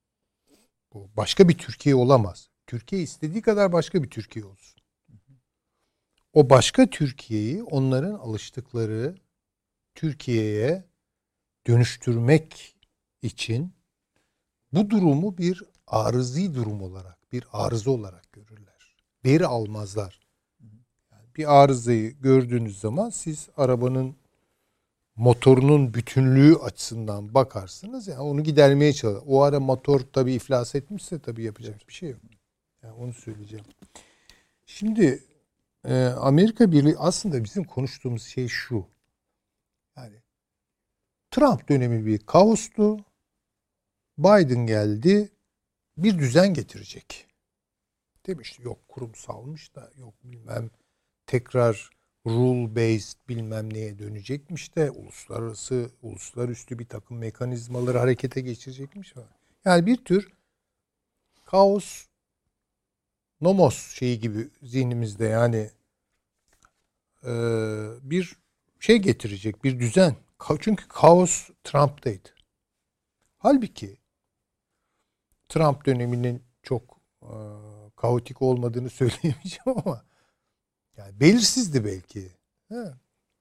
bu başka bir Türkiye olamaz. Türkiye istediği kadar başka bir Türkiye olsun. O başka Türkiye'yi onların alıştıkları Türkiye'ye dönüştürmek için bu durumu bir arızi durum olarak, bir arıza olarak görürler. Veri almazlar. Yani bir arızayı gördüğünüz zaman siz arabanın motorunun bütünlüğü açısından bakarsınız. Yani onu gidermeye çalışır. O ara motor tabii iflas etmişse tabii yapacak bir şey yok. Yani onu söyleyeceğim. Şimdi e, Amerika Birliği aslında bizim konuştuğumuz şey şu. Yani Trump dönemi bir kaostu. Biden geldi, bir düzen getirecek. Demişti yok kurumsalmış da yok bilmem tekrar rule based bilmem neye dönecekmiş de uluslararası uluslararası bir takım mekanizmaları harekete geçirecekmiş. Yani bir tür kaos nomos şeyi gibi zihnimizde yani e, bir şey getirecek, bir düzen. Çünkü kaos Trump'taydı. Halbuki Trump döneminin çok e, kaotik olmadığını söyleyemeyeceğim ama yani belirsizdi belki. He.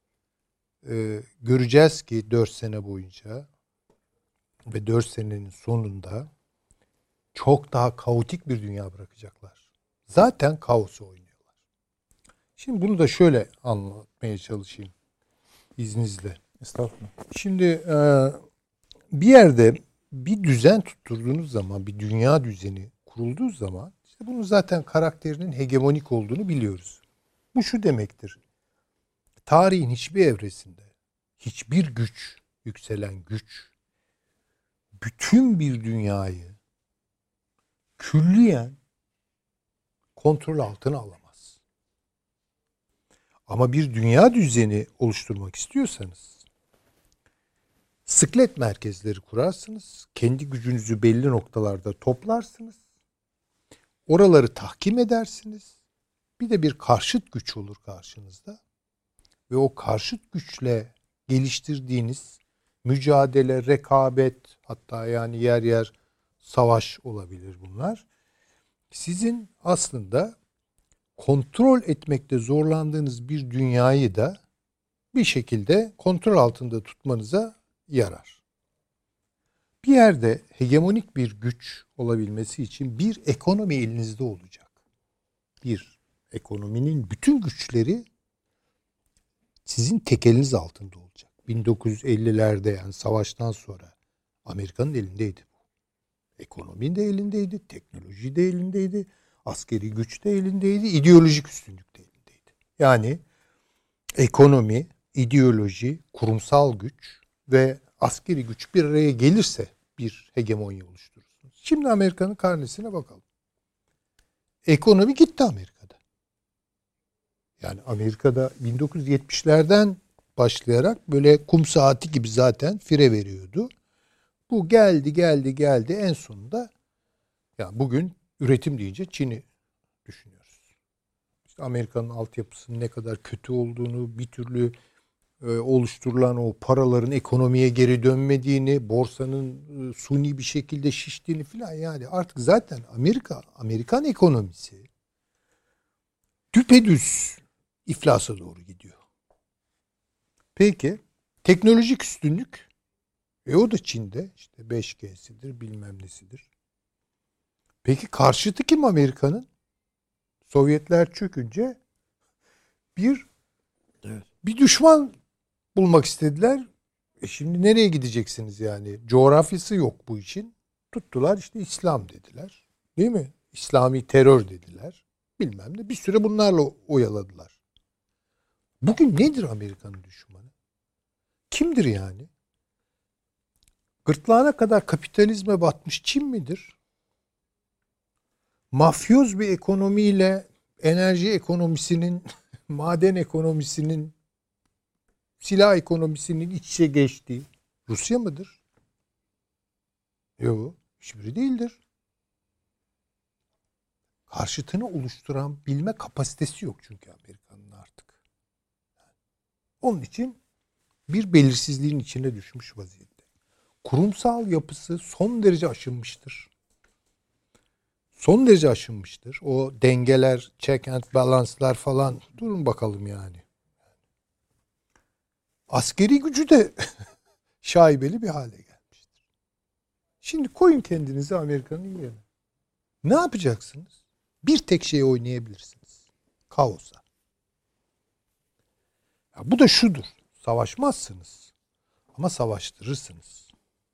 E, göreceğiz ki dört sene boyunca ve dört senenin sonunda çok daha kaotik bir dünya bırakacaklar. Zaten kaosu oynuyorlar. Şimdi bunu da şöyle anlatmaya çalışayım izninizle. Estağfurullah. Şimdi e, bir yerde bir düzen tutturduğunuz zaman, bir dünya düzeni kurulduğu zaman işte bunun zaten karakterinin hegemonik olduğunu biliyoruz. Bu şu demektir. Tarihin hiçbir evresinde hiçbir güç, yükselen güç bütün bir dünyayı külliyen kontrol altına alamaz. Ama bir dünya düzeni oluşturmak istiyorsanız sıklet merkezleri kurarsınız. Kendi gücünüzü belli noktalarda toplarsınız. Oraları tahkim edersiniz. Bir de bir karşıt güç olur karşınızda. Ve o karşıt güçle geliştirdiğiniz mücadele, rekabet, hatta yani yer yer savaş olabilir bunlar. Sizin aslında kontrol etmekte zorlandığınız bir dünyayı da bir şekilde kontrol altında tutmanıza yarar. Bir yerde hegemonik bir güç olabilmesi için bir ekonomi elinizde olacak. Bir ekonominin bütün güçleri sizin tekeliniz altında olacak. bin dokuz yüz ellilerde yani savaştan sonra Amerika'nın elindeydi bu. Ekonomi de elindeydi, teknoloji de elindeydi, askeri güç de elindeydi, ideolojik üstünlük de elindeydi. Yani ekonomi, ideoloji, kurumsal güç ve askeri güç bir araya gelirse bir hegemonya oluşturursunuz. Şimdi Amerika'nın karnesine bakalım. Ekonomi gitti Amerika'da. Yani Amerika'da bin dokuz yüz yetmişlerden başlayarak böyle kum saati gibi zaten fire veriyordu. Bu geldi geldi geldi en sonunda yani bugün üretim deyince Çin'i düşünüyoruz. İşte Amerika'nın altyapısının ne kadar kötü olduğunu, bir türlü e, oluşturulan o paraların ekonomiye geri dönmediğini, borsanın e, suni bir şekilde şiştiğini filan yani artık zaten Amerika, Amerikan ekonomisi düpedüz iflasa doğru gidiyor. Peki teknolojik üstünlük e o da Çin'de işte beş G'sidir bilmem nesidir. Peki karşıtı kim Amerika'nın? Sovyetler çökünce bir evet. bir düşman bulmak istediler. E şimdi nereye gideceksiniz yani? Coğrafyası yok bu işin. Tuttular işte İslam dediler. Değil mi? İslami terör dediler. Bilmem ne. Bir süre bunlarla oyaladılar. Bugün nedir Amerika'nın düşmanı? Kimdir yani? Gırtlağına kadar kapitalizme batmış Çin midir? Mafyoz bir ekonomiyle enerji ekonomisinin, maden ekonomisinin, silah ekonomisinin iç içe geçtiği Rusya mıdır? Yok, hiçbiri değildir. Karşıtını oluşturan bilme kapasitesi yok çünkü Amerika'nın artık. Onun için bir belirsizliğin içine düşmüş vaziyette. Kurumsal yapısı son derece aşınmıştır. Son derece aşınmıştır. O dengeler, check and balance'lar falan durun bakalım yani. Askeri gücü de şaibeli bir hale gelmiştir. Şimdi koyun kendinizi Amerika'nın yerine. Ne yapacaksınız? Bir tek şey oynayabilirsiniz. Kaosa. Ya bu da şudur. Savaşmazsınız. Ama savaştırırsınız.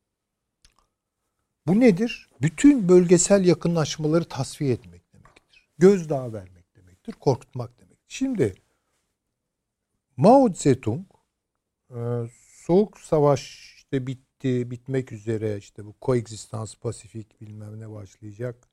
Bu nedir? Bütün bölgesel yakınlaşmaları tasfiye etmek demektir. Gözdağı vermek demektir. Korkutmak demektir. Şimdi Mao Zedong Soğuk Savaş işte bitti, bitmek üzere işte bu koegzistans, pasifik bilmem ne başlayacak.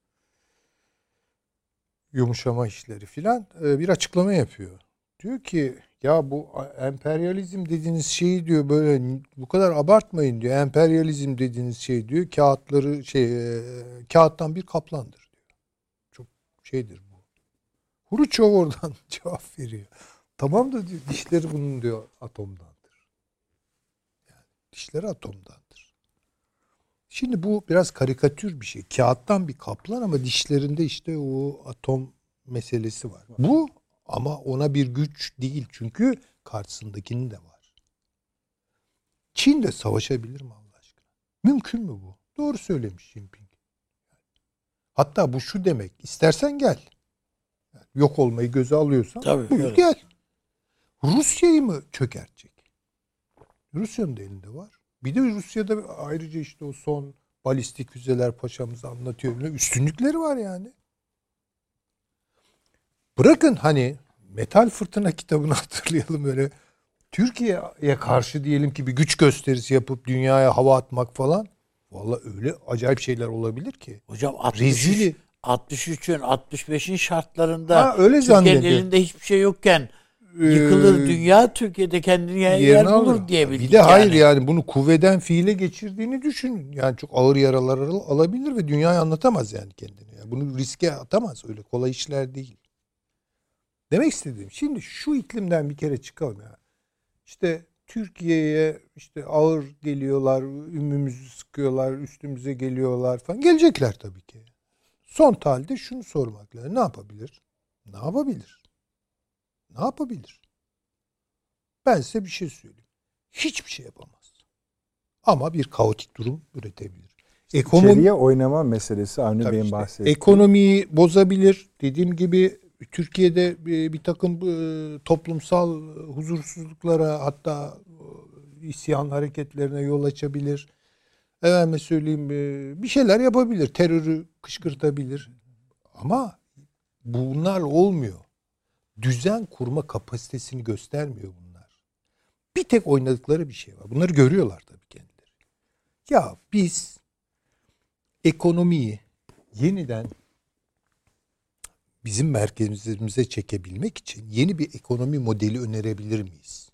Yumuşama işleri filan bir açıklama yapıyor. Diyor ki ya bu emperyalizm dediğiniz şeyi diyor böyle bu kadar abartmayın diyor. Emperyalizm dediğiniz şey diyor kağıtları şey e, kağıttan bir kaplandır diyor. Çok şeydir bu. Hruçov oradan cevap veriyor. Tamam da diyor dişleri bunun diyor atomdandır. Yani dişleri atomdandır. Şimdi bu biraz karikatür bir şey. Kağıttan bir kaplan ama dişlerinde işte o atom meselesi var. Bu ama ona bir güç değil çünkü karşısındakinin de var. Çin de savaşabilir mi Allah aşkına? Mümkün mü bu? Doğru söylemiş Jinping. Hatta bu şu demek. İstersen gel. Yani yok olmayı göze alıyorsan Tabii, buyur evet. gel. Rusya'yı mı çökertecek? Rusya'nın da elinde var. Bir de Rusya'da ayrıca işte o son balistik füzeler paşamız anlatıyor. Üstünlükleri var yani. Bırakın hani Metal Fırtına kitabını hatırlayalım öyle. Türkiye'ye karşı diyelim ki bir güç gösterisi yapıp dünyaya hava atmak falan. Vallahi öyle acayip şeyler olabilir ki. Hocam altmış üç, Rezili. altmış üçün altmış beşin şartlarında Ha, öyle Türkiye'nin zannediyor. elinde hiçbir şey yokken Ee, yıkılır dünya, Türkiye'de kendine yer, yer bulur diyebildik. Bir de hayır yani. yani bunu kuvveden fiile geçirdiğini düşünün. Yani çok ağır yaralar alabilir ve dünyayı anlatamaz yani kendini. Yani bunu riske atamaz. Öyle kolay işler değil. Demek istediğim, şimdi şu iklimden bir kere çıkalım ya. İşte Türkiye'ye işte ağır geliyorlar, ümümüzü sıkıyorlar, üstümüze geliyorlar falan. Gelecekler tabii ki. Son tahlilde şunu sormak lazım. Ne yapabilir? Ne yapabilir? Ne yapabilir? Ben size bir şey söyleyeyim. Hiçbir şey yapamaz. Ama bir kaotik durum üretebilir. Ekonomi, İçeriye oynama meselesi Avni Bey'in işte, bahsettiği. Ekonomiyi bozabilir. Dediğim gibi Türkiye'de bir, bir takım toplumsal huzursuzluklara, hatta isyan hareketlerine yol açabilir. Efendime söyleyeyim, bir şeyler yapabilir. Terörü kışkırtabilir. Ama bunlar olmuyor. Düzen kurma kapasitesini göstermiyor bunlar. Bir tek oynadıkları bir şey var. Bunları görüyorlar tabii kendileri. Ya biz ekonomiyi yeniden bizim merkezimize çekebilmek için yeni bir ekonomi modeli önerebilir miyiz?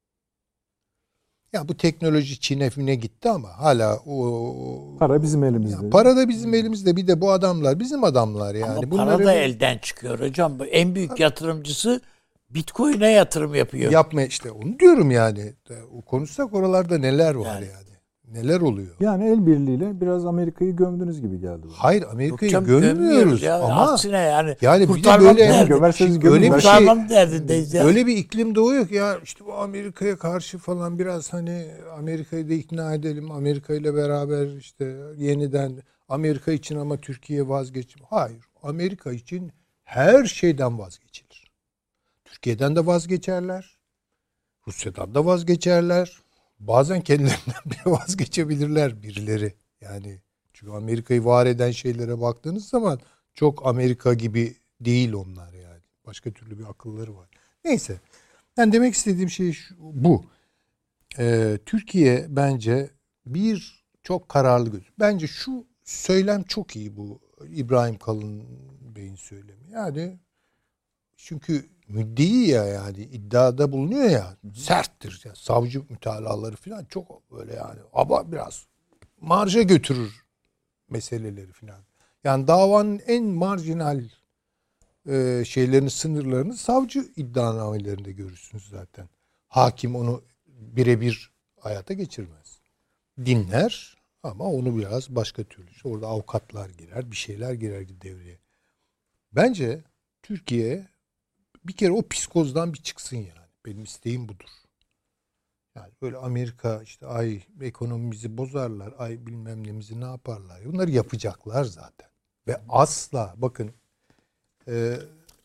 Ya bu teknoloji Çin'e Çin'e gitti ama hala o para bizim elimizde. Para da bizim elimizde. Bir de bu adamlar bizim adamlar yani. Ama Bunları para da elden çıkıyor hocam. En büyük yatırımcısı Bitcoin'e yatırım yapıyor. Yapma işte onu diyorum yani. Konuşsak oralarda neler var yani. yani. Neler oluyor? Yani el birliğiyle biraz Amerika'yı gömdünüz gibi geldi bana. Hayır, Amerika'yı gömüyoruz ya. ama aksine yani, yani bir de böyle yani gömerseniz öyle bir şey derdindeyiz ya. Öyle bir iklim doğuyor ki ya işte bu Amerika'ya karşı falan biraz hani Amerika'yı da ikna edelim. Amerika ile beraber işte yeniden Amerika için ama Türkiye vazgeçim. Hayır. Amerika için her şeyden vazgeçilir. Türkiye'den de vazgeçerler. Rusya'dan da vazgeçerler. Bazen kendilerinden bile vazgeçebilirler birileri. Yani çünkü Amerika'yı var eden şeylere baktığınız zaman çok Amerika gibi değil onlar yani. Başka türlü bir akılları var. Neyse. Yani demek istediğim şey şu, bu. Ee, Türkiye bence bir çok kararlı göz. Bence şu söylem çok iyi bu İbrahim Kalın Bey'in söylemi. Yani çünkü müddei ya yani iddiada bulunuyor ya, hı hı, serttir. Yani savcı mütalaları falan çok böyle yani ama biraz marja götürür meseleleri falan. Yani davanın en marjinal e, şeylerini, sınırlarını savcı iddianamelerinde görürsünüz zaten. Hakim onu birebir hayata geçirmez. Dinler ama onu biraz başka türlü. Orada avukatlar girer, bir şeyler girer devreye. Bence Türkiye bir kere o psikozdan bir çıksın yani. Benim isteğim budur. Yani böyle Amerika işte ay ekonomimizi bozarlar, ay bilmem nemizi ne yaparlar. Bunları yapacaklar zaten. Ve asla bakın e,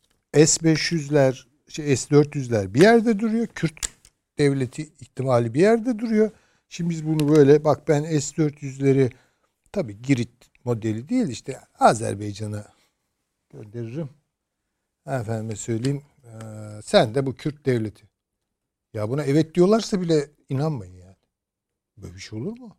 S beş yüzler, şey S dört yüzler bir yerde duruyor. Kürt devleti ihtimali bir yerde duruyor. Şimdi biz bunu böyle bak ben S dört yüzleri tabii Girit modeli değil işte Azerbaycan'a gönderirim. Efendime söyleyeyim. Ee, sen de bu Kürt devleti. Ya buna evet diyorlarsa bile inanmayın yani. Böyle bir şey olur mu?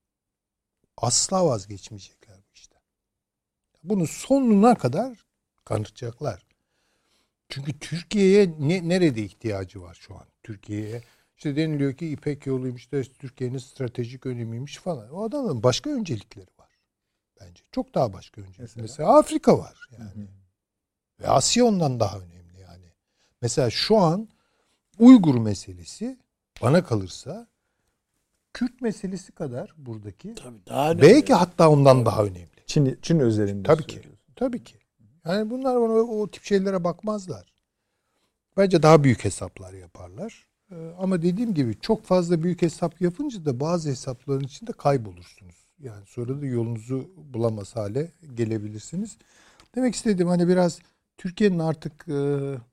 Asla vazgeçmeyecekler bu işten. Bunu sonuna kadar kanıtlayacaklar. Çünkü Türkiye'ye ne, nerede ihtiyacı var şu an? Türkiye'ye işte deniliyor ki İpek yoluymuş da Türkiye'nin stratejik önemiymiş falan. O adamın başka öncelikleri var. Bence. Çok daha başka öncelikleri. Mesela, Mesela Afrika var yani. Hı hı. Ve Asya ondan daha önemli yani. Mesela şu an Uygur meselesi bana kalırsa Kürt meselesi kadar buradaki tabii daha belki hatta ondan daha önemli. Çin, Çin özelinde. Tabii ki. Tabii ki. Yani bunlar ona o tip şeylere bakmazlar. Bence daha büyük hesaplar yaparlar. Ama dediğim gibi çok fazla büyük hesap yapınca da bazı hesapların içinde kaybolursunuz. Yani sonra da yolunuzu bulamaz hale gelebilirsiniz. Demek istediğim hani biraz Türkiye'nin artık e,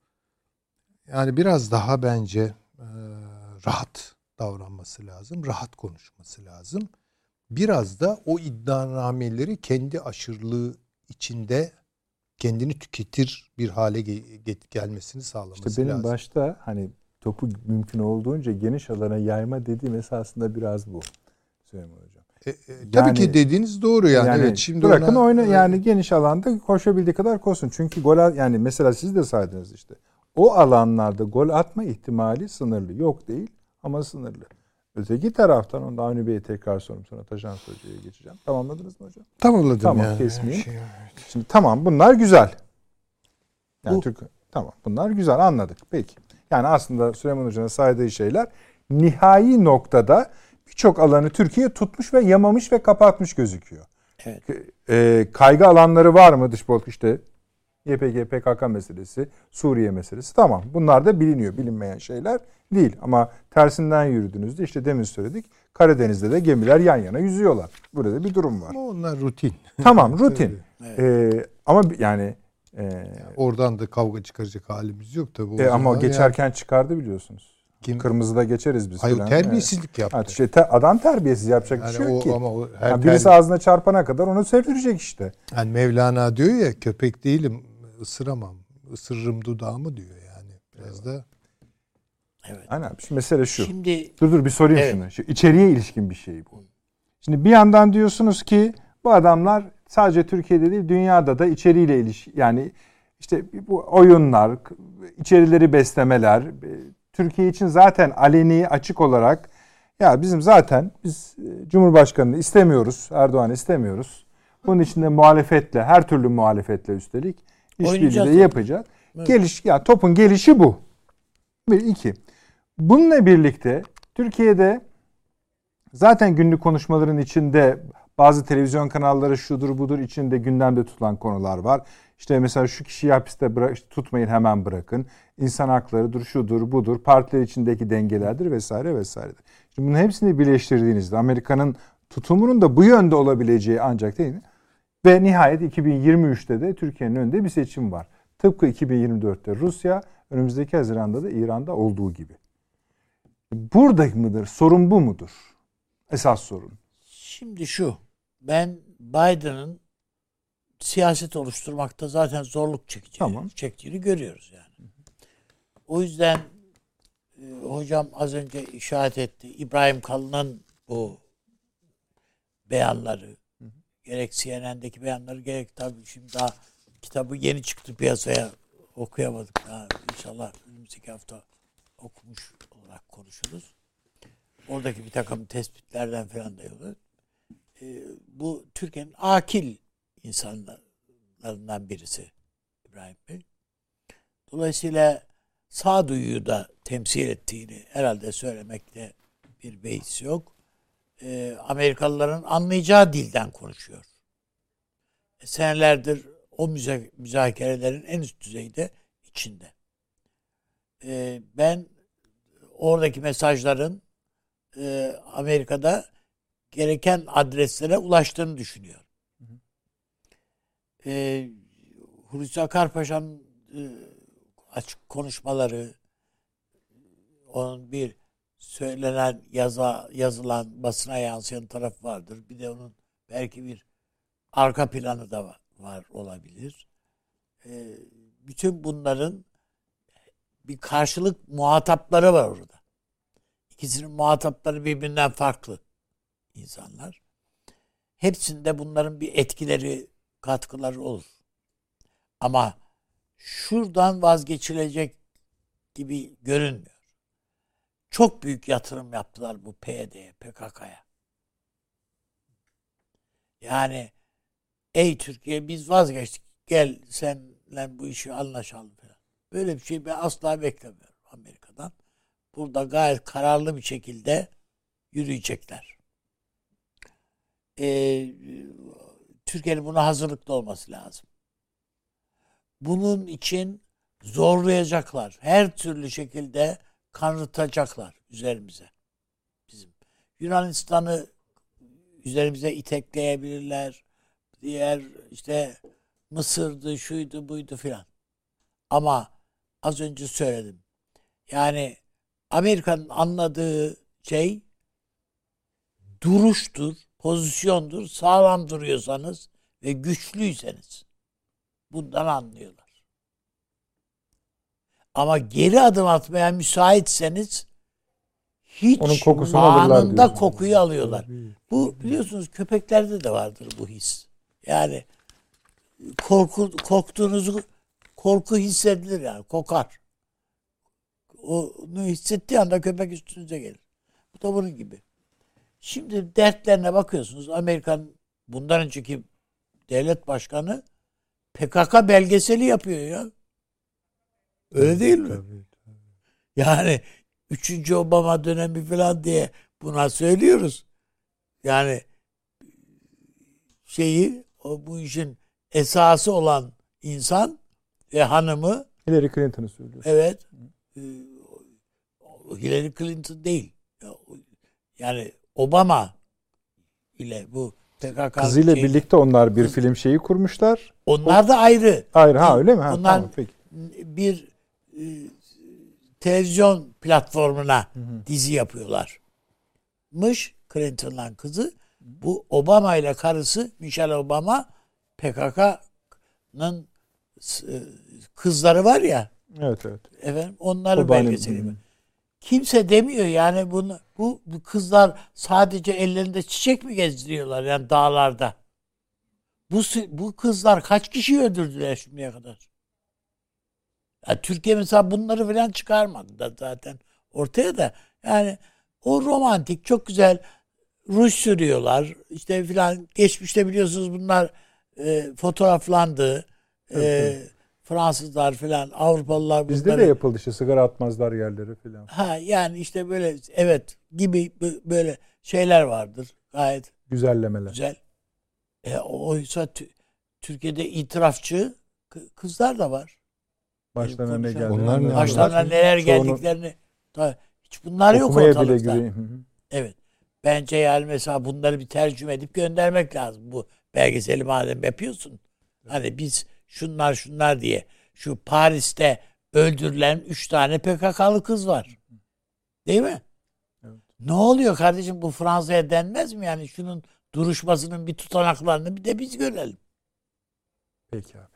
yani biraz daha bence e, rahat davranması lazım. Rahat konuşması lazım. Biraz da o iddianameleri kendi aşırılığı içinde kendini tüketir bir hale ge- gelmesini sağlaması lazım. İşte benim lazım. başta hani topu mümkün olduğunca geniş alana yayma dediğim esasında biraz bu. Süleyman Hocam. E, e, tabii yani, ki dediğiniz doğru yani. yani evet şimdi bırakın ona, oyna yani geniş alanda koşabildiği kadar koşsun. Çünkü gol yani mesela siz de saydınız işte. O alanlarda gol atma ihtimali sınırlı. Yok değil ama sınırlı. Öteki taraftan onu da Avni Bey'e tekrar sorum, sonra Taşan Hoca'ya geçeceğim. Tamamladınız mı hocam? Tamamladım tamam, yani. Kesmeyeyim. Şey, evet. Şimdi tamam bunlar güzel. Yani Bu, Türk Tamam. Bunlar güzel, anladık. Peki. Yani aslında Süleyman Hoca'nın saydığı şeyler nihai noktada birçok alanı Türkiye tutmuş ve yamamış ve kapatmış gözüküyor. Evet. E, kaygı alanları var mı dış politika? İşte Y P G P K K meselesi, Suriye meselesi. Tamam. Bunlar da biliniyor. Bilinmeyen şeyler değil. Ama tersinden yürüdüğünüzde işte demin söyledik. Karadeniz'de de gemiler yan yana yüzüyorlar. Burada bir durum var. Ama onlar rutin. Tamam, rutin. Evet. Ee, ama yani e, Oradan da kavga çıkaracak halimiz yok tabii. e, ama zaman geçerken yani, çıkardı biliyorsunuz. Kim? Kırmızıda geçeriz biz. Hayır, falan. terbiyesizlik evet. yaptı. Ha, işte te, adam terbiyesiz, yapacak Yani bir şey o, yok ki. ama o her yani birisi terbi- ağzına çarpana kadar onu sevdirecek işte. Yani Mevlana diyor ya, köpek değilim, ısıramam. Isırırım dudağımı diyor yani. Biraz evet. da. Evet. Aynen. Şimdi mesele şu. Şimdi dur dur bir sorayım evet. şunu. Şu içeriye ilişkin bir şey bu. Şimdi bir yandan diyorsunuz ki bu adamlar sadece Türkiye'de değil dünyada da içeriğiyle ilişki, yani işte bu oyunlar, içerileri beslemeler Türkiye için zaten aleni, açık olarak ya bizim zaten biz Cumhurbaşkanı'nı istemiyoruz, Erdoğan'ı istemiyoruz. Bunun için de muhalefetle, her türlü muhalefetle üstelik işbirliği de yapacağız. Evet. Geliş, ya topun gelişi bu. Bir, iki. Bununla birlikte Türkiye'de zaten günlük konuşmaların içinde bazı televizyon kanalları şudur budur içinde gündemde tutulan konular var. İşte mesela şu kişiyi hapiste bırak, işte tutmayın, hemen bırakın. İnsan haklarıdır, şudur budur, partiler içindeki dengelerdir vesaire vesairedir. Şimdi bunun hepsini birleştirdiğinizde Amerika'nın tutumunun da bu yönde olabileceği ancak değil mi? Ve nihayet iki bin yirmi üçte de Türkiye'nin önünde bir seçim var. Tıpkı iki bin yirmi dörtte Rusya, önümüzdeki Haziran'da da İran'da olduğu gibi. Burada mıdır? Sorun bu mudur? Esas sorun. Şimdi şu, ben Biden'ın siyaset oluşturmakta zaten zorluk çekeceğini, tamam. çektiğini görüyoruz yani. O yüzden e, hocam az önce işaret etti. İbrahim Kalın'ın bu beyanları, hı hı. gerek C N N'deki beyanları, gerek tabii şimdi daha kitabı yeni çıktı piyasaya, okuyamadık daha. İnşallah önümüzdeki hafta okumuş olarak konuşuruz. Oradaki bir takım tespitlerden falan da yolu. E, bu Türkiye'nin akil insanlarından birisi İbrahim Bey. Dolayısıyla sağduyuyu da temsil ettiğini herhalde söylemekte bir beis yok. E, Amerikalıların anlayacağı dilden konuşuyor. E, senelerdir o müze- müzakerelerin en üst düzeyde içinde. E, ben oradaki mesajların e, Amerika'da gereken adreslere ulaştığını düşünüyorum. Hı hı. E, Hulusi Akarpaşa'nın e, açık konuşmaları, onun bir söylenen, yaza, yazılan, basına yansıyan tarafı vardır. Bir de onun belki bir arka planı da var, var olabilir. E, bütün bunların bir karşılık muhatapları var orada. İkisinin muhatapları birbirinden farklı insanlar. Hepsinde bunların bir etkileri, katkıları olur. Ama şuradan vazgeçilecek gibi görünmüyor. Çok büyük yatırım yaptılar bu P Y D'ye, P K K'ya. Yani ey Türkiye biz vazgeçtik, gel senle bu işi anlaşalım falan. Böyle bir şey ben asla beklemiyorum Amerika'dan. Burada gayet kararlı bir şekilde yürüyecekler. Ee, Türkiye'nin buna hazırlıklı olması lazım. Bunun için zorlayacaklar. Her türlü şekilde kanırtacaklar üzerimize. Bizim Yunanistan'ı üzerimize itekleyebilirler. Diğer işte Mısır'dı, şuydu, buydu filan. Ama az önce söyledim. Yani Amerika'nın anladığı şey duruştur, pozisyondur. Sağlam duruyorsanız ve güçlüyseniz bundan anlıyorlar. Ama geri adım atmaya müsaitseniz hiç onun kokusunu anında kokuyu alıyorlar. Bu biliyorsunuz köpeklerde de vardır bu his. Yani korku korktuğunuzu korku hissedilir yani kokar. Onu hissettiği anda köpek üstünüze gelir. Bu da bunun gibi. Şimdi dertlerine bakıyorsunuz. Amerikan bundan önceki devlet başkanı P K K belgeseli yapıyor ya. Öyle değil mi? Tabii. Yani üçüncü Obama dönemi falan diye buna söylüyoruz. Yani şeyi o bu işin esası olan insan ve hanımı Hillary Clinton'ı söylüyor. evet e, Hillary Clinton değil. Yani Obama ile bu P K K Kızıyla şeyi, birlikte onlar bir Kız- film şeyi kurmuşlar. onlar da ayrı. Hayır ha öyle mi? Ha, Onlar tamam peki. bir e, televizyon platformuna dizi yapıyorlar. Mış Clinton'la kızı. Bu Obama ile karısı Michelle Obama P K K'nın e, kızları var ya. Evet evet. Efendim onların Obama- belgeseli. Hı hı. Kimse demiyor yani bunu bu, bu kızlar sadece ellerinde çiçek mi gezdiriyorlar yani dağlarda? Bu bu kızlar kaç kişi öldürdüler şimdiye kadar? Ya Türkiye mesela bunları falan çıkarmadı da zaten ortaya da yani o romantik çok güzel ruj sürüyorlar işte filan geçmişte biliyorsunuz bunlar e, fotoğraflandı e, Evet, Fransızlar filan Avrupalılar bunları. Bizde de yapıldı işte sigara atmazlar yerlere falan. Ha yani işte böyle evet gibi böyle şeyler vardır gayet Güzellemeler. güzel. E, oysa t- Türkiye'de itirafçı k- kızlar da var. Başlarına ne konuşan- geldi? Onlar ne Başlarına anlatıyor? neler Çoğunu geldiklerini ta, hiç bunlar yok okumaya bile ortalıkta. gireyim. Hı hı. Evet. Bence yani mesela bunları bir tercüme edip göndermek lazım. Bu belgeseli madem yapıyorsun. Hani biz şunlar şunlar diye. Şu Paris'te öldürülen üç tane P K K'lı kız var. Değil mi? Evet. Ne oluyor kardeşim bu Fransa'ya denmez mi? Yani şunun duruşmasının bir tutanaklarını bir de biz görelim. Peki abi.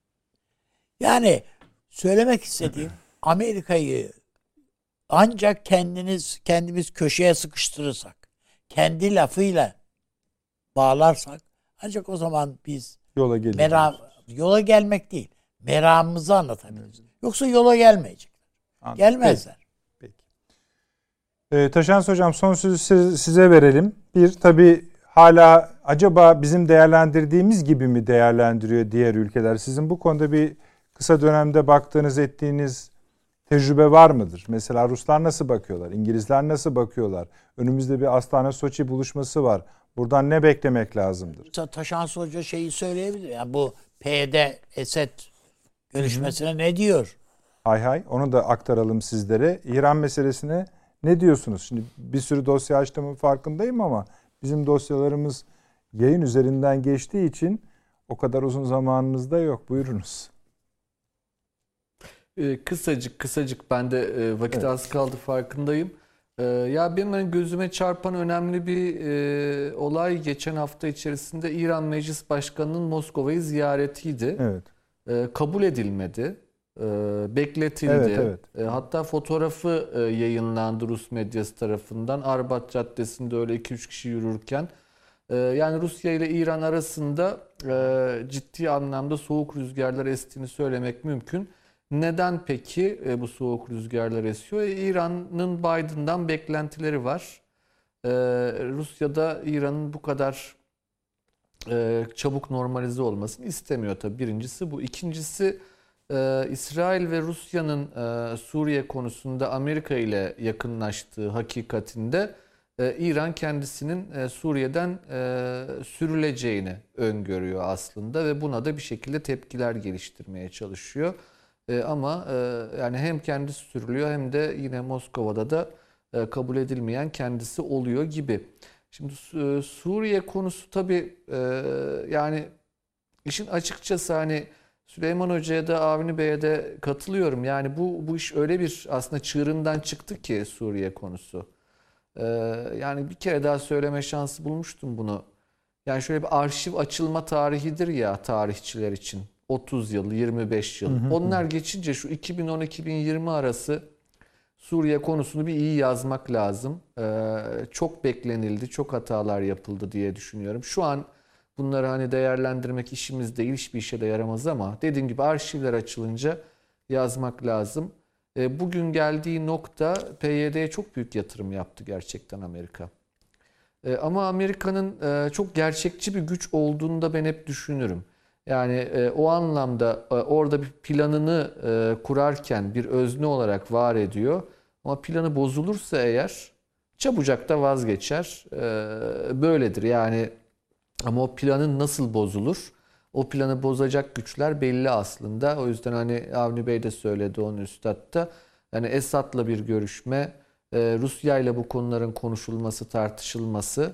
Yani söylemek istediğim Amerika'yı ancak kendiniz kendimiz köşeye sıkıştırırsak, kendi lafıyla bağlarsak ancak o zaman biz Yola gelin. meram yola gelmek değil, meramımızı anlatabiliriz. Yoksa yola gelmeyecek. Anladım. Gelmezler. Peki. Peki. Ee, Taşans Hocam son sözü siz- size verelim. Bir tabii hala acaba bizim değerlendirdiğimiz gibi mi değerlendiriyor diğer ülkeler? Sizin bu konuda bir kısa dönemde baktığınız ettiğiniz tecrübe var mıdır? Mesela Ruslar nasıl bakıyorlar? İngilizler nasıl bakıyorlar? Önümüzde bir Astana Soçi buluşması var. Buradan ne beklemek lazımdır? Mesela Taşans Hoca şeyi söyleyebilir. Yani bu P Y D Esed görüşmesine ne diyor? Hay hay onu da aktaralım sizlere. İran meselesine ne diyorsunuz? Şimdi bir sürü dosya açtığımın farkındayım ama bizim dosyalarımız yayın üzerinden geçtiği için o kadar uzun zamanınız da yok. Buyurunuz. Ee, kısacık kısacık ben de e, vakit Evet. az kaldı farkındayım. Ee, ya benim hani gözüme çarpan önemli bir e, olay geçen hafta içerisinde İran Meclis Başkanı'nın Moskova'yı ziyaretiydi. Evet. Ee, kabul edilmedi. Ee, bekletildi. Evet, evet. Ee, hatta fotoğrafı e, yayınlandı Rus medyası tarafından. Arbat Caddesi'nde öyle iki üç kişi yürürken. Ee, yani Rusya ile İran arasında e, ciddi anlamda soğuk rüzgarlar estiğini söylemek mümkün. Neden peki e, bu soğuk rüzgarlar esiyor? E, İran'ın Biden'dan beklentileri var. E, Rusya'da İran'ın bu kadar e, çabuk normalize olmasını istemiyor tabii. Birincisi bu. İkincisi e, İsrail ve Rusya'nın e, Suriye konusunda Amerika ile yakınlaştığı hakikatinde e, İran kendisinin e, Suriye'den e, sürüleceğini öngörüyor aslında ve buna da bir şekilde tepkiler geliştirmeye çalışıyor. E, ama e, yani hem kendisi sürülüyor hem de yine Moskova'da da e, kabul edilmeyen kendisi oluyor gibi. Şimdi e, Suriye konusu tabii e, yani işin açıkçası hani Süleyman Hoca'ya da Avni Bey'e de katılıyorum. Yani bu bu iş öyle bir aslında çığırından çıktı ki Suriye konusu. E, yani bir kere daha söyleme şansı bulmuştum bunu. Yani şöyle bir arşiv açılma tarihidir ya tarihçiler için. otuz yıl, yirmi beş yıl. Hı hı. Onlar geçince şu iki bin on iki bin yirmi arası Suriye konusunu bir iyi yazmak lazım. Ee, çok beklenildi, çok hatalar yapıldı diye düşünüyorum. Şu an bunları hani değerlendirmek işimiz değil, hiçbir işe de yaramaz ama dediğim gibi arşivler açılınca yazmak lazım. Ee, bugün geldiği nokta P Y D'ye çok büyük yatırım yaptı gerçekten Amerika. Ee, ama Amerika'nın e, çok gerçekçi bir güç olduğunu da ben hep düşünürüm. Yani e, o anlamda e, orada bir planını e, kurarken bir özne olarak var ediyor. Ama planı bozulursa eğer çabucak da vazgeçer. E, böyledir yani. Ama o planın nasıl bozulur? O planı bozacak güçler belli aslında. O yüzden hani Avni Bey de söyledi onu üstadta. Yani Esad'la bir görüşme, e, Rusya ile bu konuların konuşulması, tartışılması.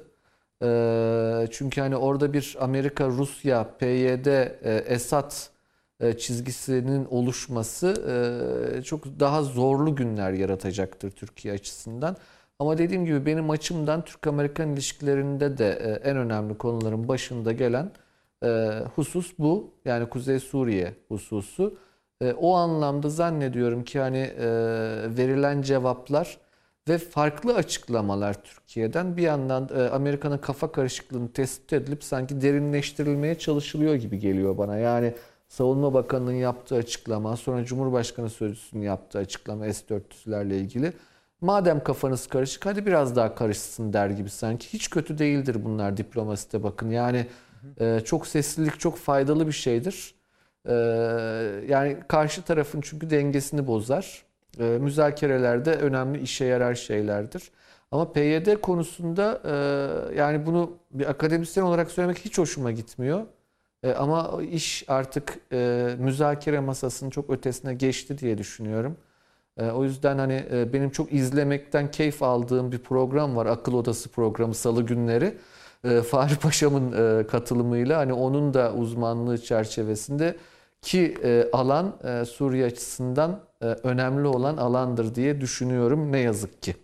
E, çünkü hani orada bir Amerika, Rusya, P Y D, e, Esad e, çizgisinin oluşması e, çok daha zorlu günler yaratacaktır Türkiye açısından. Ama dediğim gibi benim açımdan Türk-Amerikan ilişkilerinde de e, en önemli konuların başında gelen e, husus bu. Yani Kuzey Suriye hususu. E, o anlamda zannediyorum ki hani e, verilen cevaplar ve farklı açıklamalar Türkiye'den bir yandan e, Amerika'nın kafa karışıklığını tespit edilip sanki derinleştirilmeye çalışılıyor gibi geliyor bana. Yani Savunma Bakanı'nın yaptığı açıklama, sonra Cumhurbaşkanı Sözcüsü'nün yaptığı açıklama S dört yüzlerle ilgili. Madem kafanız karışık hadi biraz daha karışsın der gibi sanki. Hiç kötü değildir bunlar diplomaside bakın. Yani e, çok seslilik çok faydalı bir şeydir. E, yani karşı tarafın çünkü dengesini bozar. E, müzakerelerde önemli işe yarar şeylerdir. Ama P Y D konusunda e, yani bunu bir akademisyen olarak söylemek hiç hoşuma gitmiyor. E, ama iş artık e, müzakere masasının çok ötesine geçti diye düşünüyorum. O yüzden hani benim çok izlemekten keyif aldığım bir program var. Akıl Odası programı Salı günleri. Fahri Paşam'ın katılımıyla hani onun da uzmanlığı çerçevesinde ki alan Suriye açısından önemli olan alandır diye düşünüyorum ne yazık ki.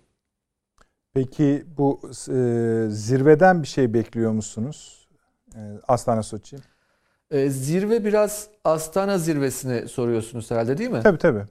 Peki bu e, zirveden bir şey bekliyor musunuz? E, Astana Soçi. E, zirve biraz Astana zirvesini soruyorsunuz herhalde değil mi? Tabii tabii.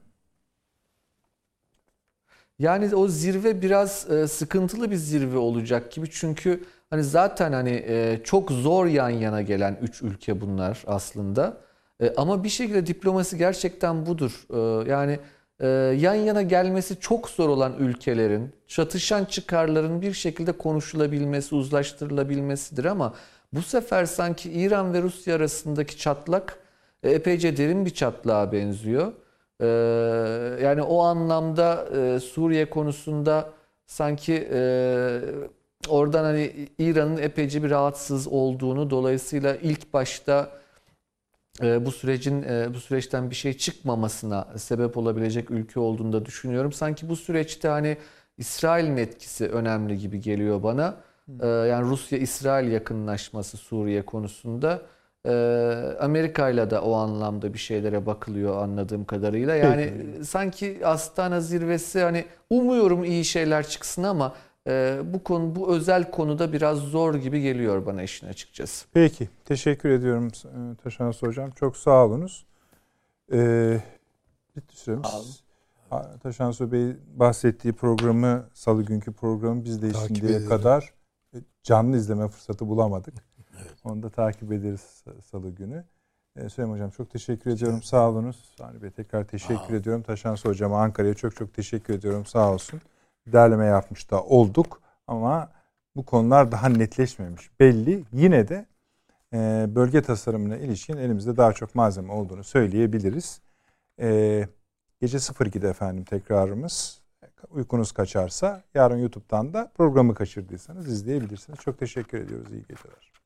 Yani o zirve biraz e, sıkıntılı bir zirve olacak gibi çünkü hani zaten hani e, çok zor yan yana gelen üç ülke bunlar aslında. E, ama bir şekilde diplomasi gerçekten budur. E, yani e, yan yana gelmesi çok zor olan ülkelerin, çatışan çıkarların bir şekilde konuşulabilmesi, uzlaştırılabilmesidir ama bu sefer sanki İran ve Rusya arasındaki çatlak e, epeyce derin bir çatlağa benziyor. Yani o anlamda Suriye konusunda sanki oradan hani İran'ın epeyce bir rahatsız olduğunu dolayısıyla ilk başta bu sürecin bu süreçten bir şey çıkmamasına sebep olabilecek ülke olduğunu da düşünüyorum. Sanki bu süreçte hani İsrail'in etkisi önemli gibi geliyor bana. Yani Rusya-İsrail yakınlaşması Suriye konusunda. Amerika ile de o anlamda bir şeylere bakılıyor anladığım kadarıyla. Yani Peki. sanki Astana zirvesi hani umuyorum iyi şeyler çıksın ama bu konu bu özel konuda biraz zor gibi geliyor bana işin açıkçası. Peki. Teşekkür ediyorum Taşansı Hocam. Çok sağ olunuz. Ee, bitti süremiz. Taşansı Bey bahsettiği programı, Salı günkü programı biz de şimdiye kadar canlı izleme fırsatı bulamadık. Evet. Onu da takip ederiz Salı günü. Ee, Süleyman Hocam çok teşekkür ediyorum. Evet. Sağ olunuz. Sani Bey tekrar teşekkür Aa. ediyorum. Taşansı Hocam'a Ankara'ya çok çok teşekkür ediyorum. Sağ olsun. Derleme yapmış da olduk. Ama bu konular daha netleşmemiş. Belli. Yine de e, bölge tasarımına ilişkin elimizde daha çok malzeme olduğunu söyleyebiliriz. E, gece sıfır ikide efendim tekrarımız. Uykunuz kaçarsa yarın YouTube'dan da programı kaçırdıysanız izleyebilirsiniz. Çok teşekkür ediyoruz. İyi geceler.